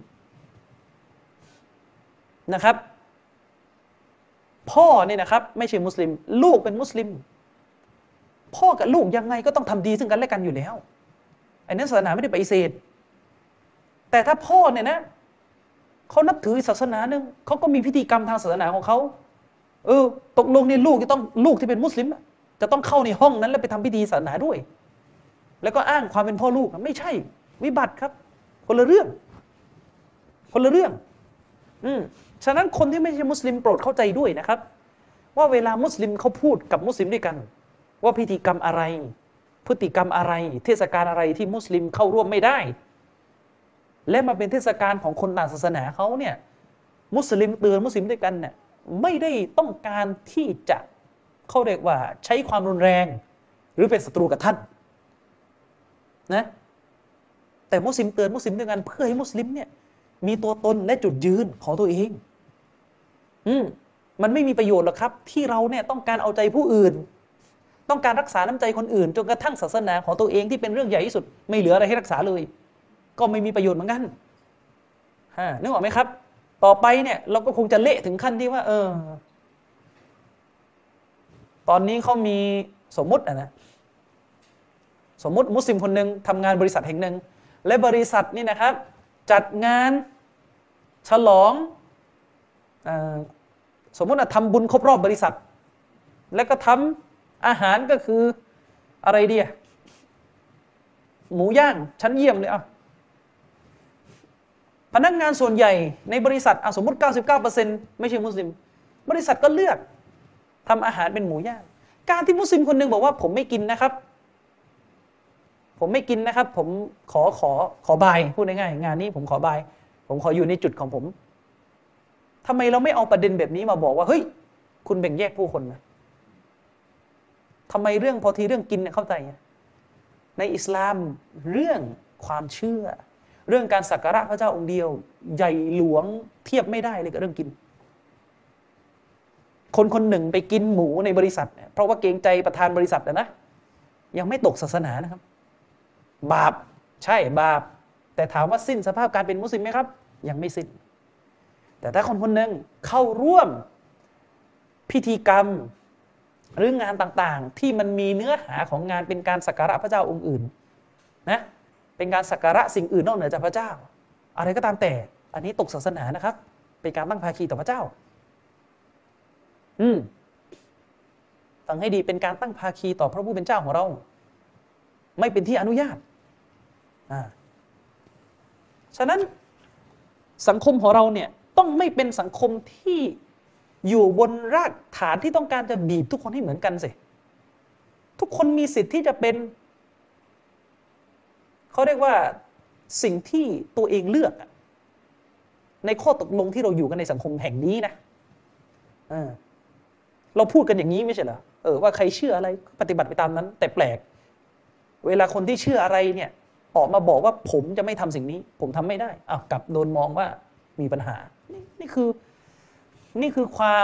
นะครับพ่อเนี่ยนะครับไม่ใช่มุสลิมลูกเป็นมุสลิมพ่อกับลูกยังไงก็ต้องทำดีซึ่งกันและกันอยู่แล้วอันนั้นศาสนาไม่ได้ปฏิเสธแต่ถ้าพ่อเนี่ยนะเขานับถือศาสนาหนึ่งเขาก็มีพิธีกรรมทางศาสนาของเขาเออตกลงเนี่ยลูกจะต้องลูกที่เป็นมุสลิมจะต้องเข้าในห้องนั้นแล้วไปทำพิธีศาสนาด้วยแล้วก็อ้างความเป็นพ่อลูกไม่ใช่วิบัติครับคนละเรื่องคนละเรื่องอืมฉะนั้นคนที่ไม่ใช่มุสลิมโปรดเข้าใจด้วยนะครับว่าเวลามุสลิมเขาพูดกับมุสลิมด้วยกันว่าพิธีกรรมอะไรพฤติกรรมอะไรเทศกาลอะไรที่มุสลิมเข้าร่วมไม่ได้และมาเป็นเทศกาลของคนต่างศาสนาเขาเนี่ยมุสลิมเตือนมุสลิมด้วยกันเนี่ยไม่ได้ต้องการที่จะเขาเรียกว่าใช้ความรุนแรงหรือเป็นศัตรูกับท่านนะแต่มุสลิมเตือนมุสลิมด้วยกันเพื่อให้มุสลิมเนี่ยมีตัวตนและจุดยืนของตัวเองอืมมันไม่มีประโยชน์หรอกครับที่เราเนี่ยต้องการเอาใจผู้อื่นต้องการรักษาน้ำใจคนอื่นจนกระทั่งศาสนาของตัวเองที่เป็นเรื่องใหญ่ที่สุดไม่เหลืออะไรให้รักษาเลยก็ไม่มีประโยชน์เหมือนกันฮะนึกออกไหมครับต่อไปเนี่ยเราก็คงจะเละถึงขั้นที่ว่าเออตอนนี้เขามีสมมุตินะสมมุติมุสลิมคนหนึ่งทำงานบริษัทแห่งหนึ่งและบริษัทนี่นะครับจัดงานฉลองสมมุติว่าทำบุญครบรอบบริษัทแล้วก็ทำอาหารก็คืออะไรดีอะหมูย่างชั้นเยี่ยมเลยอ่ะพนักงานส่วนใหญ่ในบริษัทสมมุติ เก้าสิบเก้าเปอร์เซ็นต์ ไม่ใช่มุสลิมบริษัทก็เลือกทำอาหารเป็นหมูย่างการที่มุสลิมคนหนึ่งบอกว่าผมไม่กินนะครับผมไม่กินนะครับผมขอขอขอบายพูดง่ายๆงานนี้ผมขอบายผมขออยู่ในจุดของผมทำไมเราไม่เอาประเด็นแบบนี้มาบอกว่าเฮ้ยคุณแบ่งแยกผู้คนนะทำไมเรื่องพอทีเรื่องกินเนี่ยเข้าใจในอิสลามเรื่องความเชื่อเรื่องการสักการะพระเจ้าองค์เดียวใหญ่หลวงเทียบไม่ได้เลยกับเรื่องกินคนคนหนึ่งไปกินหมูในบริษัทเพราะว่าเกรงใจประธานบริษัทนะยังไม่ตกศาสนานะครับบาปใช่บาปแต่ถามว่าสิ้นสภาพการเป็นมุสลิมไหมครับยังไม่สิ้นแต่ถ้าคนคนหนึ่งเข้าร่วมพิธีกรรมหรืองานต่างๆที่มันมีเนื้อหาของงานเป็นการสักการะพระเจ้าองค์อื่นนะเป็นการสักการะสิ่งอื่นนอกเหนือจากพระเจ้าอะไรก็ตามแต่อันนี้ตกศาสนานะครับเป็นการตั้งภาคีต่อพระเจ้าอืมฟังให้ดีเป็นการตั้งภาคีต่อพระผู้เป็นเจ้าของเราไม่เป็นที่อนุญาตอ่าฉะนั้นสังคมของเราเนี่ยต้องไม่เป็นสังคมที่อยู่บนรากฐานที่ต้องการจะบีบทุกคนให้เหมือนกันสิทุกคนมีสิทธิ์ที่จะเป็นเขาเรียกว่าสิ่งที่ตัวเองเลือกในข้อตกลงที่เราอยู่กันในสังคมแห่งนี้นะเออเราพูดกันอย่างนี้ไม่ใช่เหรอเออว่าใครเชื่ออะไรปฏิบัติไปตามนั้นแต่แปลกเวลาคนที่เชื่ออะไรเนี่ยออกมาบอกว่าผมจะไม่ทำสิ่งนี้ผมทำไม่ได้อ้าวกลับโดนมองว่ามีปัญหานี่นี่คือนี่คือความ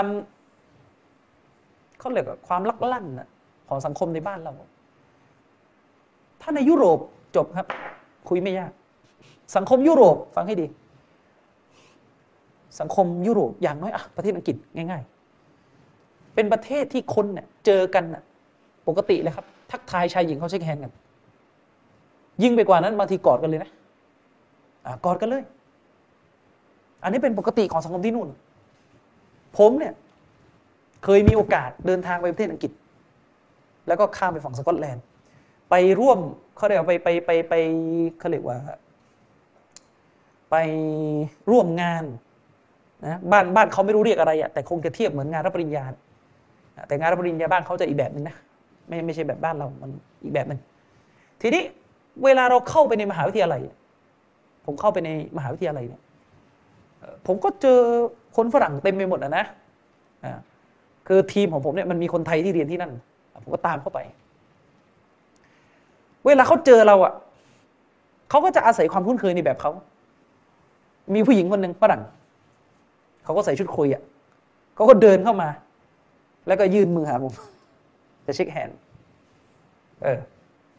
เขาเรียกว่าความลักลั่นของสังคมในบ้านเราถ้าในยุโรปจบครับคุยไม่ยากสังคมยุโรปฟังให้ดีสังคมยุโรปอย่างน้อยอะประเทศอังกฤษง่ายๆเป็นประเทศที่คนเนี่ยเจอกันปกติเลยครับทักทายชายหญิงเขาเช็คแฮนด์กันยิ่งไปกว่านั้นบางทีกอดกันเลยนะอ่ากอดกันเลยอันนี้เป็นปกติของสังคมที่นู่นผมเนี่ยเคยมีโอกาสเดินทางไปประเทศอังกฤษแล้วก็ข้ามไปฝั่งสกอตแลนด์ไปร่วมเขาเรียกว่าไปไปไปไปเขาเรียกว่าไปร่วมงานนะบ้านบ้านเขาไม่รู้เรียกอะไรอ่ะแต่คงจะเทียบเหมือนงานรับปริญญาแต่งานรับปริญญาบ้านเขาจะอีกแบบนึงนะไม่ไม่ใช่แบบบ้านเรามันอีกแบบนึงทีนี้เวลาเราเข้าไปในมหาวิทยาลัยผมเข้าไปในมหาวิทยาลัยเนี่ยผมก็เจอคนฝรั่งเต็มไปหมดนะนะคือทีมของผมเนี่ยมันมีคนไทยที่เรียนที่นั่นผมก็ตามเข้าไปเวลาเขาเจอเราอ่ะเขาก็จะอาศัยความคุ้นเคยในแบบเขามีผู้หญิงคนหนึ่งฝรั่งเขาก็ใส่ชุดคุยอ่ะเขาก็เดินเข้ามาแล้วก็ยื่นมือหาผมจะเช็คแฮนด์เออ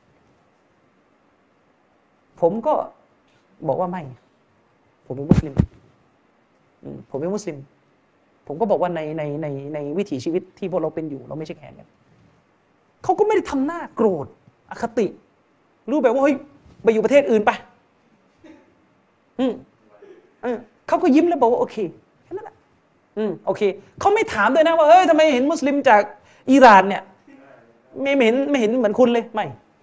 ผมก็บอกว่าไม่ผมเป็นมุสลิมผมเป็นมุสลิมผมก็บอกว่าในในในในวิถีชีวิตที่พวกเราเป็นอยู่เราไม่เช็คแฮนด์กันเขาก็ไม่ได้ทำหน้าโกรธอคติรู้แบบว่าเฮ้ยไปอยู่ประเทศอื่นไปอืมเออเขาก็ยิ้มแล้วบอกว่าโอเคแค่นั้นแหละอืมโอเคเขาไม่ถามด้วยนะว่าเอ้ยทำไมเห็นมุสลิมจากอิหร่านเนี่ยไม่เห็นไม่เห็นเหมือนคุณเลยไม่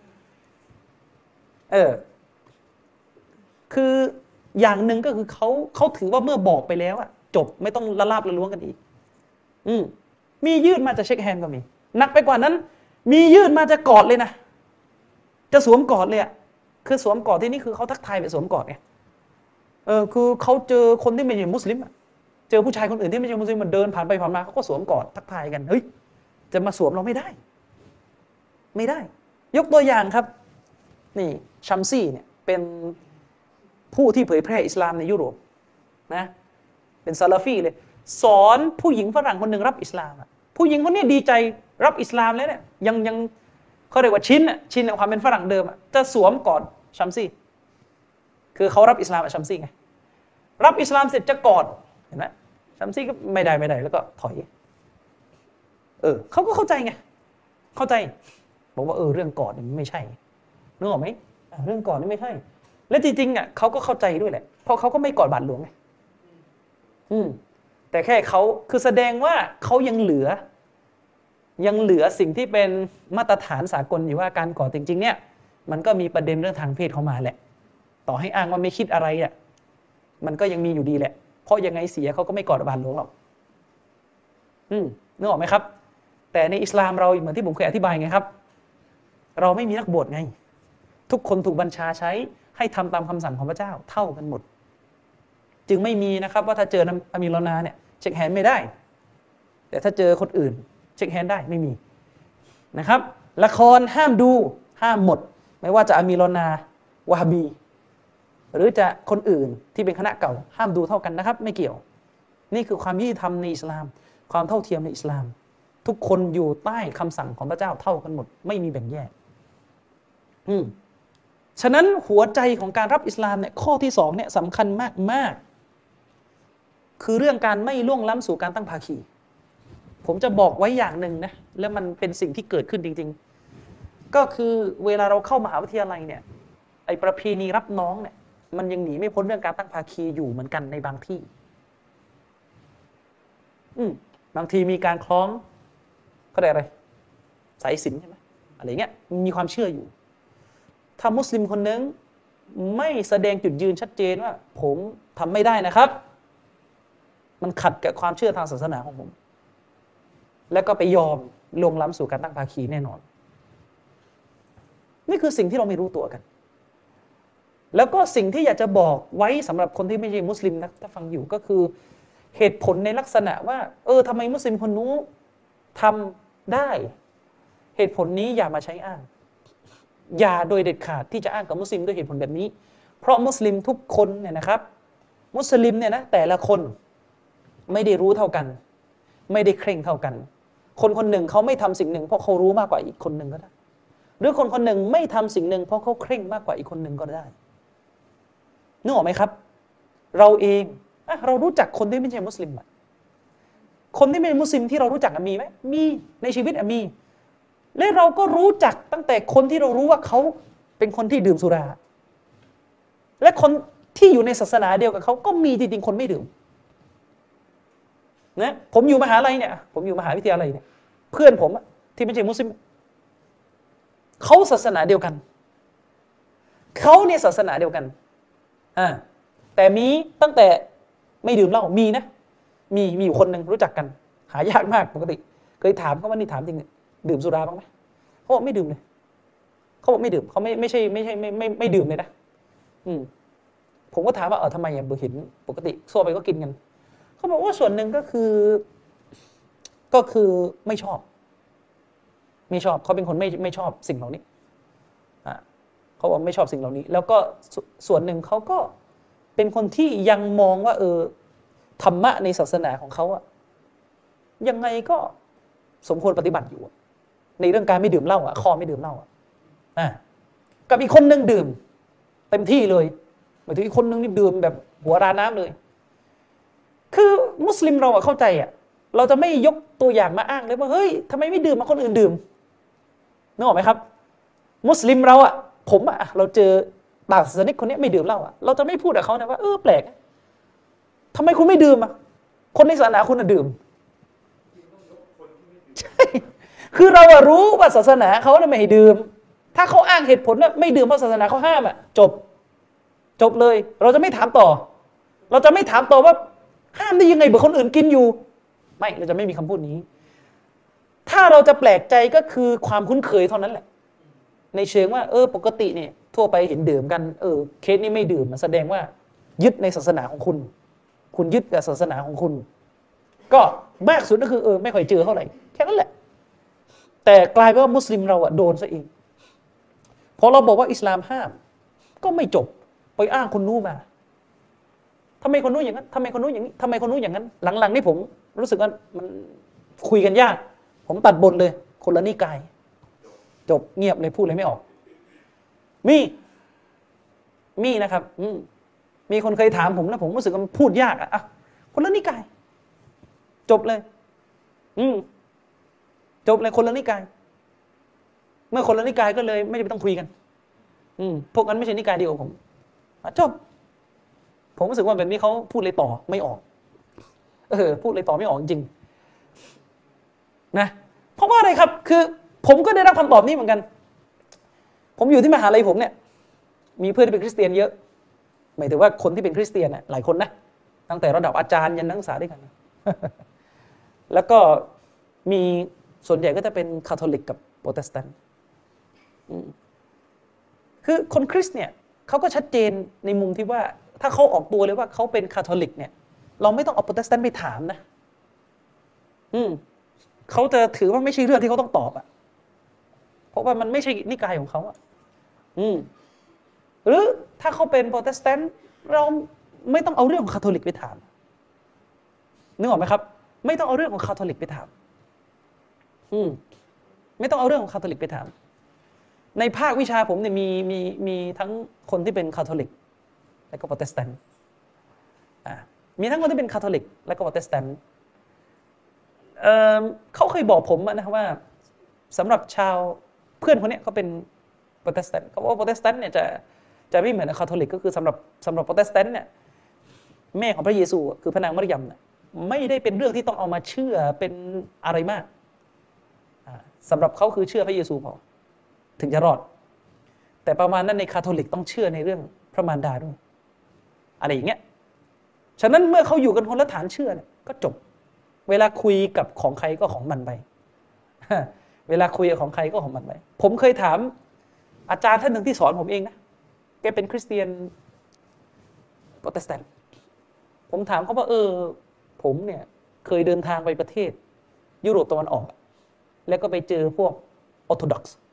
เออคืออย่างหนึ่งก็คือเขาเขาถือว่าเมื่อบอกไปแล้วอะจบไม่ต้องละลาบละล้วงกันอีกอืมมียื่นมาจะเช็คแฮนด์ก็มีหนักไปกว่านั้นมียื่นมาจะกอดเลยนะจะสวมกอดเลยอะคือสวมกอดที่นี่คือเขาทักทายแบบสวมกอดไงเออคือเขาเจอคนที่ไม่ใช่มุสลิมอะเจอผู้ชายคนอื่นที่ไม่ใช่มุสลิมมันเดินผ่านไปผ่านมาเขาก็สวมกอดทักทายกันเฮ้ยจะมาสวมเราไม่ได้ไม่ได้ยกตัวอย่างครับนี่ชัมซี่เนี่ยเป็นผู้ที่เผยแพร่อิสลามในยุโรปนะเป็นซาลาฟีเลยสอนผู้หญิงฝรั่งคนหนึ่งรับอิสลามผู้หญิงคนนี้ดีใจรับอิสลามแล้วเนี่ยยังยังเขาเรียกว่าชินอ่ะชินกับความเป็นฝรั่งเดิมอ่ะจะสวมกอดชัมซี่คือเขารับอิสลามกับชัมซี่ไงรับอิสลามเสร็จจะกอดเห็นไหมชัมซี่ก็ไม่ได้ไม่ได้แล้วก็ถอยเออเขาก็เข้าใจไงเข้าใจบอกว่าเออเรื่องกอดนี่ไม่ใช่นึกออกไหมเรื่องกอดนี่ไม่ใช่และจริงๆอ่ะเขาก็เข้าใจด้วยแหละเพราะเขาก็ไม่กอดบาทหลวงไงอืมแต่แค่เขาคือแสดงว่าเขายังเหลือยังเหลือสิ่งที่เป็นมาตรฐานสากลอยู่ว่าการกอดจริงๆเนี่ยมันก็มีประเด็นเรื่องทางเพศเข้ามาแหละต่อให้อ้างว่าไม่คิดอะไรอ่ะมันก็ยังมีอยู่ดีแหละเพราะยังไงเสียเขาก็ไม่กอดบาทหลวงหรอกอืมนึกออกไหมครับแต่ในอิสลามเราเหมือนที่ผมเคยอธิบายไงครับเราไม่มีนักบวชไงทุกคนถูกบัญชาใช้ให้ทำตามคำสั่งของพระเจ้าเท่ากันหมดจึงไม่มีนะครับว่าถ้าเจออามีรอนาเนี่ยเช็คแฮนด์ไม่ได้แต่ถ้าเจอคนอื่นเช็คแฮนด์ได้ไม่มีนะครับละครห้ามดูห้ามหมดไม่ว่าจะอามีรอนาวะฮาบีหรือจะคนอื่นที่เป็นคณะเก่าห้ามดูเท่ากันนะครับไม่เกี่ยวนี่คือความยุติธรรมในอิสลามความเท่าเทียมในอิสลามทุกคนอยู่ใต้คำสั่งของพระเจ้าเท่ากันหมดไม่มีแบ่งแยกอืมฉะนั้นหัวใจของการรับอิสลามเนี่ยข้อที่สองเนี่ยสำคัญมากมากคือเรื่องการไม่ล่วงล้ำสู่การตั้งภาคีผมจะบอกไว้อย่างหนึ่งนะแล้วมันเป็นสิ่งที่เกิดขึ้นจริงๆก็คือเวลาเราเข้ามหาวิทยาลัยเนี่ยไอ้ประเพณีรับน้องเนี่ยมันยังหนีไม่พ้นเรื่องการตั้งภาคีอยู่เหมือนกันในบางที่อืมบางทีมีการคล้องเขาเรียกอะไรสายสิญจน์ใช่ไหมอะไรเงี้ยมีความเชื่ออยู่ถ้ามุสลิมคนนึงไม่แสดงจุดยืนชัดเจนว่าผมทำไม่ได้นะครับมันขัดกับความเชื่อทางศาสนาของผมแล้วก็ไปยอมลงล้ำสู่การตั้งภาคีแน่นอนนี่คือสิ่งที่เราไม่รู้ตัวกันแล้วก็สิ่งที่อยากจะบอกไว้สำหรับคนที่ไม่ใช่มุสลิมนะถ้าฟังอยู่ก็คือเหตุผลในลักษณะว่าเออทำไมมุสลิมคนนู้นทำได้เหตุผลนี้อย่ามาใช้อ้างอย่าโดยเด็ดขาดที่จะอ้างกับมุสลิมด้วยเหตุผลแบบนี้เพราะมุสลิมทุกคนเนี่ยนะครับมุสลิมเนี่ยนะแต่ละคนไม่ได้รู้เท่ากันไม่ได้เคร่งเท่ากันคนคนหนึ่งเขาไม่ทำสิ่งหนึ่งเพราะเขารู้มากกว่าอีกคนหนึ่งก็ได้หรือคนคนหนึ่งไม่ทำสิ่งหนึ่งเพราะเขาเคร่งมากกว่าอีกคนหนึ่งก็ได้นึกออกไหมครับเราเองอะเรารู้จักคนที่ไม่ใช่มุสลิมอะคนที่ไม่ใช่มุสลิมที่เรารู้จักมีไหมมีในชีวิตมีและเราก็รู้จักตั้งแต่คนที่เรารู้ว่าเขาเป็นคนที่ดื่มสุราและคนที่อยู่ในศาสนาเดียวกับเขาก็มีจริงๆคนไม่ดื่มนะผมอยู่มหาลัยเนี่ยผมอยู่มหาวิทยาลัยเนี่ยเพื่อนผมที่ไม่ใช่มุสลิมเขาศาสนาเดียวกันเขาเนี่ยศาสนาเดียวกันอ่าแต่มีตั้งแต่ไม่ดื่มเหล้ามีนะมีมีอยู่คนหนึ่งรู้จักกันหายากมากปกติเคยถามเขาว่านี่ถามจริงดื่มสุราบ้างไหมเขาบอกไม่ดื่มเลยเขาบอกไม่ดื่มเขาไม่ไม่ใช่ไม่ใช่ไม่ไม่ไม่ดื่มเลยนะอืมผมก็ถามว่าเออทำไมอ่ะเห็นปกติทั่วไปก็กินกันเขาบอกว่าส่วนหนึ่งก็คือก็คือไม่ชอบไม่ชอบเขาเป็นคนไม่ไม่ชอบสิ่งเหล่านี้อ่าเขาบอกไม่ชอบสิ่งเหล่านี้แล้วก็ส่วนหนึ่งเขาก็เป็นคนที่ยังมองว่าเออธรรมะในศาสนาของเขาอะยังไงก็สมควรปฏิบัติอยู่ในเรื่องการไม่ดื่มเหล้าอะข้อไม่ดื่มเหล้าอะอ่ากับอีกคนนึงดื่มเต็มที่เลยหมายถึงอีกคนนึงนี่ดื่มแบบหัวราน้ำเลยคือมุสลิมเราอะเข้าใจอะเราจะไม่ยกตัวอย่างมาอ้างเลยว่าเฮ้ยทำไมไม่ดื่มมาคนอื่นดื่มนึกออกไหมครับมุสลิมเราอะผมอะเราเจอต่างศาสนิกคนนี้ไม่ดื่มเหล้าอะเราจะไม่พูดกับเขานะว่าเออแปลกทำไมคุณไม่ดื่มอะคนในศาสนาคุณอะดื่มใช่คือเราอะรู้ว่าศาสนาเขาเนี่ยไม่ให้ดื่มถ้าเขาอ้างเหตุผลว่าไม่ดื่มเพราะศาสนาเขาห้ามอะจบจบเลยเราจะไม่ถามต่อเราจะไม่ถามต่อว่าห้ามได้ยังไงเบื่อคนอื่นกินอยู่ไม่เราจะไม่มีคำพูดนี้ถ้าเราจะแปลกใจก็คือความคุ้นเคยเท่านั้นแหละในเชิงว่าเออปกติเนี่ยทั่วไปเห็นดื่มกันเออเคสนี้ไม่ดื่มแสดงว่ายึดในศาสนาของคุณคุณยึดกับศาสนาของคุณก็มากสุดก็คือเออไม่ค่อยเจอเท่าไหร่แค่นั้นแหละแต่กลายเป็นว่ามุสลิมเราอะโดนซะเองพอเราบอกว่าอิสลามห้ามก็ไม่จบไปอ้างคนนู้นมาทำไมคนนู้นอย่างนั้นทำไมคนนู้นอย่างนี้ทำไมคนนู้นอย่างนั้นหลังๆนี่ผมรู้สึกว่ามันคุยกันยากผมตัดบทเลยคนละนิกายจบเงียบเลยพูดเลยไม่ออกมีมีนะครับมีคนเคยถามผมนะผมรู้สึกว่ามันพูดยากอ่ะคนละนิกายจบเลยอืมจบเลยคนละนิกายเมื่อคนละนิกายก็เลยไม่จำเป็นต้องคุยกันอืมพวกนั้นไม่ใช่นิกายเดียวกับผมจบผมรู้สึกว่าแบบนี้เขาพูดเลยต่อไม่ออกเออพูดเลยต่อไม่ออกจริงนะเพราะว่าอะไรครับคือผมก็ได้รับคำตอบนี้เหมือนกันผมอยู่ที่มหาลัยผมเนี่ยมีเพื่อนที่เป็นคริสเตียนเยอะหมายถึงว่าคนที่เป็นคริสเตียนน่ะหลายคนนะตั้งแต่ระดับอาจารย์ยันนักศึกษาด้วยกันแล้วก็มีส่วนใหญ่ก็จะเป็นคาทอลิกกับโปรเตสแตนต์คือคนคริสต์เนี่ยเขาก็ชัดเจนในมุมที่ว่าถ้าเขาออกตัวเลยว่าเขาเป็นคาทอลิกเนี่ยเราไม่ต้องเอาโปรเตสแตนต์ไปถามนะอืมเขาจะถือว่าไม่ใช่เรื่องที่เขาต้องตอบอ่ะเพราะว่ามันไม่ใช่นิกายของเขาอ่ะอืมหรือถ้าเขาเป็นโปรเตสแตนต์เราไม่ต้องเอาเรื่องของคาทอลิกไปถามนึกออกไหมครับไม่ต้องเอาเรื่องของคาทอลิกไปถามอืมไม่ต้องเอาเรื่องของคาทอลิกไปถามในภาควิชาผมเนี่ยมีมีมีทั้งคนที่เป็นคาทอลิกและก็โปรเตสแตนต์อ่ามีทั้งคนที่เป็นคาทอลิกและก็โปรเตสแตนต์เอ่อเขาเคยบอกผมนะครับว่าสำหรับชาวเพื่อนคนนี้เขาเป็นโปรเตสแตนต์เขาบอกว่าโปรเตสแตนต์เนี่ยจะจะไม่เหมือนคาทอลิกก็คือสำหรับสำหรับโปรเตสแตนต์เนี่ยแม่ของพระเยซูคือพระนางมารยมเนี่ยไม่ได้เป็นเรื่องที่ต้องเอามาเชื่อเป็นอะไรมากสำหรับเขาคือเชื่อพระเยซูพอถึงจะรอดแต่ประมาณนั้นในคาทอลิกต้องเชื่อในเรื่องพระมารดาด้วยอะไรอย่างเงี้ยฉะนั้นเมื่อเขาอยู่กันคนละฐานเชื่อเนี่ยก็จบเวลาคุยกับของใครก็ของมันไปเวลาคุยกับของใครก็ของมันไปผมเคยถามอาจารย์ท่านหนึ่งที่สอนผมเองนะแกเป็นคริสเตียนโปรเตสแตนต์ผมถามเขาว่าเออผมเนี่ยเคยเดินทางไปประเทศยุโรปตะวันออกแล้วก็ไปเจอพวกออร์โธดอกซ์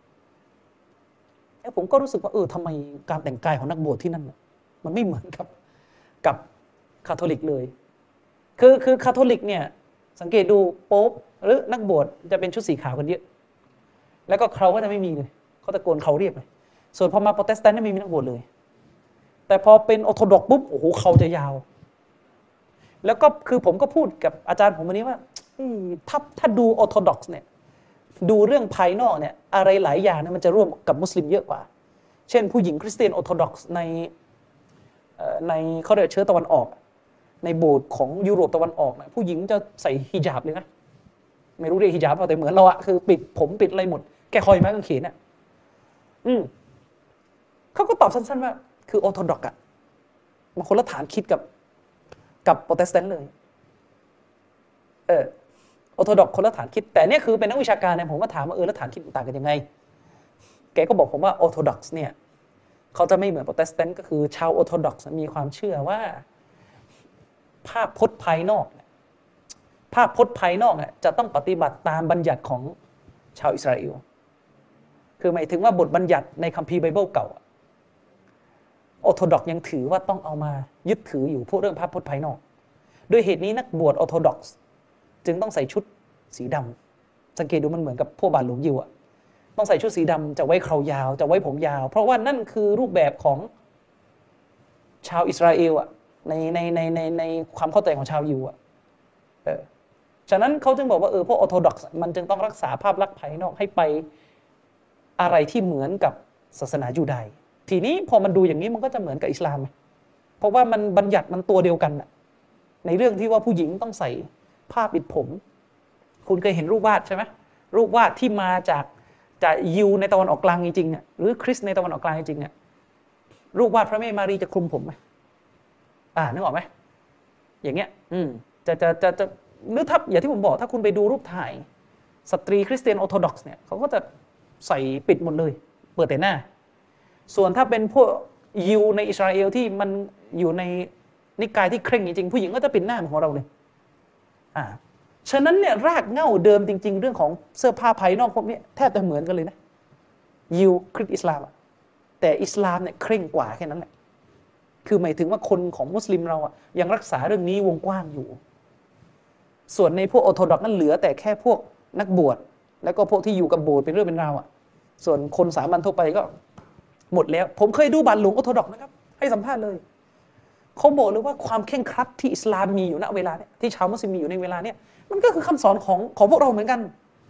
แล้วผมก็รู้สึกว่าเออทำไมการแต่งกายของนักบวชที่นั่นมันไม่เหมือนกับกับคาทอลิกเลยคือคือคาทอลิกเนี่ยสังเกตดูโป๊ปหรือนักบวชจะเป็นชุดสีขาวกันเยอะแล้วก็เขาก็จะไม่มีเลยเขาตะโกนเขาเรียบเลยส่วนพอมาโปรเตสแตนต์ไม่มีนักบวชเลยแต่พอเป็นออร์โธดอกซ์ปุ๊บโอ้โหเขาจะยาวแล้วก็คือผมก็พูดกับอาจารย์ผมวันนี้ว่าถ้าถ้าดูออร์โธดอกซ์เนี่ยดูเรื่องภายนอกเนี่ยอะไรหลายอย่างเนี่ยมันจะร่วมกับมุสลิมเยอะกว่าเช่นผู้หญิงคริสเตียนออร์โธดอกซ์ในในเขาเรียกเชื้อตะวันออกในโบสถ์ของยุโรปตะวันออกนะผู้หญิงจะใส่ฮิญาบเลยนะไม่รู้เรียกฮิญาบเปล่าแต่เหมือนเราอะคือปิดผมปิดอะไรหมดแกคอยไม้กางเขนอะอืมเขาก็ตอบสั้นๆว่าคือออร์โธดอกซ์อะมันคนละฐานคิดกับกับโปรเตสแตนต์เลยเออออร์โธดอกซ์คนละฐานคิดแต่เนี่ยคือเป็นนักวิชาการเนี่ยผมก็ถามว่าเออแล้วฐานคิดต่างกันยังไงแกก็บอกผมว่าออร์โธดอกซ์เนี่ยเขาจะไม่เหมือนโปรเตสแตนต์ก็คือชาวออร์โธดอกซ์มีความเชื่อว่าภาพพจน์ภายนอกภาพพจน์ภายนอกเนี่ยจะต้องปฏิบัติตามบัญญัติของชาวอิสราเอลคือหมายถึงว่าบทบัญญัติในคัมภีร์ไบเบิลเก่าออร์โธดอกซ์ยังถือว่าต้องเอามายึดถืออยู่พวกเรื่องภาพพจน์ภายนอกด้วยเหตุนี้นักบวชออร์โธดอกซ์จึงต้องใส่ชุดสีดำสังเกตดูมันเหมือนกับพวกบาทหลวงยิวอะต้องใส่ชุดสีดำจะไว้เครายาวจะไว้ผมยาวเพราะว่านั่นคือรูปแบบของชาวอิสราเอลอะในในในในในความเข้าใจของชาวยิวอะเออฉะนั้นเขาจึงบอกว่าเออพวกออร์โธดอกซ์มันจึงต้องรักษาภาพลักษณ์ภายนอกให้ไปอะไรที่เหมือนกับศาสนายูดาห์ทีนี้พอมันดูอย่างนี้มันก็จะเหมือนกับอิสลามไหมเพราะว่ามันบัญญัติมันตัวเดียวกันในเรื่องที่ว่าผู้หญิงต้องใส่ผ้าปิดผมคุณเคยเห็นรูปวาดใช่ไหมรูปวาดที่มาจากจากยิวในตะวันออกกลางจริงๆหรือคริสต์ในตะวันออกกลางจริงๆรูปวาดพระแม่มารีจะคลุมผมไหมอ่านึกออกไหมอย่างเงี้ยอืมจะจะจะจะหรือถ้าอย่างที่ผมบอกถ้าคุณไปดูรูปถ่ายสตรีคริสเตียนออร์โธดอกซ์เนี่ยเขาก็จะใส่ปิดหมดเลยเปิดแต่หน้าส่วนถ้าเป็นพวกยิวในอิสราเอลที่มันอยู่ในนิกายที่เคร่งจริงๆผู้หญิงก็จะปิดหน้าเหมือนของเราเลยอ่าฉะนั้นเนี่ยรากเหง้าเดิมจริงๆเรื่องของเสื้อผ้าภายนอกพวกนี้แทบจะเหมือนกันเลยนะยิวคริสต์อิสลามแต่อิสลามเนี่ยเคร่งกว่าแค่นั้นแหละคือหมายถึงว่าคนของมุสลิมเราอ่ะยังรักษาเรื่องนี้วงกว้างอยู่ส่วนในพวกออร์โธดอกซ์นั้นเหลือแต่แค่พวกนักบวชแล้วก็พวกที่อยู่กับโบสถ์เป็นเรื่องเป็นราวอ่ะส่วนคนสามัญทั่วไปก็หมดแล้วผมเคยดูบาทหลวงออร์โธดอกซ์นะครับให้สัมภาษณ์เลยเขาบอกเลยว่าความเคร่งครัดที่อิสลามมีอยู่ณเวลาเนี้ยที่ชาวมุสลิมมีอยู่ในเวลาเนี้ยมันก็คือคำสอนของของพวกเราเหมือนกัน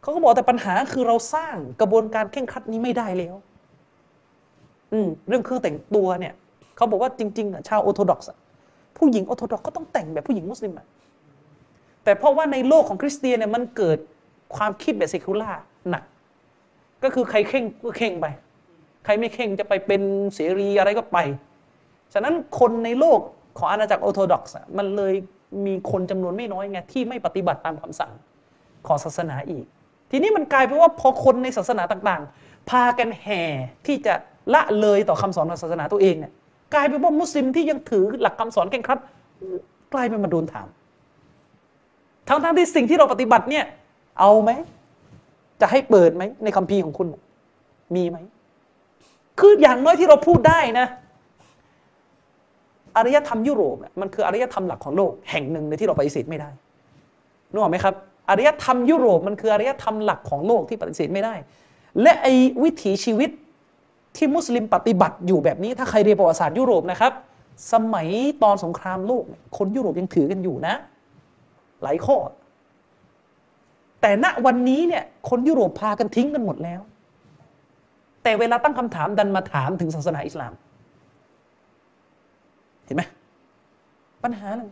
เขาก็บอกแต่ปัญหาคือเราสร้างกระบวนการเคร่งครัดนี้ไม่ได้แล้วอืมเรื่องเครื่องแต่งตัวเนี่ยเขาบอกว่าจริงๆอ่ะชาวออร์โธดอกซ์ผู้หญิงออร์โธดอกซ์ก็ต้องแต่งแบบผู้หญิงมุสลิมอ่ะแต่เพราะว่าในโลกของคริสเตียนเนี่ยมันเกิดความคิดแบบเซคูล่าหนักก็คือใครเข่งก็เข่งไปใครไม่เข่งจะไปเป็นเสรีอะไรก็ไปฉะนั้นคนในโลกของอาณาจักรออร์โธดอกซ์มันเลยมีคนจำนวนไม่น้อยไงที่ไม่ปฏิบัติตามคำสั่งของศาสนาอีกทีนี้มันกลายเป็นว่าพอคนในศาสนาต่างๆพากันแห่ที่จะละเลยต่อคำสอนของศาสนาตัวเองเนี่ยกลายเป็นว่ามุสลิมที่ยังถือหลักคำสอนเคร่งครัดกลายเป็นมาโดนถามทั้งๆที่สิ่งที่เราปฏิบัติเนี่ยเอาไหมจะให้เปิดไหมในคัมภีร์ของคุณมีไหมคืออย่างน้อยที่เราพูดได้นะอารยธรรมยุโรปมันคืออารยธรรมหลักของโลกแห่งหนึ่งในที่เราปฏิเสธไม่ได้นึกออกไหมครับอารยธรรมยุโรปมันคืออารยธรรมหลักของโลกที่ปฏิเสธไม่ได้และไอ้วิถีชีวิตที่มุสลิมปฏิบัติอยู่แบบนี้ถ้าใครเรียนประวัติศาสตร์ยุโรปนะครับสมัยตอนสงครามโลกคนยุโรปยังถือกันอยู่นะหลายข้อแต่ณวันนี้เนี่ยคนยุโรปพากันทิ้งกันหมดแล้วแต่เวลาตั้งคำถามดันมาถามถึงศาสนาอิสลามเห็นไหมปัญหาหนึ่ง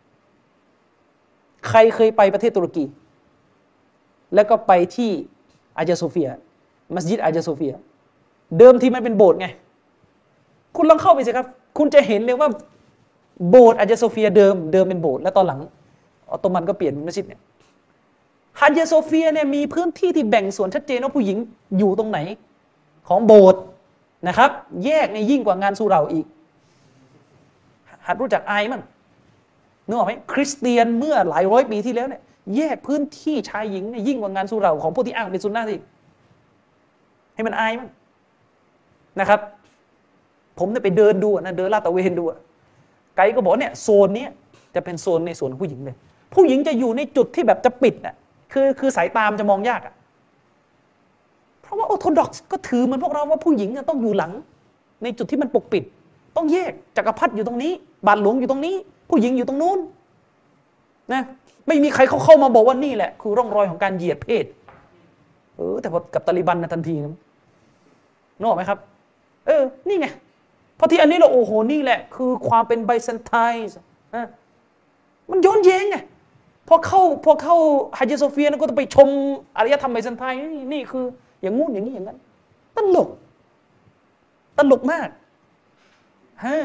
ใครเคยไปประเทศตุรกีแล้วก็ไปที่อาญาโซเฟียมัสยิดอาญาโซเฟียเดิมทีมันเป็นโบสถ์ไงคุณลองเข้าไปสิครับคุณจะเห็นเลยว่าโบสถ์อาญาโซเฟียเดิมเดิมเป็นโบสถ์แล้วตอนหลังออตโตมันก็เปลี่ยนเป็นมัสยิดเนี่ยอาญาโซเฟียเนี่ยมีพื้นที่ที่แบ่งส่วนชัดเจนว่าผู้หญิงอยู่ตรงไหนของโบสถ์นะครับแยกในยิ่งกว่างานสุเหร่าอีกหัดรู้จักอายมั้งนึกออกไหมคริสเตียนเมื่อหลายร้อยปีที่แล้วเนี่ยแยกพื้นที่ชายหญิงเนี่ยยิ่งกว่างานสุเหร่าของพวกที่อ้างเป็นซุนนะห์อีกให้มันอายมั้งนะครับผมเนี่ยไปเดินดูนะเดินลาดตระเวนดูไกด์ก็บอกเนี่ยโซนนี้จะเป็นโซนในส่วนของผู้หญิงเลยผู้หญิงจะอยู่ในจุดที่แบบจะปิดน่ะคือคือสายตามจะมองยากอ่ะเพราะว่าออร์โธดอกซ์ก็ถือเหมือนพวกเราว่าผู้หญิงต้องอยู่หลังในจุดที่มันปกปิดต้องแยกจักรพรรดิอยู่ตรงนี้บาทหลวงอยู่ตรงนี้ผู้หญิงอยู่ตรงนู้นนะไม่มีใครเขาเข้ามาบอกว่านี่แหละคือร่องรอยของการเหยียดเพศเออแต่พอกับตาลิบันนะทันทีนะนึกออกไหมครับเออนี่ไงพอที่อันนี้เราโอ้โหนี่แหละคือความเป็นไบแซนไทน์นะมันย้อนแย้งไงพอเข้าพอเข้าฮาญาโซเฟียก็ต้องไปชมอารยธรรมไบแซนไทน์นี่นี่คืออย่างงู้นอย่างนี้อย่างนั้นตลกตลกมากฮะ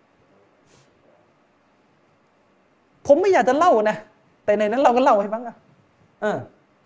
ผมไม่อยากจะเล่านะแต่ในนั้นเราก็เล่าให้ฟังอ่ะเออ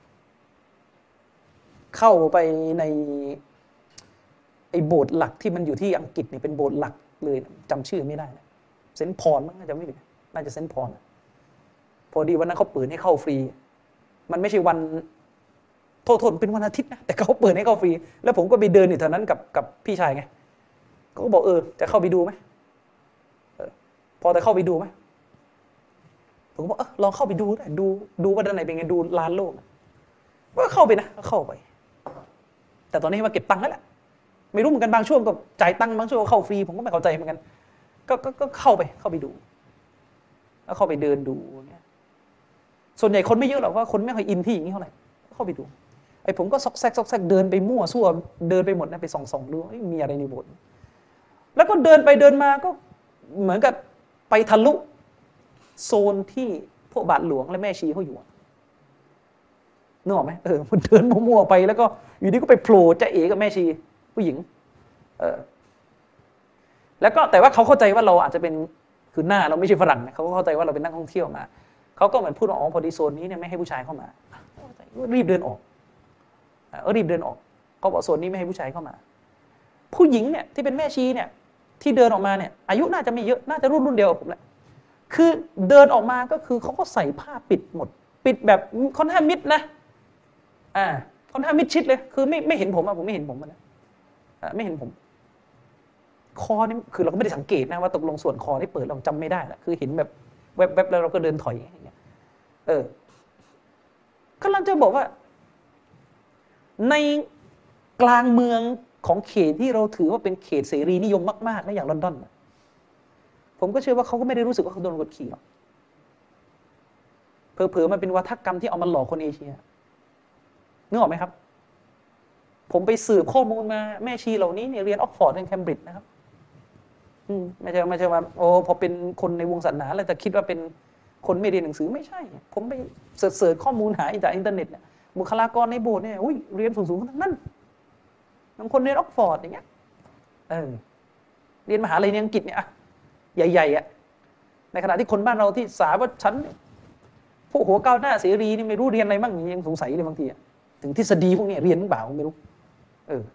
เข้าไปในไอ้โบสถ์หลักที่มันอยู่ที่อังกฤษเนี่ยเป็นโบสถ์หลักเลยจำชื่อไม่ได้นะเซนต์พอลมั้งน่าจะไม่ผิดน่าจะเซนต์พอลพอดีวันนั้นเขาเปิดให้เข้าฟรีมันไม่ใช่วันโทษโทษเป็นวันอาทิตย์นะแต่เขาเปิดให้เข้าฟรีแล้วผมก็ไปเดินอยู่แถวนั้นกับกับพี่ชายไงเขาก็บอกเออจะเข้าไปดูไหมพอแต่เข้าไปดูไหมผมบอกเออลองเข้าไปดูได้ดูดูว่าด้านในเป็นไงดูลานโลกก็เข้าไปนะเข้าไปแต่ตอนนี้มาเก็บตังค์แล้วแหละไม่รู้เหมือนกันบางช่วงก็จ่ายตังค์บางช่วงก็เข้าฟรีผมก็ไม่เข้าใจเหมือนกันก็ก็ก็เข้าไปเข้าไปดูแล้วเข้าไปเดินดูเนี่ยส่วนใหญ่คนไม่เยอะหรอกว่าคนไม่ค่อยอินที่อย่างนี้เท่าไหร่เข้าไปดูไอ้ผมก็ซอกแซกซอกแซกเดินไปมั่วซั่วเดินไปหมดนะไปส่องๆดูมีอะไรในโบสถ์แล้วก็เดินไปเดินมาก็เหมือนกับไปทะลุโซนที่พวกบาทหลวงและแม่ชีเขาอยู่นึกออกไหมเออมันเดินมั่วๆไปแล้วก็อยู่ดีก็ไปโผล่จะเอ๋กับแม่ชีผู้หญิงเออแล้วก็แต่ว่าเขาเข้าใจว่าเราอาจจะเป็นคือหน้าเราไม่ใช่ฝรั่งนะเขาก็เข้าใจว่าเราเป็นนักท่องเที่ยวมาเขาก็เหมือนพูดว่าอ๋อพอดีโซนนี้เนี่ยไม่ให้ผู้ชายเข้ามารีบเดินออกเออรีบเดินออกเขาบอกโซนนี้ไม่ให้ผู้ชายเข้ามาผู้หญิงเนี่ยที่เป็นแม่ชีเนี่ยที่เดินออกมาเนี่ยอายุน่าจะไม่เยอะน่าจะรุ่นรุ่นเดียวกับผมแหละคือเดินออกมาก็คือเขาก็ใส่ผ้าปิดหมดปิดแบบค่อนข้างมิดนะอ่าค่อนข้างมิดชิดเลยคือไม่ไม่เห็นผมอะผมไม่เห็นผมนะไม่เห็นผมคอนี่คือเราก็ไม่ได้สังเกตนะว่าตกลงส่วนคอที่เปิดเราจำไม่ได้ละคือเห็นแบบแวบๆแล้วเราก็เดินถอยอย่างเงี้ยเออก็เราจะบอกว่าในกลางเมืองของเขตที่เราถือว่าเป็นเขตเสรีนิยมมากๆนะอย่างลอนดอนผมก็เชื่อว่าเขาก็ไม่ได้รู้สึกว่าเขาโดนกดขี่หรอกเผลอๆมันเป็นวัฒกรรมที่เอามาหลอกคนเอเชียนึกออกไหมครับผมไปสืบข้อมูลมาแม่ชีเหล่านี้เนี่ยเรียนออกฟอร์ดเรียนเคมบริดจ์นะครับอืมไม่ใช่ไม่ใช่ว่าโอ้พอเป็นคนในวงศาสนาแล้วจะคิดว่าเป็นคนไม่เรียนหนังสือไม่ใช่ผมไปเสิร์ชข้อมูลหาจากอินเทอร์เน็ตเนี่ยบุคลากรในโบสถ์เนี่ยอุ้ยเรียนสูงๆทั้งนั้นบางคนเรียนออกฟอร์ดอย่างเงี้ยเออเรียนมหาลัยในอังกฤษเนี่ยใหญ่ๆอ่ะในขณะที่คนบ้านเราที่สาว่าฉันพวกหัวก้าวหน้าเสรีนี่ไม่รู้เรียนอะไรบ้างยังสงสัยเลยบางทีถึงทฤษฎีพวกนี้เรียนหรือเปล่าไม่รู้เออ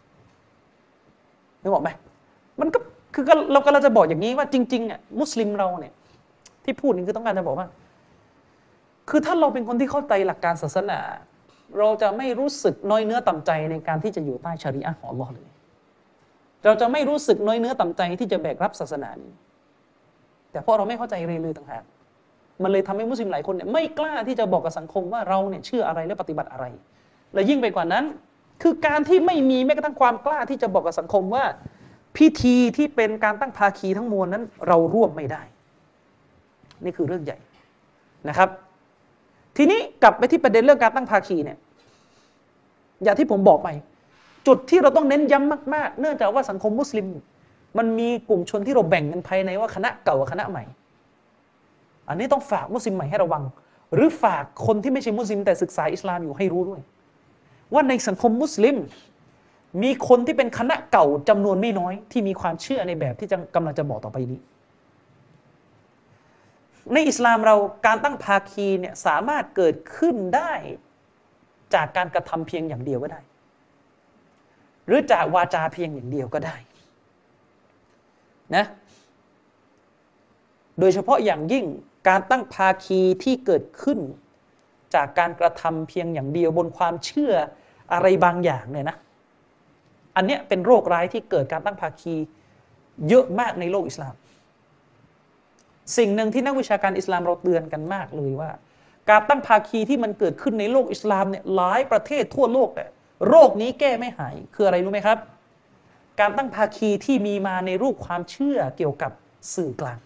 นึกออกไหมมันก็คือเราก็เราจะบอกอย่างนี้ว่าจริงๆอ่ะมุสลิมเราเนี่ยที่พูดนี่คือต้องการจะบอกว่าคือถ้าเราเป็นคนที่เข้าใจหลักการศาสนาเราจะไม่รู้สึกน้อยเนื้อต่ำใจในการที่จะอยู่ใต้ชะรีอะห์ของอัลเลาะห์เลยเราจะไม่รู้สึกน้อยเนื้อต่ำใจที่จะแบกรับศาสนานี้แต่เพราะเราไม่เข้าใจเลยเลยต่างหากมันเลยทำให้มุสลิมหลายคนเนี่ยไม่กล้าที่จะบอกกับสังคมว่าเราเนี่ยเชื่ออะไรและปฏิบัติอะไรและยิ่งไปกว่านั้นคือการที่ไม่มีแม้กระทั่งความกล้าที่จะบอกกับสังคมว่าพิธีที่เป็นการตั้งภาคีทั้งมวลนั้นเราร่วมไม่ได้นี่คือเรื่องใหญ่นะครับทีนี้กลับไปที่ประเด็นเรื่องการตั้งภาคีเนี่ยอย่างที่ผมบอกไปจุดที่เราต้องเน้นย้ำมากๆเนื่องจากว่าสังคมมุสลิมมันมีกลุ่มชนที่เราแบ่งกันภายในว่าคณะเก่ากับคณะใหม่อันนี้ต้องฝากมุสลิมใหม่ให้ระวังหรือฝากคนที่ไม่ใช่มุสลิมแต่ศึกษาอิสลามอยู่ให้รู้ด้วยว่าในสังคมมุสลิมมีคนที่เป็นคณะเก่าจำนวนไม่น้อยที่มีความเชื่อในแบบที่จะกำลังจะบอกต่อไปนี้ในอิสลามเราการตั้งภาคีเนี่ยสามารถเกิดขึ้นได้จากการกระทำเพียงอย่างเดียวก็ได้หรือจากวาจาเพียงอย่างเดียวก็ได้นะโดยเฉพาะอย่างยิ่งการตั้งภาคีที่เกิดขึ้นจากการกระทำเพียงอย่างเดียวบนความเชื่ออะไรบางอย่างเนี่ยนะอันเนี้ยเป็นโรคร้ายที่เกิดการตั้งภาคีเยอะมากในโลกอิสลามสิ่งหนึ่งที่นักวิชาการอิสลามเราเตือนกันมากเลยว่าการตั้งภาคีที่มันเกิดขึ้นในโลกอิสลามเนี่ยหลายประเทศทั่วโลกเนี่ยโรคนี้แก้ไม่หายคืออะไรรู้ไหมครับการตั้งภาคีที่มีมาในรูปความเชื่อเกี่ยวกับสื่อกลาง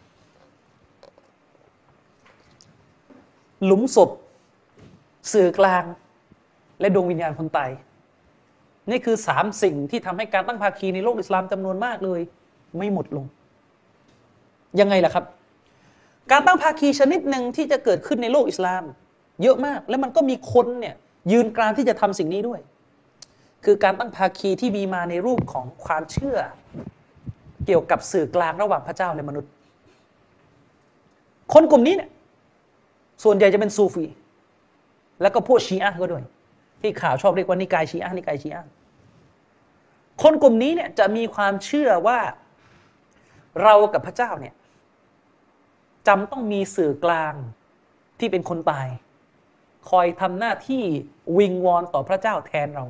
หลุมศพสื่อกลางและดวงวิญญาณคนตายนี่คือสามสิ่งที่ทำให้การตั้งภาคีในโลกอิสลามจำนวนมากเลยไม่หมดลงยังไงล่ะครับการตั้งภาคีชนิดหนึ่งที่จะเกิดขึ้นในโลกอิสลามเยอะมากและมันก็มีคนเนี่ยยืนกรานที่จะทำสิ่งนี้ด้วยคือการตั้งภาคีที่มีมาในรูปของความเชื่อเกี่ยวกับสื่อกลางระหว่างพระเจ้าและมนุษย์คนกลุ่มนี้เนี่ยส่วนใหญ่จะเป็นซูฟีแล้วก็พวกชีอะห์ก็ด้วยที่ข่าวชอบเรียกว่านิกายชีอะห์นิกายชีอะห์คนกลุ่มนี้เนี่ยจะมีความเชื่อว่าเรากับพระเจ้าเนี่ยจำต้องมีสื่อกลางที่เป็นคนตายคอยทำหน้าที่วิงวอนต่อพระเจ้าแทนเรา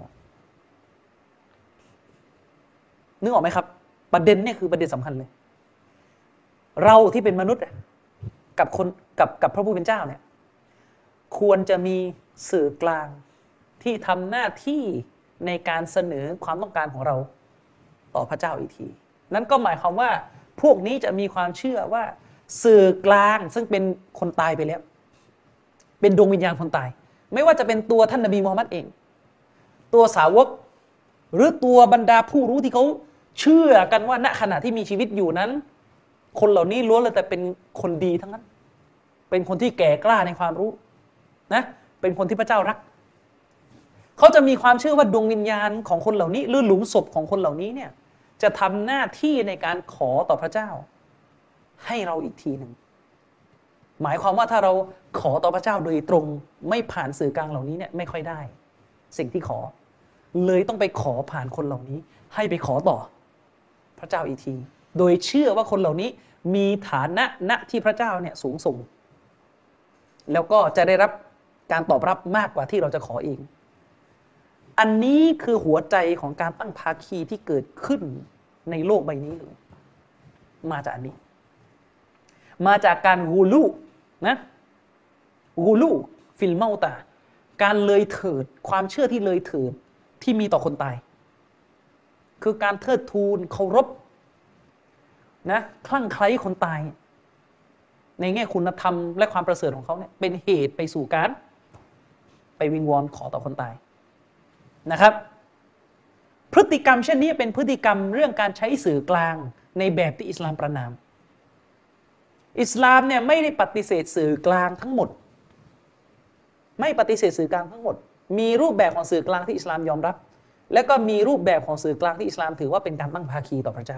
นึกออกไหมครับประเด็นเนี่ยคือประเด็นสำคัญเลยเราที่เป็นมนุษย์กับคนกับกับพระผู้เป็นเจ้าเนี่ยควรจะมีสื่อกลางที่ทำหน้าที่ในการเสนอความต้องการของเราต่อพระเจ้าอีกทีนั่นก็หมายความว่าพวกนี้จะมีความเชื่อว่าสื่อกลางซึ่งเป็นคนตายไปแล้วเป็นดวงวิญญาณคนตายไม่ว่าจะเป็นตัวท่านนบีมูฮัมมัดเองตัวสาวกหรือตัวบรรดาผู้รู้ที่เขาเชื่อกันว่าณขณะที่มีชีวิตอยู่นั้นคนเหล่านี้ล้วนเลยแต่เป็นคนดีทั้งนั้นเป็นคนที่แก่กล้าในความรู้นะเป็นคนที่พระเจ้ารักเขาจะมีความเชื่อว่าดวงวิญญาณของคนเหล่านี้หรือหลุมศพของคนเหล่านี้เนี่ยจะทำหน้าที่ในการขอต่อพระเจ้าให้เราอีกทีหนึ่งหมายความว่าถ้าเราขอต่อพระเจ้าโดยตรงไม่ผ่านสื่อกลางเหล่านี้เนี่ยไม่ค่อยได้สิ่งที่ขอเลยต้องไปขอผ่านคนเหล่านี้ให้ไปขอต่อพระเจ้าอีกทีโดยเชื่อว่าคนเหล่านี้มีฐานะณที่พระเจ้าเนี่ยสูงส่งแล้วก็จะได้รับการตอบรับมากกว่าที่เราจะขอเองอันนี้คือหัวใจของการตั้งภาคีที่เกิดขึ้นในโลกใบนี้เลยมาจากอันนี้มาจากการกูลูนะกูลูฟิลเมาตาการเลยเถิดความเชื่อที่เลยเถิดที่มีต่อคนตายคือการเทิดทูนเคารพนะคลั่งไคล้คนตายในแง่คุณธรรมและความประเสริฐของเขาเนี่ยเป็นเหตุไปสู่การไปวิงวอนขอต่อคนตายนะครับพฤติกรรมเช่นนี้เป็นพฤติกรรมเรื่องการใช้สื่อกลางในแบบที่อิสลามประณามอิสลามเนี่ยไม่ได้ปฏิเสธสื่อกลางทั้งหมดไม่ปฏิเสธสื่อกลางทั้งหมดมีรูปแบบของสื่อกลางที่อิสลามยอมรับและก็มีรูปแบบของสื่อกลางที่อิสลามถือว่าเป็นการตั้งภาคีต่อพระเจ้า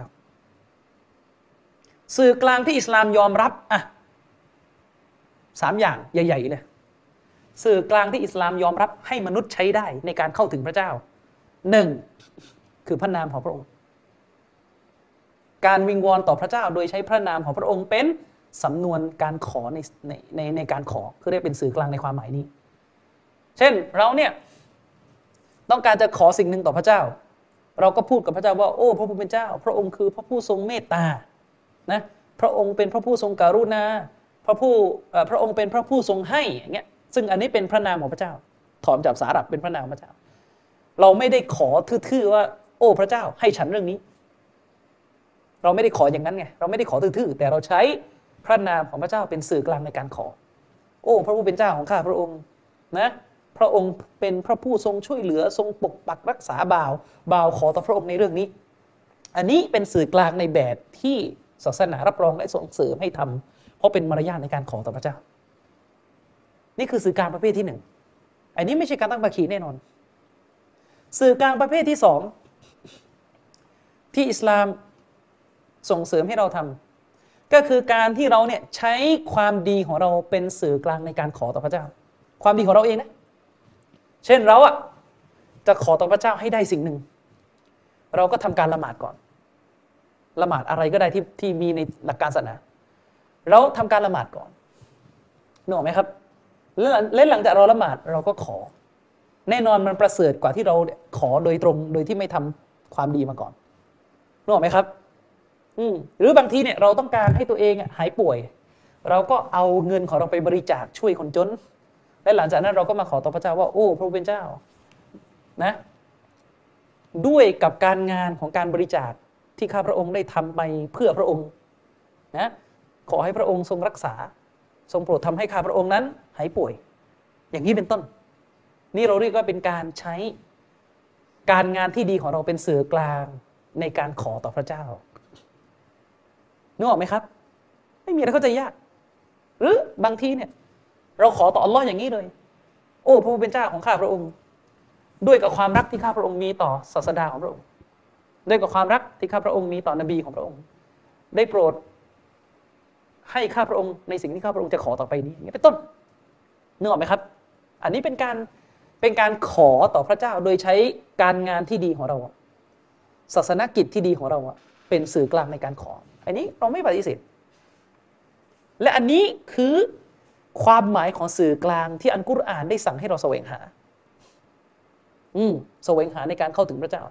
สื่อกลางที่อิสลามยอมรับอ่ะสามอย่างใหญ่ๆเลยสื่อกลางที่อิสลามยอมรับให้มนุษย์ใช้ได้ในการเข้าถึงพระเจ้าหนึ่งคือพระนามของพระองค์การวิงวอนต่อพระเจ้าโดยใช้พระนามของพระองค์เป็นสำนวนการขอในในในในการขอคือเรียกเป็นสื่อกลางในความหมายนี้เช่นเราเนี่ยต้องการจะขอสิ่งหนึ่งต่อพระเจ้าเราก็พูดกับพระเจ้าว่าโอ้พระผู้เป็นเจ้าพระองค์คือพระผู้ทรงเมตตานะพระองค์เป็นพระผู้ทรงกรุณาพระผู้พระองค์เป็นพระผู้ทรงให้อย่างเงี้ยซึ่งอันนี้เป็นพระนามของพระเจ้าถอนจากภาษาอาหรับเป็นพระนามของพระเจ้าเราไม่ได้ขอทื่อๆว่าโอ้พระเจ้าให้ฉันเรื่องนี้เราไม่ได้ขออย่างนั้นไงเราไม่ได้ขอทื่อๆแต่เราใช้พระนามของพระเจ้าเป็นสื่อกลางในการขอโอ้พระผู้เป็นเจ้าของข้าพระองค์นะพระองค์เป็นพระผู้ทรงช่วยเหลือทรงปกปักรักษาบ่าวบ่าวขอต่อพระองค์ในเรื่องนี้อันนี้เป็นสื่อกลางในแบบที่ศาสนารับรองและส่งเสริมให้ทำเพราะเป็นมารยาทในการขอต่อพระเจ้านี่คือสื่อกลางประเภทที่หนึ่งอันนี้ไม่ใช่การตั้งภาคีแน่นอนสื่อกลางประเภทที่สองที่อิสลามส่งเสริมให้เราทำก็คือการที่เราเนี่ยใช้ความดีของเราเป็นสื่อกลางในการขอต่อพระเจ้าความดีของเราเองนะเช่นเราอะจะขอต่อพระเจ้าให้ได้สิ่งหนึ่งเราก็ทำการละหมาดก่อนละหมาดอะไรก็ได้ที่ที่มีในหลักการศาสนาเราทำการละหมาดก่อนนึกออกไหมครับและหลังจากเราละหมาดเราก็ขอแน่นอนมันประเสริฐกว่าที่เราขอโดยตรงโดยที่ไม่ทำความดีมาก่อนนึกออกไหมครับอืมหรือบางทีเนี่ยเราต้องการให้ตัวเองหายป่วยเราก็เอาเงินของเราไปบริจาคช่วยคนจนและหลังจากนั้นเราก็มาขอต่อพระเจ้าว่าโอ้พระผู้เป็นเจ้านะด้วยกับการงานของการบริจาคที่ข้าพระองค์ได้ทำไปเพื่อพระองค์นะขอให้พระองค์ทรงรักษาทรงโปรดทำให้ข้าพระองค์นั้นหายป่วยอย่างนี้เป็นต้นนี่เราเรียกว่าเป็นการใช้การงานที่ดีของเราเป็นสื่อกลางในการขอต่อพระเจ้านึกออกไหมครับไม่มีอะไรเข้าใจยากหรือบางทีเนี่ยเราขอต่ออัลลอฮ์อย่างนี้เลยโอ้พระผู้เป็นเจ้าของข้าพระองค์ด้วยกับความรักที่ข้าพระองค์มีต่อศาสดาของพระองค์ด้วยกับความรักที่ข้าพระองค์มีต่อนบีของพระองค์ได้โปรดให้ข้าพระองค์ในสิ่งที่ข้าพระองค์จะขอต่อไปนี้อย่างนี้เป็นต้นนึกออกไหมครับอันนี้เป็นการเป็นการขอต่อพระเจ้าโดยใช้การงานที่ดีของเราศาสนกิจที่ดีของเราเป็นสื่อกลางในการขออันนี้เราไม่ปฏิเสธและอันนี้คือความหมายของสื่อกลางที่อัลกุรอานได้สั่งให้เราแสวงหาอืมแสวงหาในการเข้าถึงพระเจ้า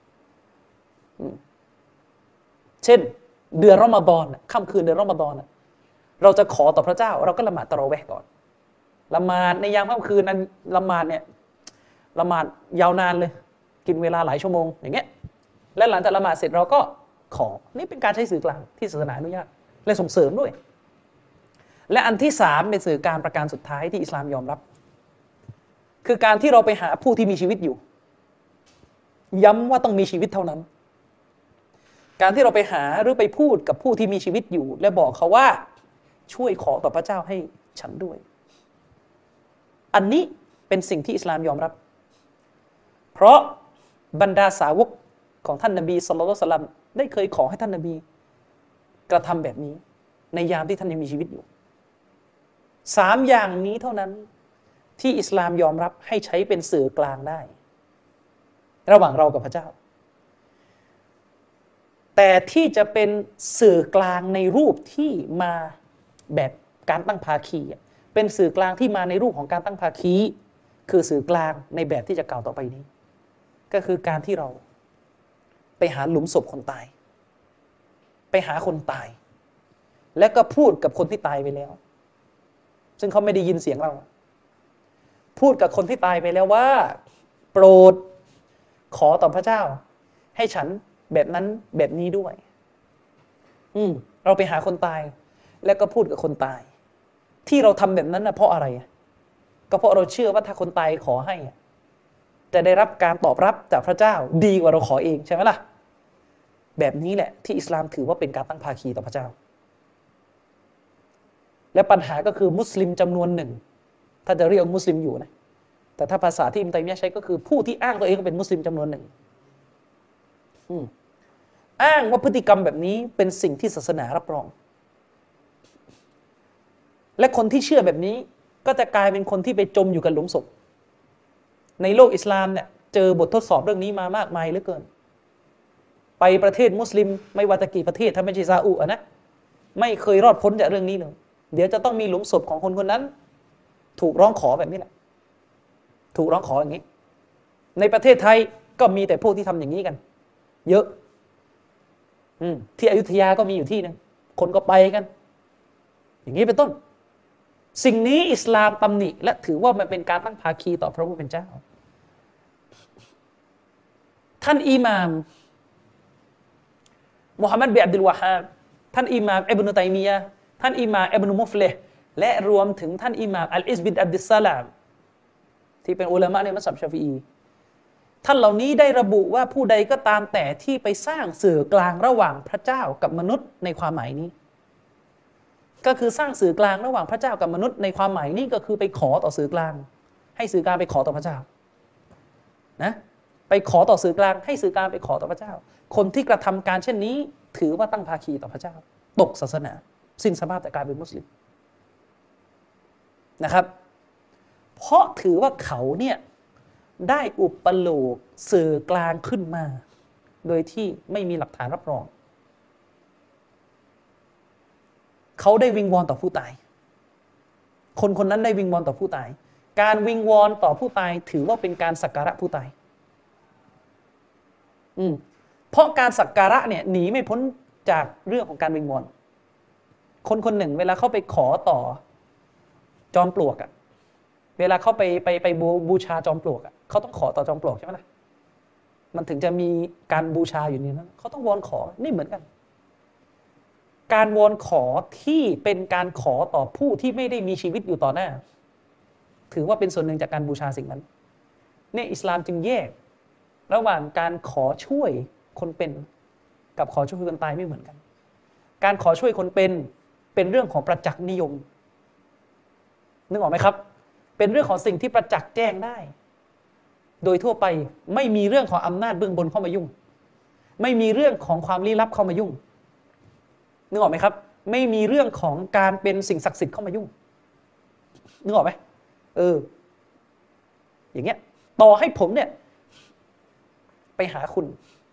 เช่นเดือนรอมฎอนค่ำคืนเดือนรอมฎอนเราจะขอต่อพระเจ้าเราก็ละหมาดตะเราะเวห์ก่อนละหมาดในยามค่ำคืนนั้นละหมาดเนี่ยละหมาดยาวนานเลยกินเวลาหลายชั่วโมงอย่างเงี้ยและหลังจากละหมาดเสร็จเราก็ขอนี่เป็นการใช้สื่อกลางที่ศาสนาอนุญาตและส่งเสริมด้วยและอันที่สามเป็นสื่อกลางประการสุดท้ายที่อิสลามยอมรับคือการที่เราไปหาผู้ที่มีชีวิตอยู่ย้ำว่าต้องมีชีวิตเท่านั้นการที่เราไปหาหรือไปพูดกับผู้ที่มีชีวิตอยู่และบอกเขาว่าช่วยขอต่อพระเจ้าให้ฉันด้วยอันนี้เป็นสิ่งที่อิสลามยอมรับเพราะบรรดาสาวกของท่านนบีศ็อลลัลลอฮุอะลัยฮิวะซัลลัมได้เคยขอให้ท่านนบีกระทำแบบนี้ในยามที่ท่านยังมีชีวิตอยู่สามอย่างนี้เท่านั้นที่อิสลามยอมรับให้ใช้เป็นสื่อกลางได้ระหว่างเรากับพระเจ้าแต่ที่จะเป็นสื่อกลางในรูปที่มาแบบการตั้งภาคีเป็นสื่อกลางที่มาในรูปของการตั้งภาคีคือสื่อกลางในแบบที่จะกล่าวต่อไปนี้ก็คือการที่เราไปหาหลุมศพคนตายไปหาคนตายแล้วก็พูดกับคนที่ตายไปแล้วซึ่งเขาไม่ได้ยินเสียงเราพูดกับคนที่ตายไปแล้วว่าโปรดขอต่อพระเจ้าให้ฉันแบบนั้นแบบนี้ด้วยอืมเราไปหาคนตายแล้วก็พูดกับคนตายที่เราทำแบบนั้นนะเพราะอะไรก็เพราะเราเชื่อว่าถ้าคนตายขอให้จะได้รับการตอบรับจากพระเจ้าดีกว่าเราขอเองใช่ไหมล่ะแบบนี้แหละที่อิสลามถือว่าเป็นการตั้งภาคีต่อพระเจ้าและปัญหาก็คือมุสลิมจำนวนหนึ่งถ้าจะเรียกมุสลิมอยู่นะแต่ถ้าภาษาที่อิบนุตัยมียะห์ใช้ก็คือผู้ที่อ้างตัวเองเป็นมุสลิมจำนวนหนึ่งอ้างว่าพฤติกรรมแบบนี้เป็นสิ่งที่ศาสนารับรองและคนที่เชื่อแบบนี้ก็จะกลายเป็นคนที่ไปจมอยู่กับหลุมศพในโลกอิสลามเนี่ยเจอบททดสอบเรื่องนี้มามากมายเหลือเกินไปประเทศมุสลิมไม่ว่าจะกี่ประเทศถ้าไม่ใช่ซาอุอะนะไม่เคยรอดพ้นจากเรื่องนี้เลยเดี๋ยวจะต้องมีหลุมศพของคนคนนั้นถูกร้องขอแบบนี้แหละถูกร้องขออย่างนี้ในประเทศไทยก็มีแต่พวกที่ทำอย่างนี้กันเยอะอืมที่อยุธยาก็มีอยู่ที่นึงคนก็ไปกันอย่างนี้เป็นต้นสิ่งนี้อิสลามตำหนิและถือว่ามันเป็นการตั้งภาคีต่อพระผู้เป็นเจ้าท่านอิหม่ามมุฮัมมัดบินอับดุลวะฮาบท่านอิหม่ามอิบนุตัยมียะห์ท่านอิหม่ามอิบนุมุฟลิห์และรวมถึงท่านอิหม่ามอัลอิซบินอับดุสซะลามที่เป็นอุลามะในมัซฮับชาฟิอีท่านเหล่านี้ได้ระบุว่าผู้ใดก็ตามแต่ที่ไปสร้างสื่อกลางระหว่างพระเจ้ากับมนุษย์ในความหมายนี้ก็คือสร้างสื่อกลางระหว่างพระเจ้ากับมนุษย์ในความหมายนี้ก็คือไปขอต่อสื่อกลางให้สื่อกลางไปขอต่อพระเจ้านะไปขอต่อสื่อกลางให้สื่อกลางไปขอต่อพระเจ้าคนที่กระทำการเช่นนี้ถือว่าตั้งภาคีต่อพระเจ้าตกศาสนาสิ้นสภาพแต่กลายเป็นมุสลิมนะครับเพราะถือว่าเขาเนี่ยได้อุปโลกสื่อกลางขึ้นมาโดยที่ไม่มีหลักฐานรับรองเขาได้วิงวอนต่อผู้ตายคนคนนั้นได้วิงวอนต่อผู้ตายการวิงวอนต่อผู้ตายถือว่าเป็นการสักการะผู้ตายอืมเพราะการสักการะเนี่ยหนีไม่พ้นจากเรื่องของการวิงวอนคนคนหนึ่งเวลาเขาไปขอต่อจอมปลวกอะเวลาเขาไปไปไปบูชาจอมปลวกอะเขาต้องขอต่อจอมปลวกใช่ไหมล่ะมันถึงจะมีการบูชาอยู่ในนั้นเขาต้องวอนขอนี่เหมือนกันการวอนขอที่เป็นการขอต่อผู้ที่ไม่ได้มีชีวิตอยู่ต่อหน้าถือว่าเป็นส่วนหนึ่งจากการบูชาสิ่งนั้นเนี่ยอิสลามจึงแยกระหว่างการขอช่วยคนเป็นกับขอช่วยคนตายไม่เหมือนกันการขอช่วยคนเป็นเป็นเรื่องของประจักษ์นิยมนึกออกไหมครับเป็นเรื่องของสิ่งที่ประจักษ์แจ้งได้โดยทั่วไปไม่มีเรื่องของอำนาจเบื้องบนเข้ามายุ่งไม่มีเรื่องของความลี้ลับเข้ามายุ่งนึกออกไหมครับไม่มีเรื่องของการเป็นสิ่งศักดิ์สิทธิ์เข้ามายุ่งนึกออกไหมเอออย่างเงี้ยต่อให้ผมเนี่ยไปหาคุณ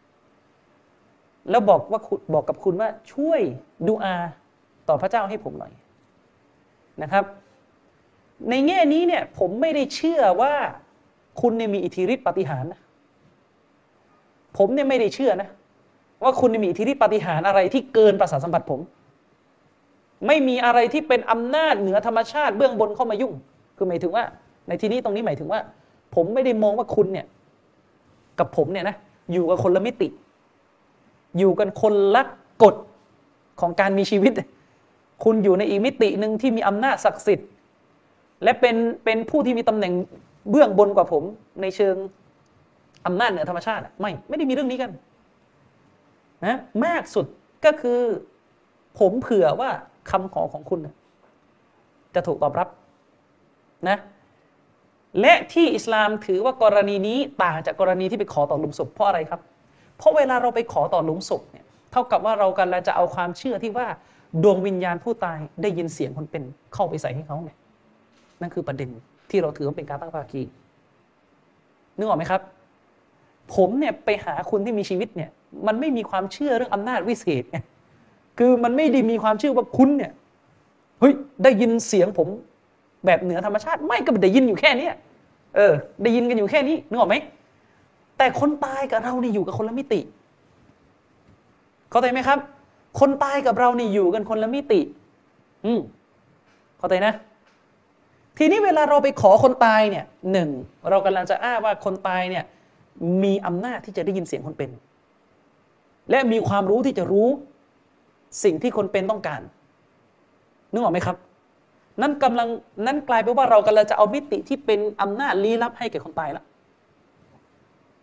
แล้วบอกว่าบอกกับคุณว่าช่วยดุอาต่อพระเจ้าให้ผมหน่อยนะครับในแง่นี้เนี่ยผมไม่ได้เชื่อว่าคุณเนี่ยมีอิทธิฤทธิปาฏิหาริย์นะผมเนี่ยไม่ได้เชื่อนะว่าคุณมีอิทธิฤทธิปาฏิหาริย์อะไรที่เกินประสาทสัมผัสผมไม่มีอะไรที่เป็นอำนาจเหนือธรรมชาติเบื้องบนเข้ามายุ่งคือหมายถึงว่าในที่นี้ตรงนี้หมายถึงว่าผมไม่ได้มองว่าคุณเนี่ยกับผมเนี่ยนะอยู่กับคนละมิติอยู่กันคนละกฎของการมีชีวิตคุณอยู่ในอีกมิตินึงที่มีอำนาจศักดิ์สิทธิ์และเป็นเป็นผู้ที่มีตำแหน่งเบื้องบนกว่าผมในเชิงอำนาจเหนือธรรมชาติไม่ไม่ได้มีเรื่องนี้กันนะมากสุดก็คือผมเผื่อว่าคำขอของคุณจะถูกตอบรับนะและที่อิสลามถือว่ากรณีนี้ต่างจากกรณีที่ไปขอต่อหลุมศพเพราะอะไรครับเพราะเวลาเราไปขอต่อหลุมศพเนี่ยเท่ากับว่าเรากำลังจะเอาความเชื่อที่ว่าดวงวิญญาณผู้ตายได้ยินเสียงคนเป็นเข้าไปใส่ให้เขาไงนั่นคือประเด็นที่เราถือว่าเป็นการตั้งภาคีนึกออกไหมครับผมเนี่ยไปหาคุณที่มีชีวิตเนี่ยมันไม่มีความเชื่อเรื่องอำนาจวิเศษไงคือมันไม่ได้มีความเชื่อว่าคุณเนี่ยเฮ้ยได้ยินเสียงผมแบบเหนือธรรมชาติไม่ก็ได้ยินอยู่แค่นี้เออได้ยินกันอยู่แค่นี้นึกออกไหมแต่คนตายกับเรานี่อยู่กับคนละมิติเข้าใจไหมครับคนตายกับเรานี่อยู่กันคนละมิติอืมเข้าใจนะทีนี้เวลาเราไปขอคนตายเนี่ยหนึ่งเรากำลังจะอ้างว่าคนตายเนี่ยมีอำนาจที่จะได้ยินเสียงคนเป็นและมีความรู้ที่จะรู้สิ่งที่คนเป็นต้องการนึกออกไหมครับนั่นกำลังนั่นกลายเป็นว่าเรากำลังจะเอามิติที่เป็นอำนาจลี้ลับให้แก่คนตายละ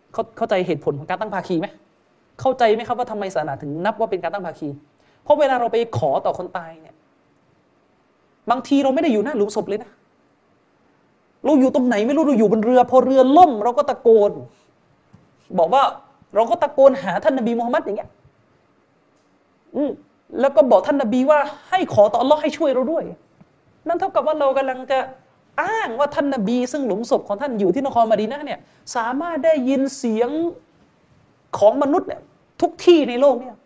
เขาเข้าใจเหตุผลของการตั้งภาคีไหมเข้าใจไหมครับว่าทำไมศาสนาถึงนับว่าเป็นการตั้งภาคีเพราะเวลาเราไปขอต่อคนตายเนี่ยบางทีเราไม่ได้อยู่หน้าหลุมศพเลยนะเราอยู่ตรงไหนไม่รู้เราอยู่บนเรือพอเรือล่มเราก็ตะโกนบอกว่าเราก็ตะโกนหาท่านนบีมูฮัมมัดอย่างเงี้ยอืมแล้วก็บอกท่านนบีว่าให้ขอต่ออัลเลาะห์ให้ช่วยเราด้วยนั่นเท่ากับว่าเรากำลังจะอ้างว่าท่านนบีซึ่งหลุมศพของท่านอยู่ที่นครมะดีนะห์เนี่ยสามารถได้ยินเสียงของมนุษย์เนี่ยทุกที่ในโลกเนี่ย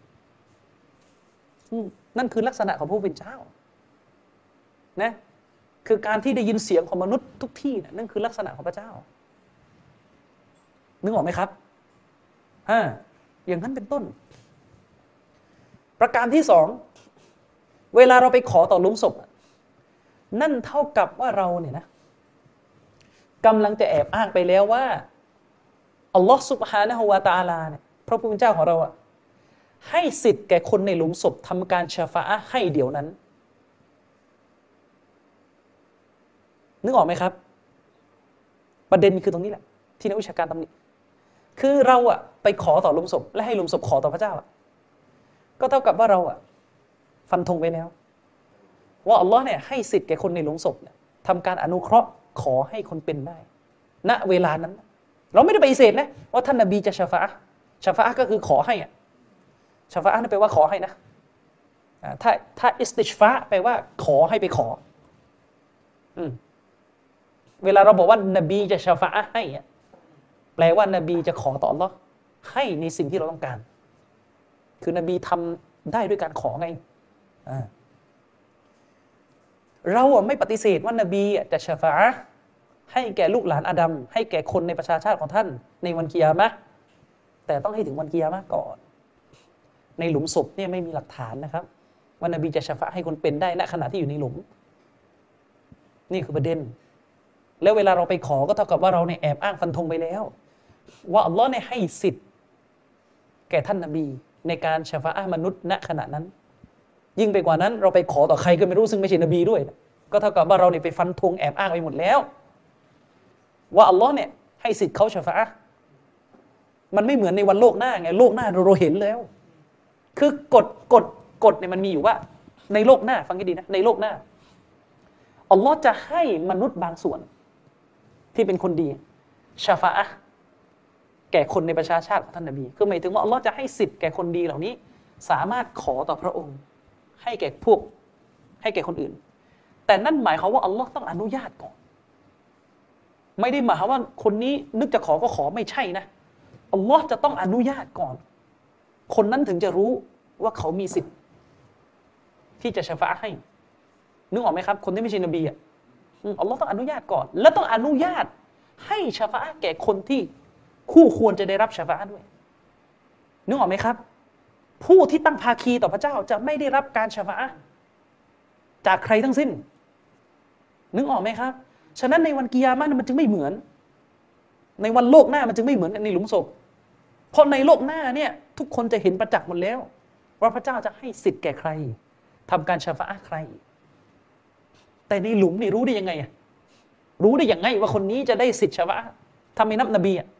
นั่นคือลักษณะของผู้เป็นเจ้านะคือการที่ได้ยินเสียงของมนุษย์ทุกที่เนี่ยนั่นคือลักษณะของพระเจ้านึกออกไหมครับอ่าอย่างนั้นเป็นต้นประการที่สองเวลาเราไปขอต่อหลุมศพนั่นเท่ากับว่าเราเนี่ยนะกำลังจะแอบอ้างไปแล้วว่าอัลลอฮฺซุบฮานะฮูวะตะอาลาเนี่ยพระผู้เป็นเจ้าของเราอะให้สิทธิ์แก่คนในหลุมศพทำการชะฟาอะห์ให้เดี๋ยวนั้นนึกออกไหมครับประเด็นคือตรงนี้แหละที่นักวิชาการตำหนิคือเราอะไปขอต่อหลุมศพและให้หลุมศพขอต่อพระเจ้าอะก็เท่ากับว่าเราอะฟันธงไปแล้วว่าอัลลอฮ์เนี่ยให้สิทธิ์แก่คนในหลุมศพเนี่ยทำการอนุเคราะห์ขอให้คนเป็นได้ณเวลานั้นเราไม่ได้ปฏิเสธนะว่าท่านนบีจะชะฟาอะห์ชะฟาอะห์ก็คือขอให้อะชะฟาอะห์นั่นแปลว่าขอให้นะถ้าถ้าอิสติชฟาแปลว่าขอให้ไปขออืมเวลาเราบอกว่านบีจะชะฟาอะห์ให้แปลว่านบีจะขอต่ออัลลอฮ์ให้ในสิ่งที่เราต้องการคือนบีทำได้ด้วยการขอไงอ่าเราอ่ะไม่ปฏิเสธว่านบีจะชะฟาอะห์ให้แก่ลูกหลานอาดัมให้แก่คนในประชาชาติของท่านในวันกิยามะห์แต่ต้องให้ถึงวันกิยามะห์ก่อนในหลุมศพเนี่ยไม่มีหลักฐานนะครับว่านบีจะชะฟาอะห์ให้คนเป็นได้ณขณะที่อยู่ในหลุมนี่คือประเด็นแล้วเวลาเราไปขอก็เท่ากับว่าเราเนี่ยแอบอ้างฟันธงไปแล้วว่าอัลลอฮ์เนี่ยให้สิทธิ์แก่ท่านนบีในการชะฟาอะห์มนุษย์ณขณะนั้นยิ่งไปกว่านั้นเราไปขอต่อใครก็ไม่รู้ซึ่งไม่ใช่นบีด้วยก็เท่ากับว่าเราเนี่ยไปฟันธงแอบอ้างไปหมดแล้วว่าอัลลอฮ์เนี่ยให้สิทธิ์เขาชะฟาอะห์มันไม่เหมือนในวันโลกหน้าไงโลกหน้าเราเห็นแล้วคือกฎกฎกฎเนี่ยมันมีอยู่ว่าในโลกหน้าฟังให้ดีนะในโลกหน้าอัลลอฮ์จะให้มนุษย์บางส่วนที่เป็นคนดีชะฟาอะห์แก่คนในประชาชาติของท่านนบีคือหมายถึงว่าอัลลอฮ์จะให้สิทธิ์แก่คนดีเหล่านี้สามารถขอต่อพระองค์ให้แก่พวกให้แก่คนอื่นแต่นั่นหมายความว่าอัลลอฮ์ต้องอนุญาตก่อนไม่ได้หมายความว่าคนนี้นึกจะขอก็ขอไม่ใช่นะอัลลอฮ์จะต้องอนุญาตก่อนคนนั้นถึงจะรู้ว่าเขามีสิทธิ์ที่จะชะฟาอะห์ให้นึกออกไหมครับคนที่ไม่ใช่นบีอ่ะอัลลอฮ์ต้องอนุญาตก่อนและต้องอนุญาตให้ชะฟาอะห์แก่คนที่คู่ควรจะได้รับชะฟาอะห์ด้วยนึกออกไหมครับผู้ที่ตั้งภาคีต่อพระเจ้าจะไม่ได้รับการชะฟาอะห์จากใครทั้งสิ้นนึกออกไหมครับฉะนั้นในวันกิยามะห์มันจึงไม่เหมือนในวันโลกหน้ามันจึงไม่เหมือนในหลุมศพเพราะในโลกหน้าเนี่ยทุกคนจะเห็นประจักษ์หมดแล้วว่าพระเจ้าจะให้สิทธิ์แก่ใครทำการชะฟาอะห์ใครแต่ในหลุมนี่รู้ได้ยังไงอ่ะรู้ได้ยังไงว่าคนนี้จะได้สิทธิ์ชะฟาอะห์ถ้าไม่นับนบีอ่ะ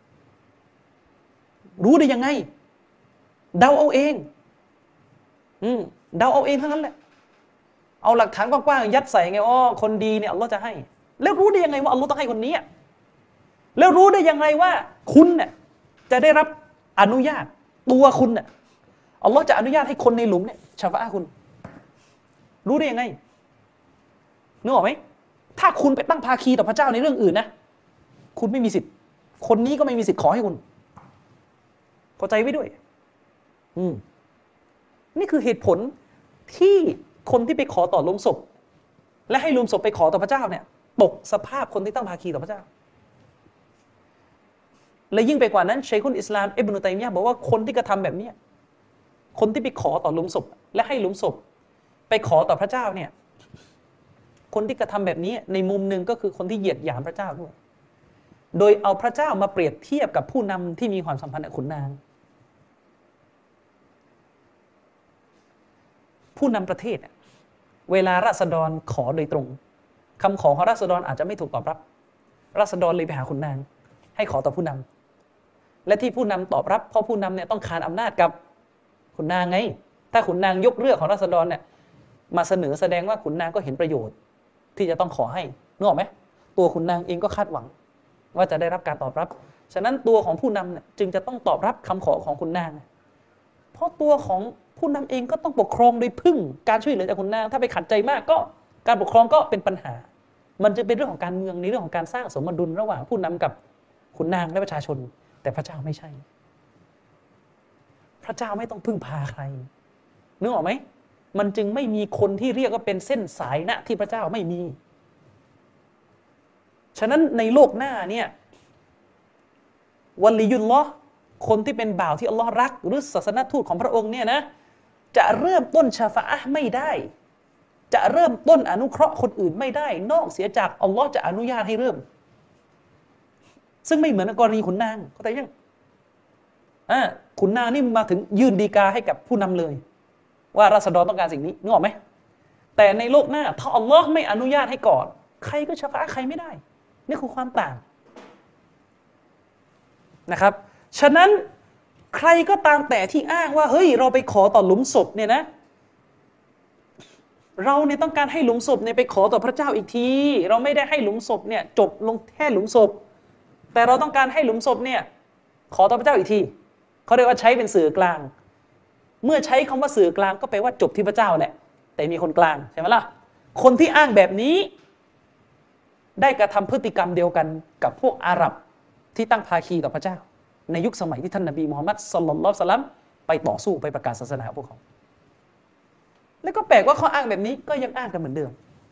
รู้ได้ยังไงเดาเอาเองอืมเดาเอาเองทั้งนั้นแหละเอาหลักฐานกว้างๆยัดใส่ไงอ๋อคนดีเนี่ยอัลลอฮ์จะให้แล้วรู้ได้ยังไงว่าอัลลอฮ์ต้องให้คนนี้แล้วรู้ได้ยังไงว่าคุณเนี่ยจะได้รับอนุญาตตัวคุณเนี่ยอัลลอฮ์จะอนุญาตให้คนในหลุมเนี่ยชะฟาอะห์คุณรู้ได้ยังไงนึกออกไหมถ้าคุณไปตั้งภาคีต่อพระเจ้าในเรื่องอื่นนะคุณไม่มีสิทธิ์คนนี้ก็ไม่มีสิทธิ์ขอให้คุณเข้าใจไว้ด้วยอืมนี่คือเหตุผลที่คนที่ไปขอต่อหลุมศพและให้หลุมศพไปขอต่อพระเจ้าเนี่ยตกสภาพคนที่ตั้งภาคีต่อพระเจ้าและยิ่งไปกว่านั้นชัยคุลอิสลามอิบนุตัยมียะห์บอกว่าคนที่กระทำแบบนี้คนที่ไปขอต่อหลุมศพและให้หลุมศพไปขอต่อพระเจ้าเนี่ยคนที่กระทำแบบนี้ในมุมหนึ่งก็คือคนที่เหยียดหยามพระเจ้าด้วยโดยเอาพระเจ้ามาเปรียบเทียบกับผู้นำที่มีความสัมพันธ์กับขุนนางผู้นำประเทศเวลาราษฎรขอโดยตรงคำขอของราษฎรอาจจะไม่ถูกตอบรับราษฎรเลยไปหาขุนนางให้ขอต่อผู้นและที่ผู้นำตอบรับเพราะผู้นำเนี่ยต้องคานอำนาจกับขุนนางไงถ้าขุนนางยกเรื่องของราษฎรเนี่ยมาเสนอแสดงว่าขุนนางก็เห็นประโยชน์ที่จะต้องขอให้นึกออกไหมตัวขุนนางเองก็คาดหวังว่าจะได้รับการตอบรับฉะนั้นตัวของผู้นำเนี่ยจึงจะต้องตอบรับคำขอของขุนนางเพราะตัวของผู้นำเองก็ต้องปกครองโดยพึ่งการช่วยเหลือจากขุนนางถ้าไปขัดใจมากก็การปกครองก็เป็นปัญหามันจะเป็นเรื่องของการเมืองในเรื่องของการสร้างสมดุลระหว่างผู้นำกับขุนนางและประชาชนแต่พระเจ้าไม่ใช่พระเจ้าไม่ต้องพึ่งพาใครนึกออกไหมมันจึงไม่มีคนที่เรียกว่าเป็นเส้นสายณที่พระเจ้าไม่มีฉะนั้นในโลกหน้าเนี่ยวัลลียุลลอฮ์คนที่เป็นบ่าวที่อัลลอฮ์รักหรือศาสนทูตของพระองค์เนี่ยนะจะเริ่มต้นชาฟาอะห์ไม่ได้จะเริ่มต้นอนุเคราะห์คนอื่นไม่ได้นอกเสียจากอัลลอฮ์จะอนุญาตให้เริ่มซึ่งไม่เหมือนกรณีขุนนางเข้าใจยังอ่าขุนนางนี่มาถึงยื่นฎีกาให้กับผู้นำเลยว่าราษฎรต้องการสิ่งนี้นึกออกไหมแต่ในโลกหน้าถ้าอัลลอฮ์ไม่อนุญาตให้ก่อนใครก็ชาฟาอะห์ใครไม่ได้นี่คือความต่างนะครับฉะนั้นใครก็ตามแต่ที่อ้างว่าเฮ้ยเราไปขอต่อหลุมศพเนี่ยนะเราเนี่ยต้องการให้หลุมศพเนี่ยไปขอต่อพระเจ้าอีกทีเราไม่ได้ให้หลุมศพเนี่ยจบลงแค่หลุมศพแต่เราต้องการให้หลุมศพเนี่ยขอต่อพระเจ้าอีกทีเขาเรียกว่าใช้เป็นสื่อกลางเมื่อใช้คำว่าสื่อกลางก็แปลว่าจบที่พระเจ้าแหละแต่มีคนกลางใช่ไหมล่ะคนที่อ้างแบบนี้ได้กระทำพฤติกรรมเดียวกันกับพวกอาหรับที่ตั้งภาคีต่อพระเจ้าในยุคสมัยที่ท่านนบีมูฮัมมัดศ็อลลัลลอฮุอะลัยฮิวะซัลลัมไปต่อสู้ไปประกาศศาสนาพวกเขาแล้วก็แปลกว่าเขาอ้างแบบนี้ก็ยังอ้างกันเหมือนเดิม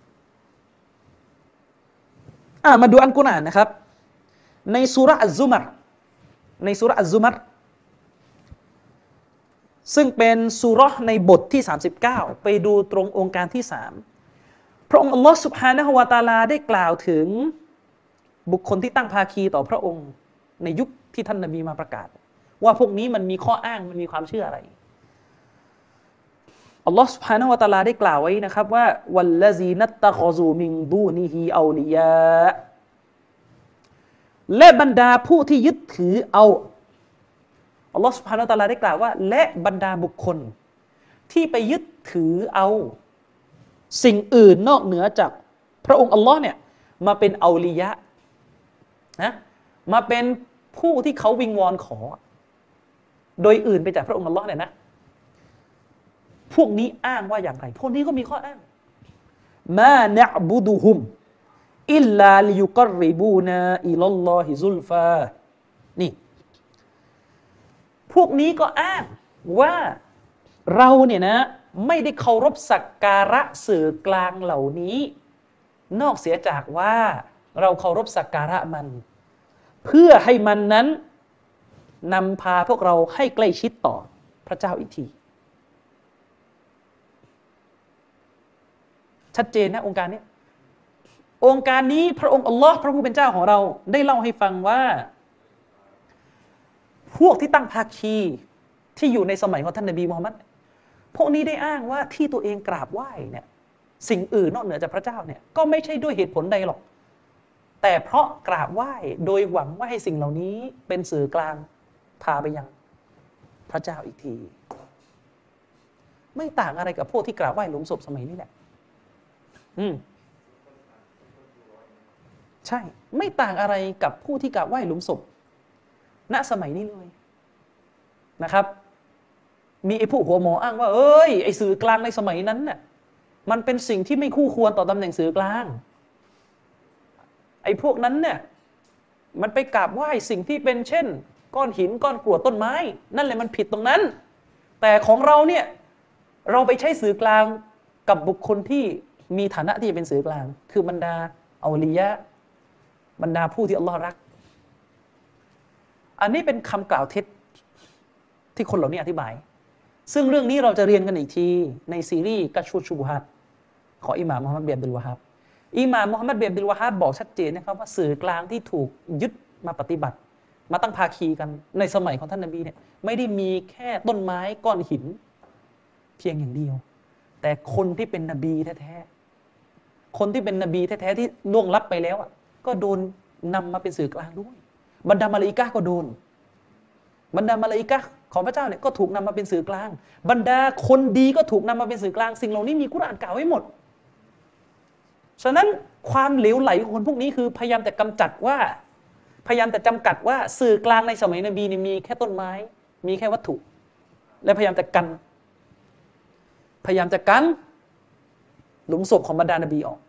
อ่ามาดูอัลกุรอานนะครับในซูเราะห์อัซซุมัรในซูเราะห์อัซซุมัรซึ่งเป็นซูเราะห์ในบทที่สามสิบเก้าไปดูตรงองค์การที่สามพระองค์อัลลอฮฺซุบฮานะฮูวะตะอาลาได้กล่าวถึงบุคคลที่ตั้งภาคีต่อพระองค์ในยุคที่ท่านนบีมาประกาศว่าพวกนี้มันมีข้ออ้างมันมีความเชื่ออะไรอัลลอฮฺซุบฮานะฮูวะตะอาลาได้กล่าวไว้นะครับว่าวัลลซีนัตตะคอซูมินดูนิฮิเอาลิยาและบรรดาผู้ที่ยึดถือเอาอัลลอฮฺซุบฮานะฮูวะตะอาลาได้กล่าวว่าและบรรดาบุคคลที่ไปยึดถือเอาสิ่งอื่นนอกเหนือจากพระองค์อัลลอฮ์เนี่ยมาเป็นเอาลิยะนะมาเป็นผู้ที่เขาวิงวอนขอโดยอื่นไปจากพระองค์อัลลอฮ์เนี่ยนะพวกนี้อ้างว่าอย่างไรพวกนี้ก็มีข้ออ้างมานะอ์บุดุฮุมอิลลาลิยุกรริบูนาอิลัลลอฮิซุลฟานี่พวกนี้ก็อ้างว่าเราเนี่ยนะไม่ได้เคารพสักการะสื่อกลางเหล่านี้นอกเสียจากว่าเราเคารพสักการะมันเพื่อให้มันนั้นนำพาพวกเราให้ใกล้ชิดต่อพระเจ้าอีกทีชัดเจนนะองค์การนี้องค์การนี้พระองค์อัลลอฮ์พระผู้เป็นเจ้าของเราได้เล่าให้ฟังว่าพวกที่ตั้งภาคีที่อยู่ในสมัยของท่านนบีมูฮัมมัดพวกนี้ได้อ้างว่าที่ตัวเองกราบไหว้เนี่ยสิ่งอื่นนอกเหนือจากพระเจ้าเนี่ยก็ไม่ใช่ด้วยเหตุผลใดหรอกแต่เพราะกราบไหว้โดยหวังว่าให้สิ่งเหล่านี้เป็นสื่อกลางพาไปยังพระเจ้าอีกทีไม่ต่างอะไรกับพวกที่กราบไหว้หลุมศพสมัยนี้แหละอืมใช่ไม่ต่างอะไรกับผู้ที่กราบไหว้หลุมศพณสมัยนี้เลยนะครับมีไอ้ผู้หัวหมออ้างว่าเอ้ยไอ้สื่อกลางในสมัยนั้นน่ะมันเป็นสิ่งที่ไม่คู่ควรต่อตำแหน่งสื่อกลางไอ้พวกนั้นเนี่ยมันไปกราบไหว้สิ่งที่เป็นเช่นก้อนหินก้อนกรวดต้นไม้นั่นแหละมันผิดตรงนั้นแต่ของเราเนี่ยเราไปใช้สื่อกลางกับบุคคลที่มีฐานะที่จะเป็นสื่อกลางคือบรรดาเอาลียะบรรดาผู้ที่อัลลอฮ์รักอันนี้เป็นคำกล่าวเท็จที่คนเหล่านี้อธิบายซึ่งเรื่องนี้เราจะเรียนกันอีกทีในซีรีส์กัชฟุชุบุฮัดของอิหม่ามมุฮัมมัดบินอับดุลวะฮับอิหม่ามมุฮัมมัดบินอับดุลวะฮับบอกชัดเจนนะครับว่าสื่อกลางที่ถูกยึดมาปฏิบัติมาตั้งภาคีกันในสมัยของท่านนบีเนี่ยไม่ได้มีแค่ต้นไม้ก้อนหินเพียงอย่างเดียวแต่คนที่เป็นนบีแท้ๆคนที่เป็นนบีแท้ๆที่ล่วงลับไปแล้วก็โดนนำมาเป็นสื่อกลางด้วยบรรดามาลาอิกะฮ์ก็โดนบรรดามาลาอิกะห์ของพระเจ้าเนี่ยก็ถูกนำมาเป็นสื่อกลางบรรดาคนดีก็ถูกนำมาเป็นสื่อกลางสิ่งเหล่านี้มีกุรอานกล่าวไว้หมดฉะนั้นความเหลวไหลของคนพวกนี้คือพยายามแต่กำจัดว่าพยายามแต่จำกัดว่าสื่อกลางในสมัยนบีนี่มีแค่ต้นไม้มีแค่วัตถุและพยายามจะกันพยายามจะกันหลุมศพของบรรดานบีออก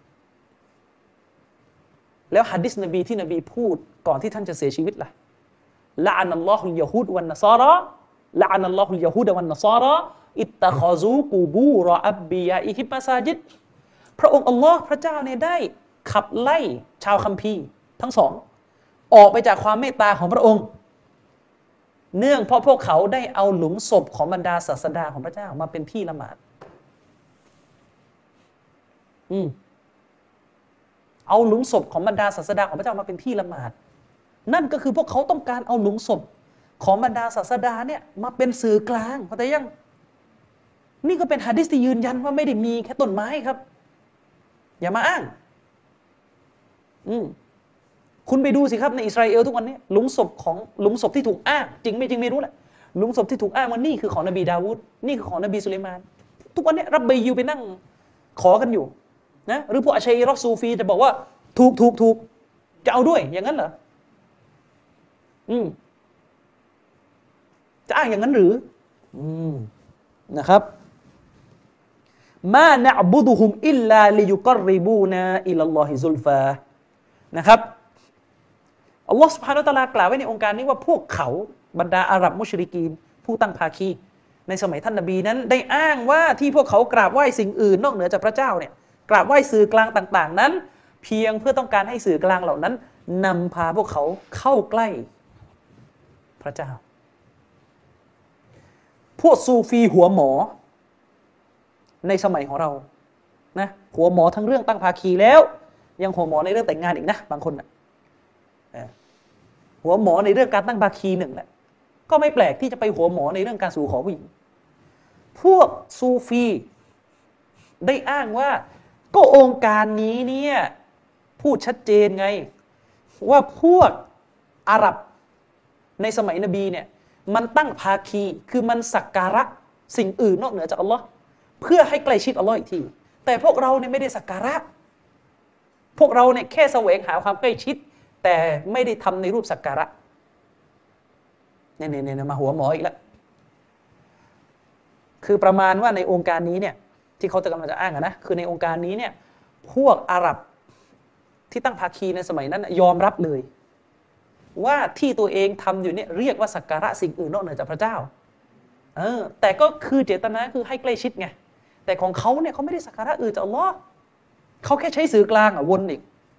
แล้วหะดีษนบีที่นบีพูดก่อนที่ท่านจะเสียชีวิตล่ะละอานัลลอฮุลยะฮูดวันนศาระละอานัลลอฮุลยะฮูดวันนศาระอิตตะคอซูกูบูรออับบิยาอิฮิมะซาจิดพระองค์อัลลอฮ์พระเจ้าเนี่ยได้ขับไล่ชาวคัมภีร์ทั้งสองออกไปจากความเมตตาของพระองค์เนื่องเพราะพวกเขาได้เอาหลุมศพของบรรดาศาสดาของพระเจ้ามาเป็นที่ละหมาดอืมเอาหลุมศพของบรรดาศาสดาของพระเจ้ามาเป็นที่ละหมาดนั่นก็คือพวกเขาต้องการเอาหลุมศพของบรรดาศาสดาเนี่ยมาเป็นสื่อกลางเข้าใจยังนี่ก็เป็นหะดีษที่ยืนยันว่าไม่ได้มีแค่ต้นไม้ครับอย่ามาอ้างอืมคุณไปดูสิครับในอิสราเอลทุกวันนี้หลุมศพของหลุมศพที่ถูกอ้างจริงไม่จริงไม่รู้แหละหลุมศพที่ถูกอ้างว่านี่คือของนบีดาวูดนี่คือของนบีสุลัยมานทุกวันนี้รับเบยูไปนั่งขอกันอยู่นะหรือพวกอัชชัยรอซูฟีจะบอกว่าถูกถูกถูกจะเอาด้วยอย่างนั้นเหรออืมจะอ้างอย่างนั้นหรืออืมนะครับมานะอ์บุดุฮุมอิลลาลิยุกรริบูนาอิลัลลอฮิซุลฟานะครับอัลลอฮฺซุบฮานะฮูวะตะอาลากล่าวไว้ในองค์การนี้ว่าพวกเขาบรรดาอาหรับมุชริกีนผู้ตั้งภาคีในสมัยท่านนบีนั้นได้อ้างว่าที่พวกเขากราบไหว้สิ่งอื่นนอกเหนือจากพระเจ้าเนี่ยกราบไหว้สื่อกลางต่างๆนั้นเพียงเพื่อต้องการให้สื่อกลางเหล่านั้นนำพาพวกเขาเข้าใกล้พระเจ้าพวกซูฟีหัวหมอในสมัยของเรานะหัวหมอทั้งเรื่องตั้งภาคีแล้วยังหัวหมอในเรื่องแต่งงานอีกนะบางคนนะหัวหมอในเรื่องการตั้งภาคีหนึ่งแหละก็ไม่แปลกที่จะไปหัวหมอในเรื่องการสู่ขอผู้หญิงพวกซูฟีได้อ้างว่าก็องค์การนี้เนี่ยพูดชัดเจนไงว่าพวกอาหรับในสมัยนบีเนี่ยมันตั้งภาคีคือมันสักการะสิ่งอื่นนอกเหนือจากอัลลอฮ์เพื่อให้ใกล้ชิดอัลลอฮ์อีกทีแต่พวกเราเนี่ยไม่ได้สักการะพวกเราเนี่ยแค่แสวงหาความใกล้ชิดแต่ไม่ได้ทำในรูปสักการะเนี่ยเนี่ยมาหัวหมออีกแล้วคือประมาณว่าในองค์การนี้เนี่ยที่เขาจะกำลังจะอ้างนะคือในองค์การนี้เนี่ยพวกอาหรับที่ตั้งภาคีในสมัยนั้นยอมรับเลยว่าที่ตัวเองทำอยู่เนี่ยเรียกว่าสักการะสิ่งอื่นนอกเหนือจากพระเจ้าเออแต่ก็คือเจตนาคือให้ใกล้ชิดไงแต่ของเขาเนี่ยเขาไม่ได้สักการะอื่นจากอัลลอฮ์เขาแค่ใช้สื่อกลางอ่ะวนอีก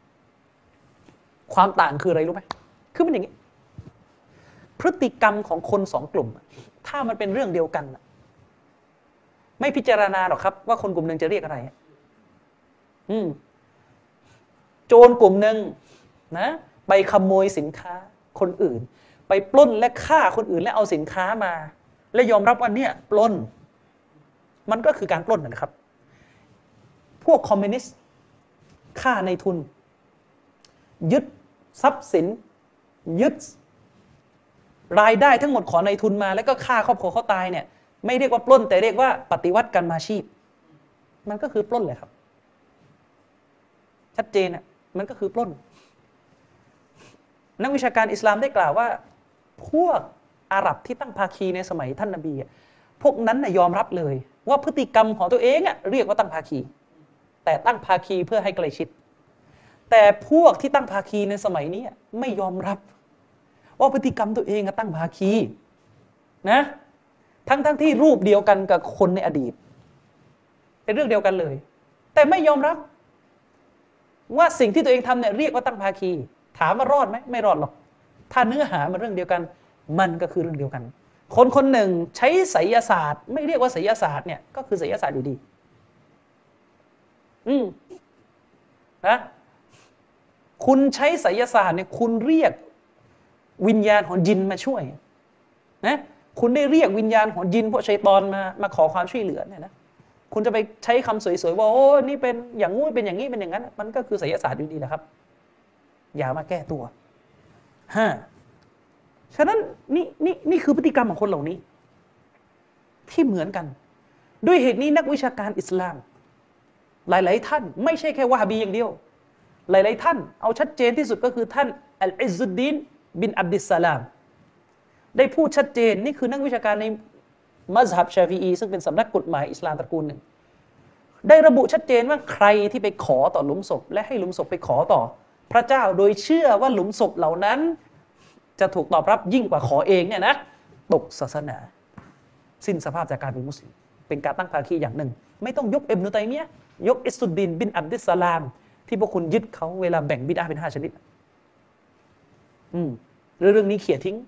ความต่างคืออะไรรู้ไหมคือมันอย่างนี้พฤติกรรมของคนสองกลุ่มถ้ามันเป็นเรื่องเดียวกันไม่พิจารณาหรอกครับว่าคนกลุ่มหนึ่งจะเรียกอะไรอืมโจรกลุ่มหนึ่งนะไปขโมยสินค้าคนอื่นไปปล้นและฆ่าคนอื่นและเอาสินค้ามาและยอมรับว่าเนี่ยปล้นมันก็คือการปล้นนะครับพวกคอมมิวนิสต์ฆ่าในทุนยึดทรัพย์สินยึดรายได้ทั้งหมดของในทุนมาแล้วก็ฆ่าครอบครัวเขาตายเนี่ยไม่เรียกว่าปล้นแต่เรียกว่าปฏิวัติการมาชีพมันก็คือปล้นเลยครับชัดเจนอ่ะมันก็คือปล้นนักวิชาการอิสลามได้กล่าวว่าพวกอาหรับที่ตั้งภาคีในสมัยท่านนบีพวกนั้นน่ะยอมรับเลยว่าพฤติกรรมของตัวเองอ่ะเรียกว่าตั้งภาคีแต่ตั้งภาคีเพื่อให้ใกล้ชิดแต่พวกที่ตั้งภาคีในสมัยนี้ไม่ยอมรับว่าพฤติกรรมตัวเองตั้งภาคีนะทั้งทั้งที่รูปเดียวกันกับคนในอดีตเป็นเรื่องเดียวกันเลยแต่ไม่ยอมรับว่าสิ่งที่ตัวเองทำเนี่ยเรียกว่าตั้งภาคีถามว่ารอดไหมไม่รอดหรอกถ้าเนื้อหามันเรื่องเดียวกันมันก็คือเรื่องเดียวกันคนคนหนึ่งใช้ไสยศาสตร์ไม่เรียกว่าไสยศาสตร์เนี่ยก็คือไสยศาสตร์อยู่ดีอืมนะคุณใช้ไสยศาสตร์เนี่ยคุณเรียกวิญญาณของยินมาช่วยนะคุณได้เรียกวิญญาณของยินพวกชัยฏอนมามาขอความช่วยเหลือเนี่ยนะคุณจะไปใช้คำสวยๆว่าโอ้นี่เป็นอย่างงู้นเป็นอย่างนี้เป็นอย่างนั้นมันก็คือไสยศาสตร์อยู่ดีแหละครับอย่ามาแก้ตัวห้าฉะนั้นนี่นี่นี่คือพฤติกรรมของคนเหล่านี้ที่เหมือนกันด้วยเหตุนี้นักวิชาการอิสลามหลายๆท่านไม่ใช่แค่วะฮาบีอย่างเดียวหลายๆท่านเอาชัดเจนที่สุดก็คือท่านอัลอิซซุดดีนบินอับดิสสลามได้พูดชัดเจนนี่คือนักวิชาการในมัซฮับชาฟิอีซึ่งเป็นสำนักกฎหมายอิสลามตระกูลหนึ่งได้ระบุชัดเจนว่าใครที่ไปขอต่อหลุมศพและให้หลุมศพไปขอต่อพระเจ้าโดยเชื่อว่าหลุมศพเหล่านั้นจะถูกตอบรับยิ่งกว่าขอเองเนี่ยนะตกศาสนาสิ้นสภาพจากการเป็นมุสลิมเป็นการตั้งภาคีอย่างหนึ่งไม่ต้องยกอิบนุตัยมียะห์ยกอิสซุดดีนบินอับดิสสลามที่พวกคุณยึดเขาเวลาแบ่งบิดอะห์เป็นห้าชนิดอืมเรื่องนี้เขี่ยทิ้ง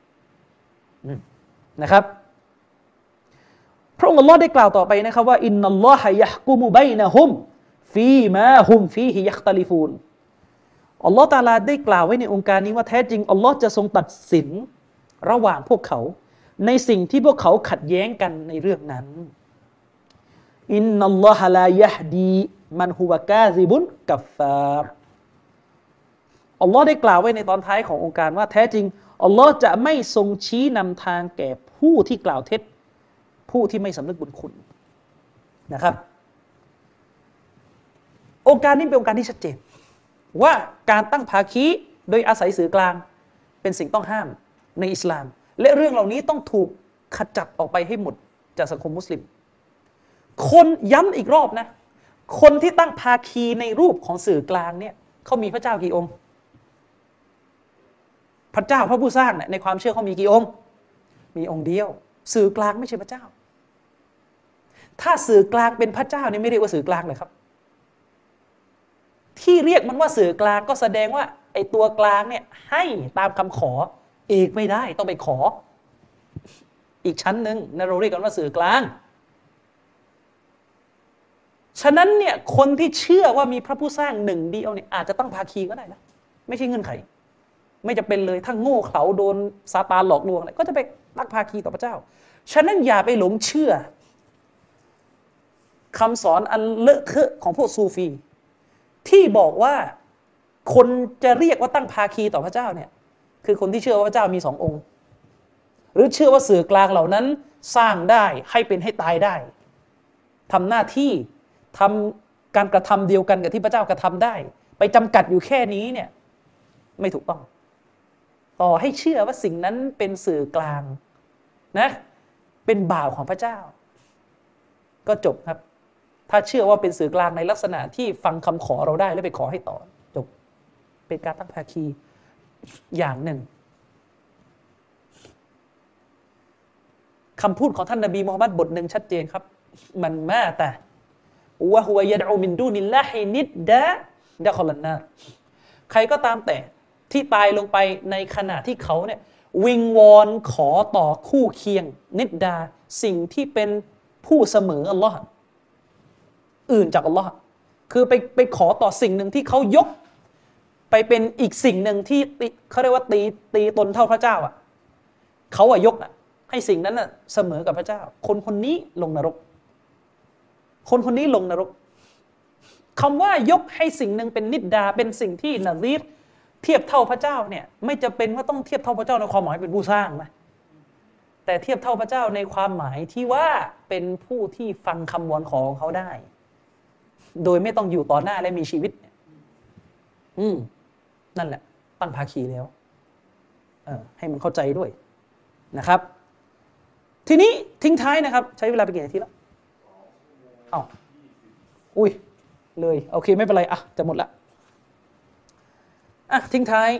นะครับพระองค์อัลลอฮ์ได้กล่าวต่อไปนะครับว่าอินนัลลอฮะยะห์กุมุบัยนะฮุมฟีมาฮุมฟีฮิยัคตะลิฟูนอัลลอฮ์ตะอาลาได้กล่าวไว้ในองค์การนี้ว่าแท้จริงอัลลอฮ์จะทรงตัดสินระหว่างพวกเขาในสิ่งที่พวกเขาขัดแย้งกันในเรื่องนั้นอินนัลลอฮะลายะฮดีมันฮุวะกาซิบุนกัฟฟารอัลลอฮ์ได้กล่าวไว้ในตอนท้ายขององค์การว่าแท้จริงอัลลอฮ์จะไม่ทรงชี้นำทางแก่ผู้ที่กล่าวเท็จผู้ที่ไม่สำนึกบุญคุณนะครับองค์การนี้เป็นองค์การที่ชัดเจนว่าการตั้งภาคีโดยอาศัยสื่อกลางเป็นสิ่งต้องห้ามในอิสลามและเรื่องเหล่านี้ต้องถูกขจัดออกไปให้หมดจากสังคมมุสลิมคนย้ำอีกรอบนะคนที่ตั้งภาคีในรูปของสื่อกลางเนี่ยเขามีพระเจ้ากี่องค์พระเจ้าพระผู้สร้างเนี่ยในความเชื่อเขามีกี่องค์มีองค์เดียวสื่อกลางไม่ใช่พระเจ้าถ้าสื่อกลางเป็นพระเจ้านี่ไม่เรียกว่าสื่อกลางเลยครับที่เรียกมันว่าสื่อกลางก็แสดงว่าไอ้ตัวกลางเนี่ยให้ตามคำขอเองไม่ได้ต้องไปขออีกชั้นหนึ่งนะเราเรียกกันว่าสื่อกลางฉะนั้นเนี่ยคนที่เชื่อว่ามีพระผู้สร้างหนึ่งเดียวเนี่ยอาจจะตั้งภาคีก็ได้นะไม่ใช่เงื่อนไขไม่จะเป็นเลยถ้าโง่เขลาโดนซาตานหลอกลวงอะไรก็จะไปตั้งภาคีต่อพระเจ้าฉะนั้นอย่าไปหลงเชื่อคำสอนอันเลอะเทอะของพวกซูฟีที่บอกว่าคนจะเรียกว่าตั้งภาคีต่อพระเจ้าเนี่ยคือคนที่เชื่อว่าพระเจ้ามีสององค์หรือเชื่อว่าสื่อกลางเหล่านั้นสร้างได้ให้เป็นให้ตายได้ทำหน้าที่ทำการกระทำเดียวกันกับที่พระเจ้ากระทำได้ไปจำกัดอยู่แค่นี้เนี่ยไม่ถูกต้องต่อให้เชื่อว่าสิ่งนั้นเป็นสื่อกลางนะเป็นบ่าวของพระเจ้าก็จบครับถ้าเชื่อว่าเป็นสื่อกลางในลักษณะที่ฟังคำขอเราได้แล้วไปขอให้ต่อจบเป็นการตั้งภาคีอย่างหนึ่งคำพูดของท่านนบีมูฮัมมัดบทหนึ่งชัดเจนครับมันมาแต่วะฮุวะยัดอูมินดูนิลลาฮินิดดะดะคอลันนาใครก็ตามแต่ที่ตายลงไปในขณะที่เขาเนี่ยวิงวอนขอต่อคู่เคียงนิดดาสิ่งที่เป็นผู้เสมออัลลอฮ์อื่นจากอัลลอฮ์คือไปไปขอต่อสิ่งหนึ่งที่เขายกไปเป็นอีกสิ่งหนึ่งที่เขาเรียกว่าตีตีตนเท่าพระเจ้าอ่ะเขาอ่ะยกอ่ะให้สิ่งนั้นอ่ะเสมอกับพระเจ้าคนคนนี้ลงนรกคนคนนี้ลงนรกคำว่ายกให้สิ่งหนึ่งเป็นนิดดาเป็นสิ่งที่นะซีรเทียบเท่าพระเจ้าเนี่ยไม่จำเป็นว่าต้องเทียบเท่าพระเจ้าในความหมายเป็นผู้สร้างนะแต่เทียบเท่าพระเจ้าในความหมายที่ว่าเป็นผู้ที่ฟังคำวอนขอของเขาได้โดยไม่ต้องอยู่ต่อหน้าและมีชีวิตอืมนั่นแหละตั้งภาคีแล้วเออให้มันเข้าใจด้วยนะครับ ทีนี้ทิ้งท้ายนะครับใช้เวลาไปกี่นาทีแล้วอ้าวอุ้ยเลยโอเคไม่เป็นไรอ่ะจะหมดละอ่ะทิ้งท้าย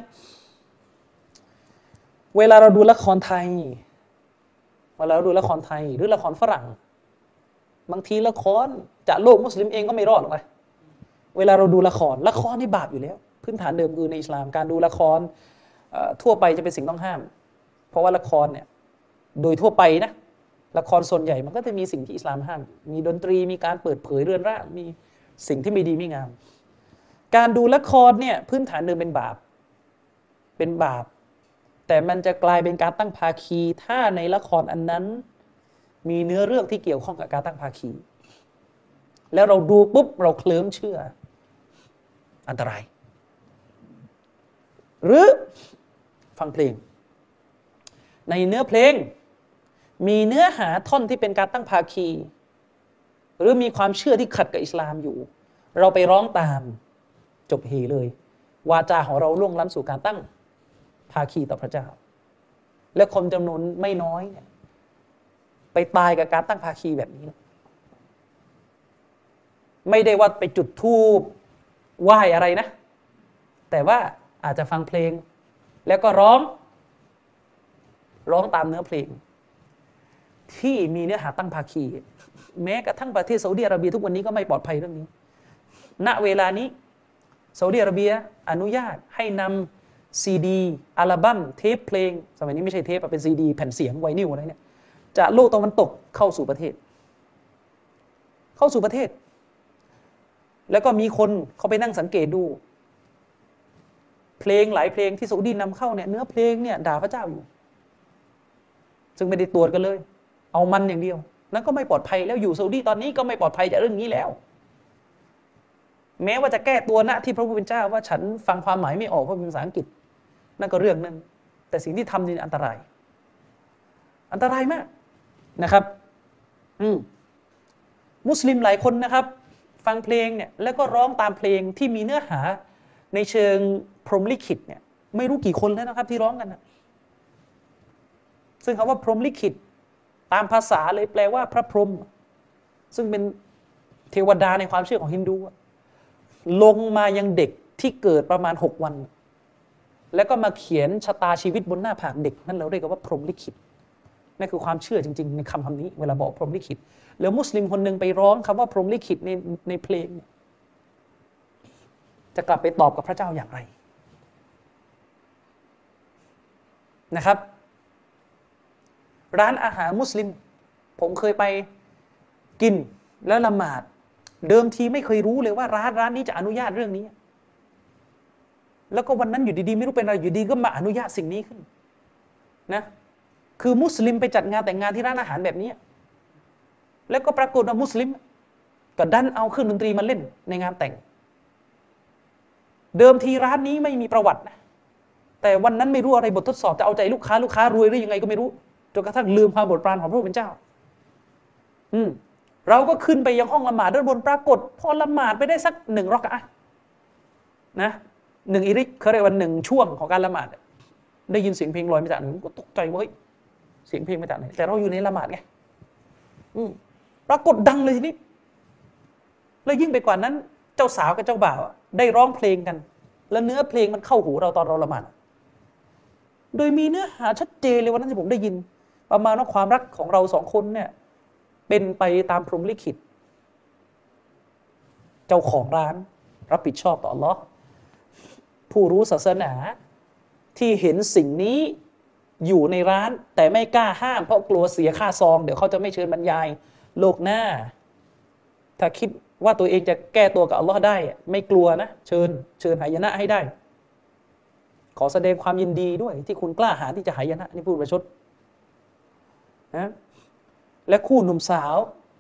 เวลาเราดูละครไทยเวลาเราดูละครไทยหรือละครฝรั่งบางทีละครจากโลกมุสลิมเองก็ไม่รอดหรอกนะเวลาเราดูละครละครนี่บาปอยู่แล้วพื้นฐานเดิมคือในอิสลามการดูละครทั่วไปจะเป็นสิ่งต้องห้ามเพราะว่าละครเนี่ยโดยทั่วไปนะละครส่วนใหญ่มันก็จะมีสิ่งที่อิสลามห้ามมีดนตรีมีการเปิดเผยเรือนร่างมีสิ่งที่ไม่ดีไม่งามการดูละครเนี่ยพื้นฐานเดิมเป็นบาปเป็นบาปแต่มันจะกลายเป็นการตั้งภาคีถ้าในละครอันนั้นมีเนื้อเรื่องที่เกี่ยวข้องกับการตั้งภาคีแล้วเราดูปุ๊บเราเคลิ้มเชื่ออันตรายหรือฟังเพลงในเนื้อเพลงมีเนื้อหาท่อนที่เป็นการตั้งภาคีหรือมีความเชื่อที่ขัดกับอิสลามอยู่เราไปร้องตามจบเฮเลยวาจาของเราล่วงล้ำสู่การตั้งภาคีต่อพระเจ้าและคนจำนวนไม่น้อยเนี่ยไปตายกับการตั้งภาคีแบบนี้ไม่ได้ว่าไปจุดธูปไหว้อะไรนะแต่ว่าอาจจะฟังเพลงแล้วก็ร้องร้องตามเนื้อเพลงที่มีเนื้อหาตั้งภาคีแม้กระทั่งประเทศซาอุดิอาระเบียทุกวันนี้ก็ไม่ปลอดภัยเรื่องนี้ณเวลานี้ซาอุดิอาระเบียอนุญาตให้นำซีดีอัลบั้มเทปเพลงสมัยนี้ไม่ใช่เทปเป็นซีดีแผ่นเสียงไวนิลอะไรเนี่ยจากโลกตะวันตกเข้าสู่ประเทศเข้าสู่ประเทศแล้วก็มีคนเขาไปนั่งสังเกตดูเพลงหลายเพลงที่ซาอุดีนำเข้าเนี่ยเนื้อเพลงเนี่ยด่าพระเจ้าอยู่ซึ่งไม่ได้ตรวจกันเลยเอามันอย่างเดียวนั้นก็ไม่ปลอดภัยแล้วอยู่ซาอุดีตอนนี้ก็ไม่ปลอดภัยจากเรื่องนี้แล้วแม้ว่าจะแก้ตัวนะที่พระผู้เป็นเจ้าว่าฉันฟังความหมายไม่ออกเพราะเป็นภาษาอังกฤษนั่นก็เรื่องนึงแต่สิ่งที่ทำนี่อันตรายอันตรายมากนะครับอืมมุสลิมหลายคนนะครับฟังเพลงเนี่ยแล้วก็ร้องตามเพลงที่มีเนื้อหาในเชิงพรหมลิขิตเนี่ยไม่รู้กี่คนแล้วนะครับที่ร้องกันนะซึ่งคำว่าพรหมลิขิตตามภาษาเลยแปลว่าพระพรหมซึ่งเป็นเทวดาในความเชื่อของฮินดูลงมายังเด็กที่เกิดประมาณหกวันแล้วก็มาเขียนชะตาชีวิตบนหน้าผากเด็กนั่นเราเรียกว่าพรหมลิขิตนั่นคือความเชื่อจริงๆในคำคำนี้เวลาบอกพรหมลิขิตแล้วมุสลิมคนหนึ่งไปร้องคำว่าพรหมลิขิตในในเพลงจะกลับไปตอบกับพระเจ้าอย่างไรนะครับร้านอาหารมุสลิมผมเคยไปกินแล้วละหมาดเดิมทีไม่เคยรู้เลยว่าร้านร้านนี้จะอนุญาตเรื่องนี้แล้วก็วันนั้นอยู่ดีๆไม่รู้เป็นอะไรอยู่ดีก็มาอนุญาตสิ่งนี้ขึ้นนะคือมุสลิมไปจัดงานแต่งงานที่ร้านอาหารแบบนี้แล้วก็ปรากฏว่ามุสลิมก็ดันเอาเครื่องดนตรีมาเล่นในงานแต่งเดิมทีร้านนี้ไม่มีประวัตินะแต่วันนั้นไม่รู้อะไรบททดสอบจะเอาใจลูกค้าลูกค้ารวยหรือยังไงก็ไม่รู้จนกระทั่งลืมความโปรดปรานของพระผู้เป็นเจ้าอืมเราก็ขึ้นไปยังห้องละหมาดด้านบนปรากฏพอละหมาดไปได้สักหนึ่งรอกอะห์นะหนึ่งอิริกเขาเรียกว่าหนึ่งช่วงของการละหมาดได้ยินเสียงเพลงลอยมาจากไหนก็ตกใจว่าเฮ้ยเสียงเพลงมาจากไหนแต่เราอยู่ในละหมาดไงอืมปรากฏดังเลยทีนี้แล้วยิ่งไปกว่านั้นเจ้าสาวกับเจ้าบ่าวได้ร้องเพลงกันแล้วเนื้อเพลงมันเข้าหูเราตอนเราละหมาดโดยมีเนื้อหาชัดเจนเลยวันนั้นที่ผมได้ยินประมาณว่าความรักของเราสองคนเนี่ยเป็นไปตามพรหมลิขิตเจ้าของร้านรับผิดชอบต่ออัลเลาะห์ผู้รู้ศาสนาที่เห็นสิ่งนี้อยู่ในร้านแต่ไม่กล้าห้ามเพราะกลัวเสียค่าซองเดี๋ยวเขาจะไม่เชิญบรรยายโลกหน้าถ้าคิดว่าตัวเองจะแก้ตัวกับอัลเลาะห์ได้ไม่กลัวนะเชิญเชิญหายนะให้ได้ขอแสดงความยินดีด้วยที่คุณกล้าหาญที่จะหายนะนี่พูดประชดนะและคู่หนุ่มสาว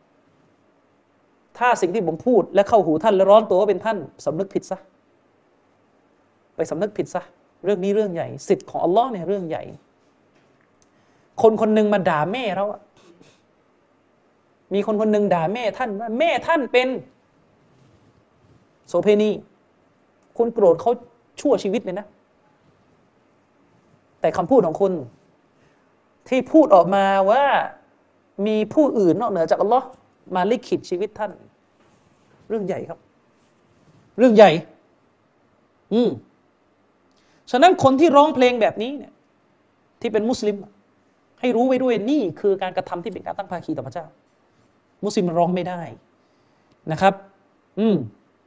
ถ้าสิ่งที่ผมพูดและเข้าหูท่านและร้อนตัวว่าเป็นท่านสำนึกผิดซะไปสำนึกผิดซะเรื่องนี้เรื่องใหญ่สิทธิ์ของอัลเลาะห์เนี่ยเรื่องใหญ่คนคนหนึ่งมาด่าแม่เรามีคนคนหนึ่งด่าแม่ท่านว่าแม่ท่านเป็นโสเภณีคุณโกรธเขาชั่วชีวิตเลยนะแต่คำพูดของคุณที่พูดออกมาว่ามีผู้อื่นนอกเหนือจากอัลเลาะห์มาลิขิตชีวิตท่านเรื่องใหญ่ครับเรื่องใหญ่อืมฉะนั้นคนที่ร้องเพลงแบบนี้เนี่ยที่เป็นมุสลิมให้รู้ไว้ด้วยนี่คือการกระทำที่เป็นการตั้งภาคีต่อพระเจ้ามุสลิมร้องไม่ได้นะครับอืม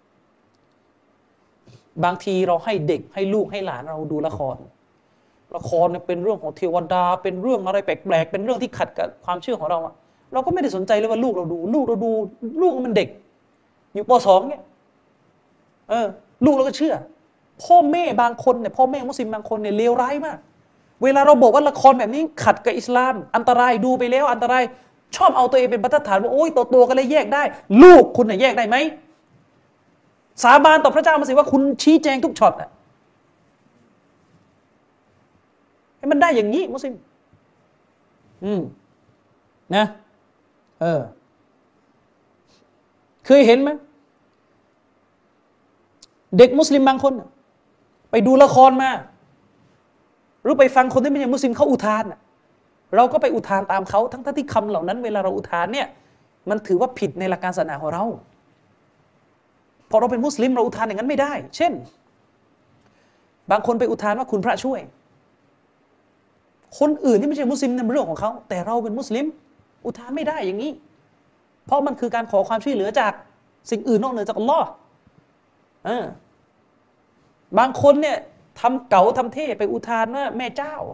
บางทีเราให้เด็กให้ลูกให้หลานเราดูละครละครเนี่ยเป็นเรื่องของเทวดาเป็นเรื่องอะไรแปลกๆเป็นเรื่องที่ขัดกับความเชื่อของเราอะเราก็ไม่ได้สนใจเลยว่าลูกเราดูลูกเราดูลูกมันเด็กอยู่ป.สอง เนี่ยเออลูกเราก็เชื่อพ่อแม่บางคนเนี่ยพ่อแม่มุสลิมบางคนเนี่ยเลวร้ายมากเวลาเราบอกว่าละครแบบนี้ขัดกับอิสลามอันตรายดูไปแล้วอันตรายชอบเอาตัวเองเป็นบรรทัดฐานว่าโอ๊ยโตๆกันเลยแยกได้ลูกคุณเนี่ยแยกได้ไหมสาบานต่อพระเจ้ามาสิว่าคุณชี้แจงทุกช็อตอะให้มันได้อย่างนี้มุสลิมอืมนะเออเคยเห็นไหมเด็กมุสลิมบางคนไปดูละครมาหรือไปฟังคนที่ไม่ใช่มุสลิมเขาอุทานเราก็ไปอุทานตามเขาทั้งที่คำเหล่านั้นเวลาเราอุทานเนี่ยมันถือว่าผิดในหลักการศาสนาของเราพอเราเป็นมุสลิมเราอุทานอย่างนั้นไม่ได้เช่นบางคนไปอุทานว่าคุณพระช่วยคนอื่นที่ไม่ใช่มุสลิมนั่นเป็นเรื่องของเขาแต่เราเป็นมุสลิมอุทานไม่ได้อย่างนี้เพราะมันคือการขอความช่วยเหลือจากสิ่งอื่นนอกเหนือจากอัลลอฮ์เออบางคนเนี่ยทำเก๋าทำเท่ไปอุทานว่าแม่เจ้า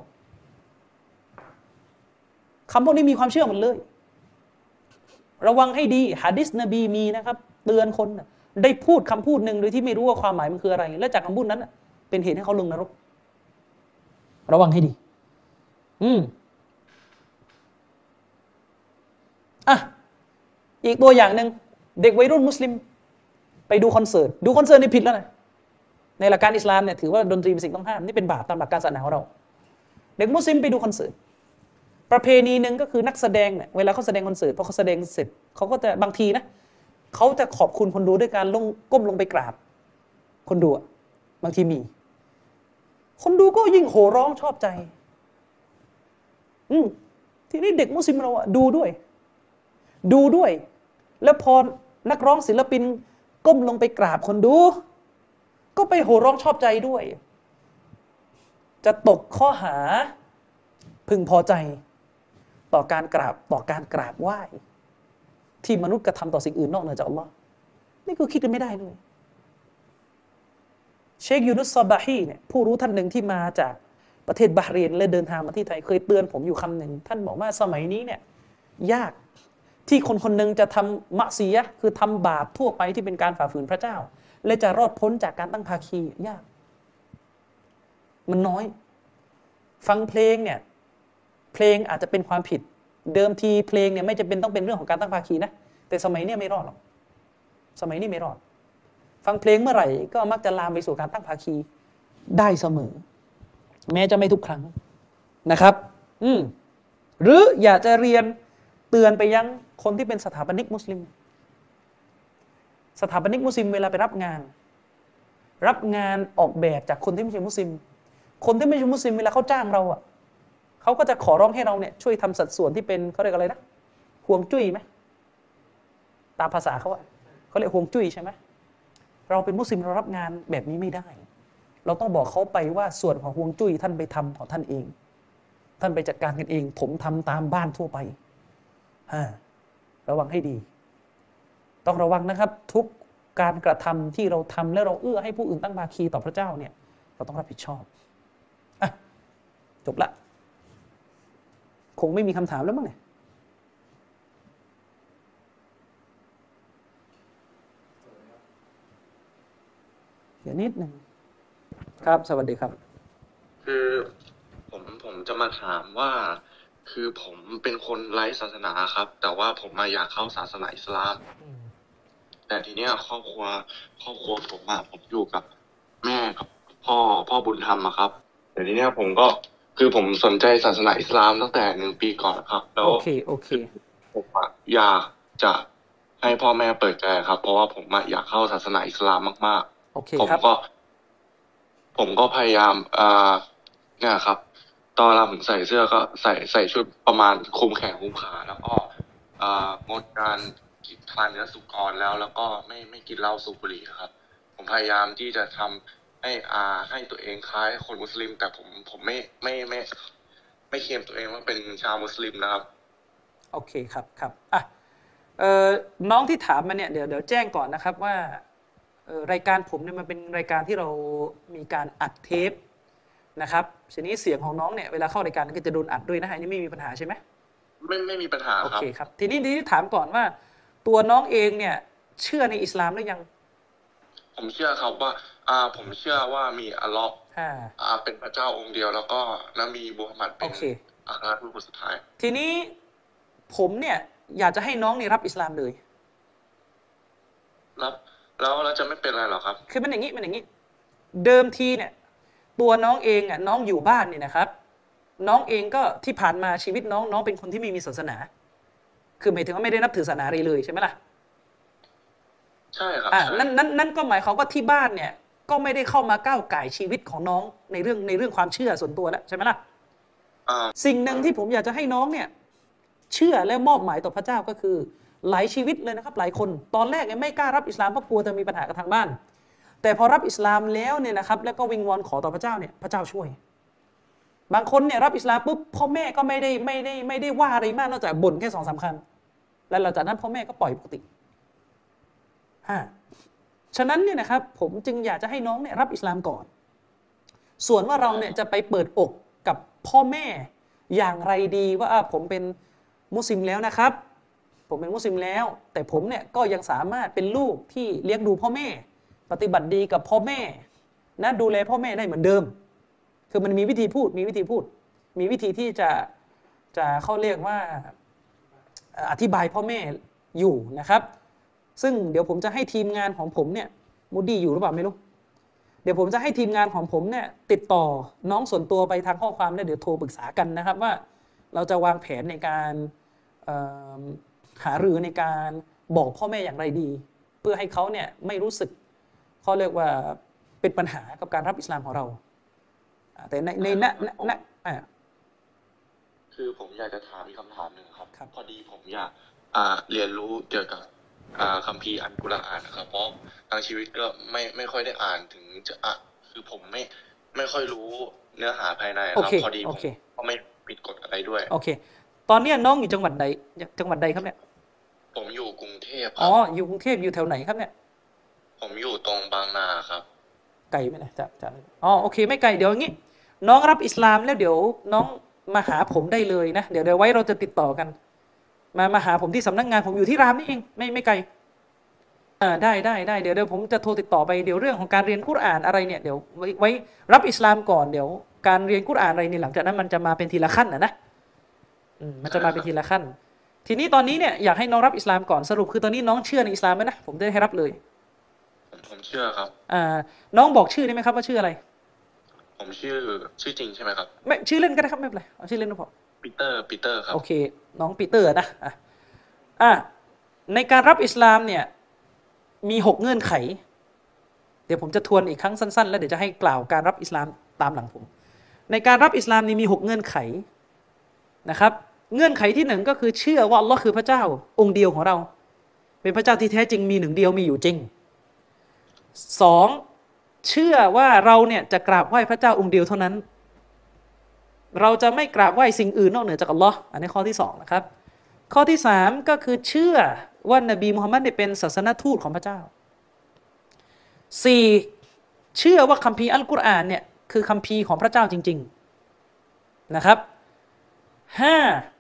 คำพวกนี้มีความเชื่อหมดเลยระวังให้ดีหะดีษนบีมีนะครับเตือนคนได้พูดคำพูดหนึ่งโดยที่ไม่รู้ว่าความหมายมันคืออะไรและจากคำพูดนั้นเป็นเหตุให้เขาลงนรกระวังให้ดีอืมอ่ะอีกตัวอย่างหนึ่งเด็กวัยรุ่นมุสลิมไปดูคอนเสิร์ตดูคอนเสิร์ตนี่ผิดแล้วนะในหลักการอิสลามเนี่ยถือว่าดนตรีเป็นสิ่งต้องห้ามนี่เป็นบาปตามหลักการศาสนาของเราเด็กมุสลิมไปดูคอนเสิร์ตประเพณีหนึ่งก็คือนักแสดงเนี่ยเวลาเขาแสดงคอนเสิร์ตพอเขาแสดงเสร็จเขาก็จะบางทีนะเขาจะขอบคุณคนดูด้วยการลงก้มลงไปกราบคนดูบางทีมีคนดูก็ยิ่งโห่ร้องชอบใจอืมทีนี้เด็กมุสลิมเราอะดูด้วยดูด้วยแล้วพอนักร้องศิลปินก้มลงไปกราบคนดูก็ไปโห่ร้องชอบใจด้วยจะตกข้อหาพึงพอใจต่อการกราบต่อการกราบไหว้ที่มนุษย์กระทำต่อสิ่งอื่นนอกเหนือจากอัลลอฮ์นี่ก็คิดกันไม่ได้เลยเชคยูนุสซอบาฮีเนี่ยผู้รู้ท่านหนึ่งที่มาจากประเทศบาห์เรนและเดินทางมาที่ไทยเคยเตือนผมอยู่คำหนึ่งท่านบอกว่าสมัยนี้เนี่ยยากที่คนคนหนึ่งจะทำมะซียะห์คือทำบาปทั่วไปที่เป็นการฝ่าฝืนพระเจ้าและจะรอดพ้นจากการตั้งภาคียากมันน้อยฟังเพลงเนี่ยเพลงอาจจะเป็นความผิดเดิมทีเพลงเนี่ยไม่จำเป็นต้องเป็นเรื่องของการตั้งภาคีนะแต่สมัยนี้ไม่รอดหรอกสมัยนี้ไม่รอดฟังเพลงเมื่อไหร่ก็มักจะลามไปสู่การตั้งภาคีได้เสมอแม้จะไม่ทุกครั้งนะครับอืมหรืออยากจะเรียนเตือนไปยังคนที่เป็นสถาปนิกมุสลิมสถาปนิกมุสลิมเวลาไปรับงานรับงานออกแบบจากคนที่ไม่ใช่มุสลิมคนที่ไม่ใช่มุสลิมเวลาเขาจ้างเราอ่ะเขาก็จะขอร้องให้เราเนี่ยช่วยทำสัดส่วนที่เป็นเขาเรียกอะไรนะห่วงจุ้ยไหมตามภาษาเขาอ่ะเขาเรียกห่วงจุ้ยใช่ไหมเราเป็นมุสลิมเรารับงานแบบนี้ไม่ได้เราต้องบอกเขาไปว่าส่วนของห่วงจุ้ยท่านไปทำของท่านเองท่านไปจัดการกันเองผมทำตามบ้านทั่วไปฮะระวังให้ดีต้องระวังนะครับทุกการกระทำที่เราทำและเราเอื้อให้ผู้อื่นตั้งภาคีต่อพระเจ้าเนี่ยเราต้องรับผิดชอบอ่ะจบละคงไม่มีคำถามแล้วมั้งเนี่ยเดี๋ยวนิดหนึ่งครับสวัสดีครับคือผมผมจะมาถามว่าคือผมเป็นคนไร้ศาสนาครับแต่ว่าผมมาอยากเข้าศาสนาอิสลามแต่ทีเนี้ยครอบครัวครอบครัวผมอะผมอยู่กับแม่กับพ่อพ่อบุญธรรมอะครับแต่ทีเนี้ยผมก็คือผมสนใจศาสนาอิสลามตั้งแต่หนึ่งปีก่อนครับแล้วโอเคโอเคผมอยากจะให้พ่อแม่เปิดใจครับเพราะว่าผมอยากเข้าศาสนาอิสลามมากๆโอเคผมครับก็ผมก็พยายามอ่าเนี่ยครับตอนเราผมใส่เสื้อก็ใส่ใส่ชุดประมาณคลุมแขนคลุมขาแล้วก็อ่างดการกินทานเนื้อสุกรแล้วแล้วก็ไม่ไม่กินเหล้าสูบบุหรี่ครับผมพยายามที่จะทำให้อ่าให้ตัวเองคล้ายคนมุสลิมแต่ผมผมไม่ไม่ไม่ไม่เคลมตัวเองว่าเป็นชาวมุสลิมนะครับโอเคครับครับอ่ะเอ่อน้องที่ถามมาเนี่ยเดี๋ยวเดี๋ยวแจ้งก่อนนะครับว่ารายการผมเนี่ยมันเป็นรายการที่เรามีการอัดเทปนะครับทีนี้เสียงของน้องเนี่ยเวลาเข้ารายการก็จะโดนอัดด้วยนะอันนี้ไม่มีปัญหาใช่ไหมไม่ไม่มีปัญหาครับโอเคครับทีนี้ที่ถามก่อนว่าตัวน้องเองเนี่ยเชื่อในอิสลามหรือยังผมเชื่อครับว่าอ่าผมเชื่อว่ามีอัลเลาะห์อ่าเป็นพระเจ้าองค์เดียวแล้วก็นบีมูฮัมหมัดเป็นอัครราชทูตคนสุดท้ายทีนี้ผมเนี่ยอยากจะให้น้องเนี่ยรับอิสลามเลยรับแล้วเราจะไม่เป็นอะไรหรอครับคือมันอย่างนี้มันอย่างนี้เดิมทีเนี่ยตัวน้องเองอ่ะน้องอยู่บ้านเนี่ยนะครับน้องเองก็ที่ผ่านมาชีวิตน้องน้องเป็นคนที่ไม่มีศาสนาคือหมายถึงว่าไม่ได้นับถือศาสนาอะไรเลยใช่ไหมล่ะใช่ครับอ่านั่นนั่นนั่นก็หมายความว่าที่บ้านเนี่ยก็ไม่ได้เข้ามาก้าวก่ายชีวิตของน้องในเรื่องในเรื่องความเชื่อส่วนตัวแล้วใช่ไหมล่ะสิ่งหนึ่งที่ผมอยากจะให้น้องเนี่ยเชื่อและมอบหมายต่อพระเจ้าก็คือหลายชีวิตเลยนะครับหลายคนตอนแรกเนี่ยไม่กล้ารับอิสลามเพราะกลัวจะมีปัญหากับทางบ้านแต่พอรับอิสลามแล้วเนี่ยนะครับแล้วก็วิงวอนขอต่อพระเจ้าเนี่ยพระเจ้าช่วยบางคนเนี่ยรับอิสลามปุ๊บพ่อแม่ก็ไม่ได้ไม่ได้ไม่ได้ว่าอะไรมากนอกจากบ่นแค่สองสามคำแล้วหลังจากนั้นพ่อแม่ก็ปล่อยปกติฮะฉะนั้นเนี่ยนะครับผมจึงอยากจะให้น้องเนี่ยรับอิสลามก่อนส่วนว่าเราเนี่ยจะไปเปิดอกกับพ่อแม่อย่างไรดีว่าผมเป็นมุสลิมแล้วนะครับผมเป็นมุสลิมแล้วแต่ผมเนี่ยก็ยังสามารถเป็นลูกที่เลี้ยงดูพ่อแม่ปฏิบัติดีกับพ่อแม่นะดูแลพ่อแม่ได้เหมือนเดิมคือมันมีวิธีพูดมีวิธีพูดมีวิธีที่จะจะเขาเรียกว่าอธิบายพ่อแม่อยู่นะครับซึ่งเดี๋ยวผมจะให้ทีมงานของผมเนี่ยมูดดี้อยู่หรือเปล่าไม่รู้เดี๋ยวผมจะให้ทีมงานของผมเนี่ยติดต่อน้องส่วนตัวไปทางข้อความแล้วเดี๋ยวโทรปรึกษากันนะครับว่าเราจะวางแผนในการหารือในการบอกพ่อแม่อย่างไรดีเพื่อให้เขาเนี่ยไม่รู้สึกเขาเรียกว่าเป็นปัญหากับการรับอิสลามของเราแต่ในในณณณคือผมอยากจะถามอีกคำถามหนึ่งครับครับพอดีผมอยากเรียนรู้เกี่ยวกับคัมภีร์อัลกุรอานนะครับเพราะทางชีวิตก็ไม่ไม่ค่อยได้อ่านถึงจะอ่ะคือผมไม่ไม่ค่อยรู้เนื้อหาภายในครับพอดีผมก็ไม่ผิดกฎอะไรด้วยโอเคตอนนี้น้องอยู่จังหวัดใดจังหวัดใดครับเนี่ยผมอยู่กรุงเทพครับอ๋ออยู่กรุงเทพอยู่แถวไหนครับเนี่ยผมอยู่ตรงบางนาครับไกลไหมนะจากจากอ๋อโอเคไม่ไกลเดี๋ยวงี้น้องรับอิสลามแล้วเดี๋ยวน้องมาหาผมได้เลยนะเดี๋ยวเดี๋ยวไว้เราจะติดต่อกันมามาหาผมที่สำนักงานผมอยู่ที่รามนี่เองไม่ไม่ไกลอ่าได้ได้ได้เดี๋ยวเดี๋ยวผมจะโทรติดต่อไปเดี๋ยวเรื่องของการเรียนกุรอานอะไรเนี่ยเดี๋ยวไว้ไว้รับอิสลามก่อนเดี๋ยวการเรียนกุรอานอะไรนี่หลังจากนั้นมันจะมาเป็นทีละขั้นนะนะอืมมันจะมาเป็นทีละขั้นทีนี้ตอนนี้เนี่ยอยากให้น้องรับอิสลามก่อนสรุปคือตอนนี้น้องเชื่อในอิสลามไหมนะผมจะให้รับเลยผมเชื่อครับอ่าน้องบอกชื่อได้ไหมครับว่าชื่ออะไรผมชื่อชื่อจริงใช่ไหมครับไม่ชื่อเล่นก็ได้ครับไม่เป็นไรเอาชื่อเล่นก็พอปีเตอร์ปีเตอร์ครับโอเคน้องปีเตอร์นะอ่ะอ่ะในการรับอิสลามเนี่ยมีหกเงื่อนไขเดี๋ยวผมจะทวนอีกครั้งสั้นๆแล้วเดี๋ยวจะให้กล่าวการรับอิสลามตามหลังผมในการรับอิสลามนี่มีหกเงื่อนไขนะครับเงื่อนไขที่หนึ่งก็คือเชื่อว่าอัลเลาะห์คือพระเจ้าองค์เดียวของเราเป็นพระเจ้าที่แท้จริงมีหนึ่งเดียวมีอยู่จริงสองเชื่อว่าเราเนี่ยจะกราบไหว้พระเจ้าองค์เดียวเท่านั้นเราจะไม่กราบไหว้สิ่งอื่นนอกเหนือจากอัลเลาะห์อันนี้ข้อที่สองนะครับข้อที่สามก็คือเชื่อว่านบีมุฮัมมัดเป็นศาสนทูตของพระเจ้าสี่เชื่อว่าคัมภีร์อัลกุรอานเนี่ยคือคัมภีร์ของพระเจ้าจริงๆนะครับห้า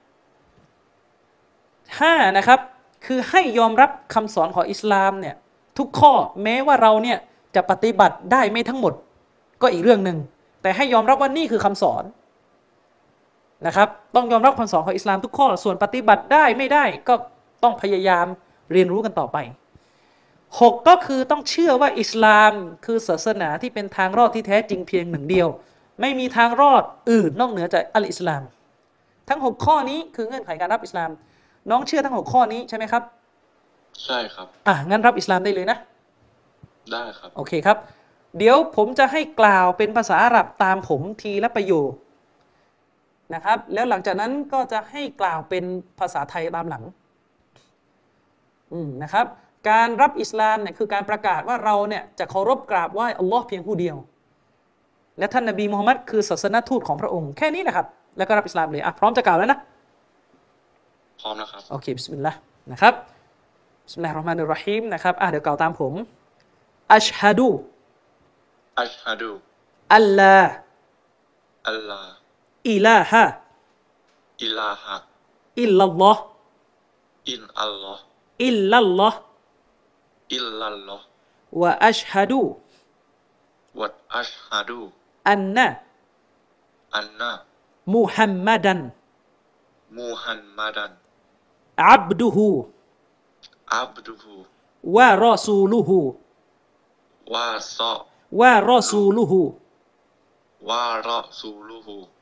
ห้านะครับคือให้ยอมรับคำสอนของอิสลามเนี่ยทุกข้อแม้ว่าเราเนี่ยจะปฏิบัติได้ไม่ทั้งหมดก็อีกเรื่องหนึ่งแต่ให้ยอมรับว่านี่คือคำสอนนะครับต้องยอมรับคำสอนของอิสลามทุกข้อส่วนปฏิบัติได้ไม่ได้ก็ต้องพยายามเรียนรู้กันต่อไปหกก็คือต้องเชื่อว่าอิสลามคือศาสนาที่เป็นทางรอดที่แท้จริงเพียงหนึ่งเดียวไม่มีทางรอดอื่นนอกเหนือจากอัลอิสลามทั้งหกข้อนี้คือเงื่อนไขการรับอิสลามน้องเชื่อทั้งหกข้อนี้ใช่ไหมครับใช่ครับอ่ะงั้นรับอิสลามได้เลยนะได้ครับโอเคครับเดี๋ยวผมจะให้กล่าวเป็นภาษาอาหรับตามผมทีละประโยคนะครับแล้วหลังจากนั้นก็จะให้กล่าวเป็นภาษาไทยตามหลังอืมนะครับการรับอิสลามเนี่ยคือการประกาศว่าเราเนี่ยจะเคารพกราบไหว้อัลลอฮ์เพียงผู้เดียวและท่านนบีมุฮัมมัดคือศาสนทูตของพระองค์แค่นี้นะครับแล้วก็รับอิสลามเลยอ่ะพร้อมจะกล่าวแล้วนะพร้อมแล้วครับโอเคบิสมิลลาห์นะครับบิสมิลลาฮิรเราะห์มานิรเราะฮีมนะครับอ่ะเดี๋ยวกล่าวตามผมอัชฮะดูอัชฮะดูอัลลาอัลลาอิลาฮะอิลาฮะอิลลัลลอฮ์อินอัลลอฮ์อิลลัลลอฮ์อิลลัลลอฮ์วะอัชฮะดูวะอัชฮะดูอันนะอันนะมุฮัมมัดันมูฮัมมัดันอับดุฮูอับดุฮูวะรอซูลุฮูวะซอวะรอซูลุฮูวะรอซูลุฮู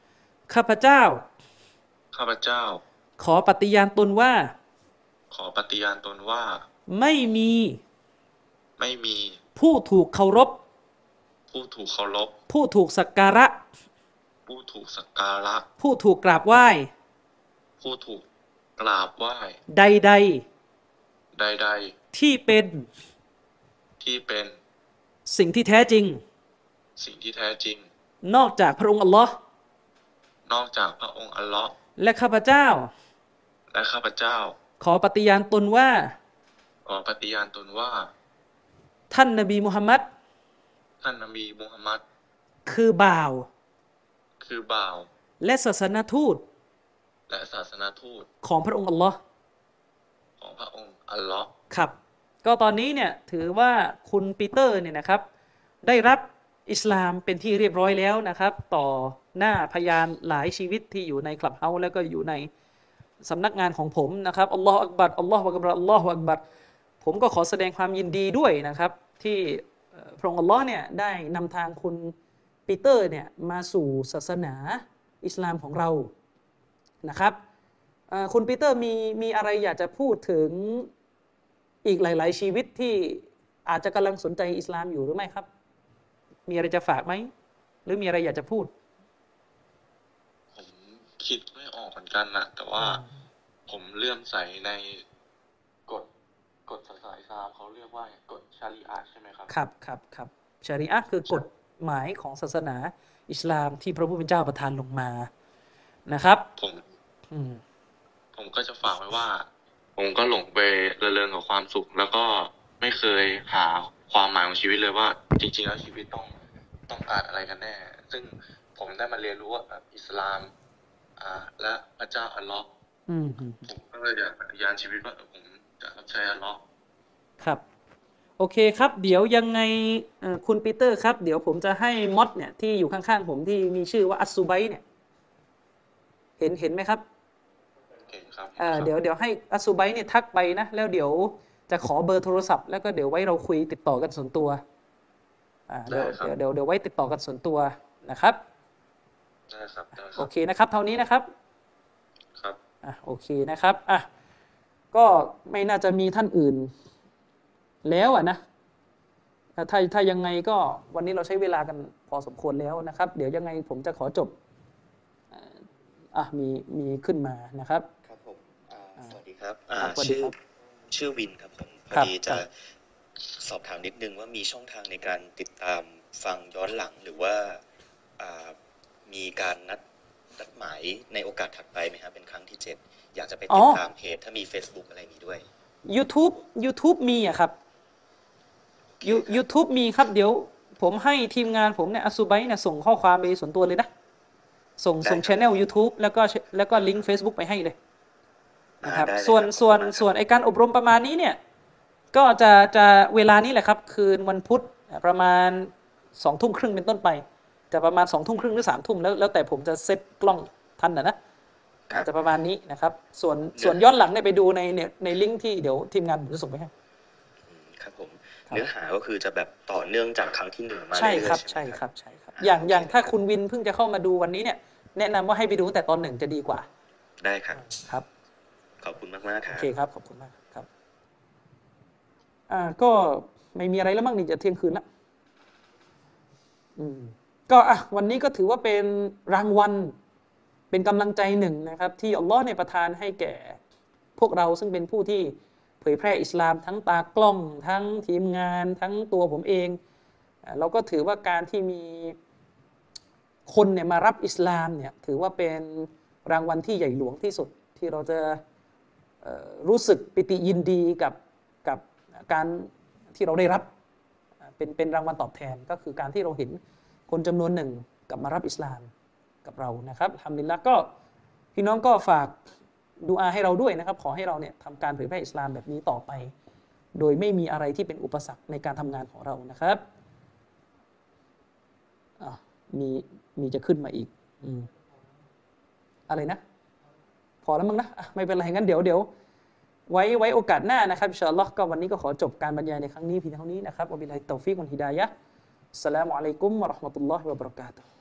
ข้าพเจ้าข้าพเจ้าขอปฏิญาณตนว่าขอปฏิญาณตนว่าไม่มีไม่มีผู้ถูกเคารพผู้ถูกเคารพผู้ถูกสักการะผู้ถูกสักการะผู้ถูกกราบไหว้ผู้ถูกกราบไหว้ใดใดใดใดที่เป็นที่เป็นสิ่งที่แท้จริงสิ่งที่แท้จริงนอกจากพระองค์อัลลอฮ์นอกจากพระองค์อัลลอฮ์และข้าพเจ้าและข้าพเจ้าขอปฏิญาณตนว่าขอปฏิญาณตนว่าท่านนบีมุฮัมมัดท่านนบีมุฮัมมัดคือบ่าวคือบ่าวและศาสนทูตและศาสนทูตของพระองค์อัลลอฮ์ของพระองค์อัลลอฮ์ครับก็ตอนนี้เนี่ยถือว่าคุณปีเตอร์เนี่ยนะครับได้รับอิสลามเป็นที่เรียบร้อยแล้วนะครับต่อหน้าพยานหลายชีวิตที่อยู่ในคลับเฮาส์แล้วก็อยู่ในสำนักงานของผมนะครับอัลลอฮฺอักบัรอัลลอฮฺอักบัรอัลลอฮฺอักบัรผมก็ขอแสดงความยินดีด้วยนะครับที่พระองค์อัลลอฮ์เนี่ยได้นำทางคุณปีเตอร์เนี่ยมาสู่ศาสนาอิสลามของเรานะครับคุณปีเตอร์มีมีอะไรอยากจะพูดถึงอีกหลายๆชีวิตที่อาจจะกำลังสนใจอิสลามอยู่หรือไม่ครับมีอะไรจะฝากไหมหรือมีอะไรอยากจะพูดผมคิดไม่ออกเหมือนกันนะแต่ว่าผมเลื่อมใสในกฎกฎศาสนาอิสลามเขาเรียกว่ากฎชารีอะห์ใช่ไหมครับครับครับครับชารีอะห์คือกฎหมายของศาสนาอิสลามที่พระผู้เป็นเจ้าประทานลงมานะครับผมผมก็จะฝากไว้ว่าผมก็หลงไปเริงกับความสุขแล้วก็ไม่เคยหาความหมายของชีวิตเลยว่าจริงๆแล้วชีวิตต้องต้องการอะไรกันแน่ซึ่งผมได้มาเรียนรู้ว่าอิสลามอ่าและพระเจ้าอัลลอฮ์ผมก็เลยอยากปฏิญาณชีวิตว่าผมจะรับใช้อัลลอฮ์ครับโอเคครับเดี๋ยวยังไงคุณปีเตอร์ครับเดี๋ยวผมจะให้มอดเนี่ยที่อยู่ข้างๆผมที่มีชื่อว่าอัสซูไบเนี่ยเห็นเห็นไหมครับเห็นครับอ่าเดี๋ยวเดี๋ยวให้อัสซูไบเนี่ยทักไปนะแล้วเดี๋ยวจะขอเบอร์โทรศัพท์แล้วก็เดี๋ยวไว้เราคุยติดต่อกันส่วนตัวอ่าเดี๋ยวเดี๋ยวเดี๋ยวเดี๋ยวไว้ติดต่อกันส่วนตัวนะครับได้ครับได้ครับโอเคนะครับเท่านี้นะครับครับอ่ะโอเคนะครับอ่ะก็ไม่น่าจะมีท่านอื่นแล้วอ่ะนะถ้าถ้ายังไงก็วันนี้เราใช้เวลากันพอสมควรแล้วนะครับเดี๋ยวยังไงผมจะขอจบอ่ะมีมีขึ้นมานะครับครับผมสวัสดีครับชื่อชื่อวินครับผมพอดีจะสอบถามนิดนึงว่ามีช่องทางในการติดตามฟังย้อนหลังหรือว่ามีการนัดนัดหมายในโอกาสถัดไปไหมครับเป็นครั้งที่เจ็ดอยากจะไปติดตามเพจถ้ามี Facebook อะไรนี้ด้วย YouTube YouTube มีอ่ะครับ YouTube มีครับเดี๋ยวผมให้ทีมงานผมเนี่ยอัสซูไบเนี่ยส่งข้อความไปส่วนตัวเลยนะส่งส่ง channel YouTube แล้วก็แล้วก็ลิงก์ Facebook ไปให้เลยนะครับส่วนส่วนส่วนไอ้การอบรมประมาณนี้เนี่ยก็จะจะเวลานี้แหละครับคืนวันพุธประมาณสองทุ่มครึ่งเป็นต้นไปจะประมาณสองทุ่มครึ่งหรือสามทุ่มแล้วแล้วแต่ผมจะเซตกล้องทันนะนะจะประมาณนี้นะครับส่วนส่วนย้อนหลังเนี่ยไปดูในเนี่ยในลิงก์ที่เดี๋ยวทีมงานผมจะส่งไปให้ครับผมเนื้อหาก็คือจะแบบต่อเนื่องจากครั้งที่หนึ่งมาใช่ครับใช่ครับใช่ครับอย่างอย่างถ้าคุณวินเพิ่งจะเข้ามาดูวันนี้เนี่ยแนะนำว่าให้ไปดูแต่ตอนหนึ่งจะดีกว่าได้ครับครับขอบคุณมากมากครับโอเคครับขอบคุณมากครับอ่าก็ไม่มีอะไรแล้วมั้งนี่จะเที่ยงคืนละอืมก็อ่ะวันนี้ก็ถือว่าเป็นรางวัลเป็นกำลังใจหนึ่งนะครับที่อัลลอฮ์เนี่ยประทานให้แก่พวกเราซึ่งเป็นผู้ที่เผยแพร่อิสลามทั้งตากล้องทั้งทีมงานทั้งตัวผมเองเราก็ถือว่าการที่มีคนเนี่ยมารับอิสลามเนี่ยถือว่าเป็นรางวัลที่ใหญ่หลวงที่สุดที่เราจะรู้สึกปิติยินดีกับกับการที่เราได้รับเป็นเป็นรางวัลตอบแทนก็คือการที่เราเห็นคนจำนวนหนึ่งกลับมารับอิสลามกับเรานะครับอัลฮัมดุลิลละห์ก็พี่น้องก็ฝากดุอาให้เราด้วยนะครับขอให้เราเนี่ยทำการเผยแพร่อิสลามแบบนี้ต่อไปโดยไม่มีอะไรที่เป็นอุปสรรคในการทำงานของเรานะครับอ่ะมีมีจะขึ้นมาอีกอืมอะไรนะพอแล้วมั้งนะไม่เป็นไรงั้นเดี๋ยวเดี๋ยวไว้ไว้โอกาสหน้านะครับอินชาอัลลอฮ์ก็วันนี้ก็ขอจบการบรรยายในครั้งนี้เพียงเท่านี้นะครับวะบิลลาฮิตตอฟิกวัลฮิดายะฮ์อัสสลามุอะลัยกุมวะเราะห์มะตุลลอฮิวะบะเราะกาตุฮ์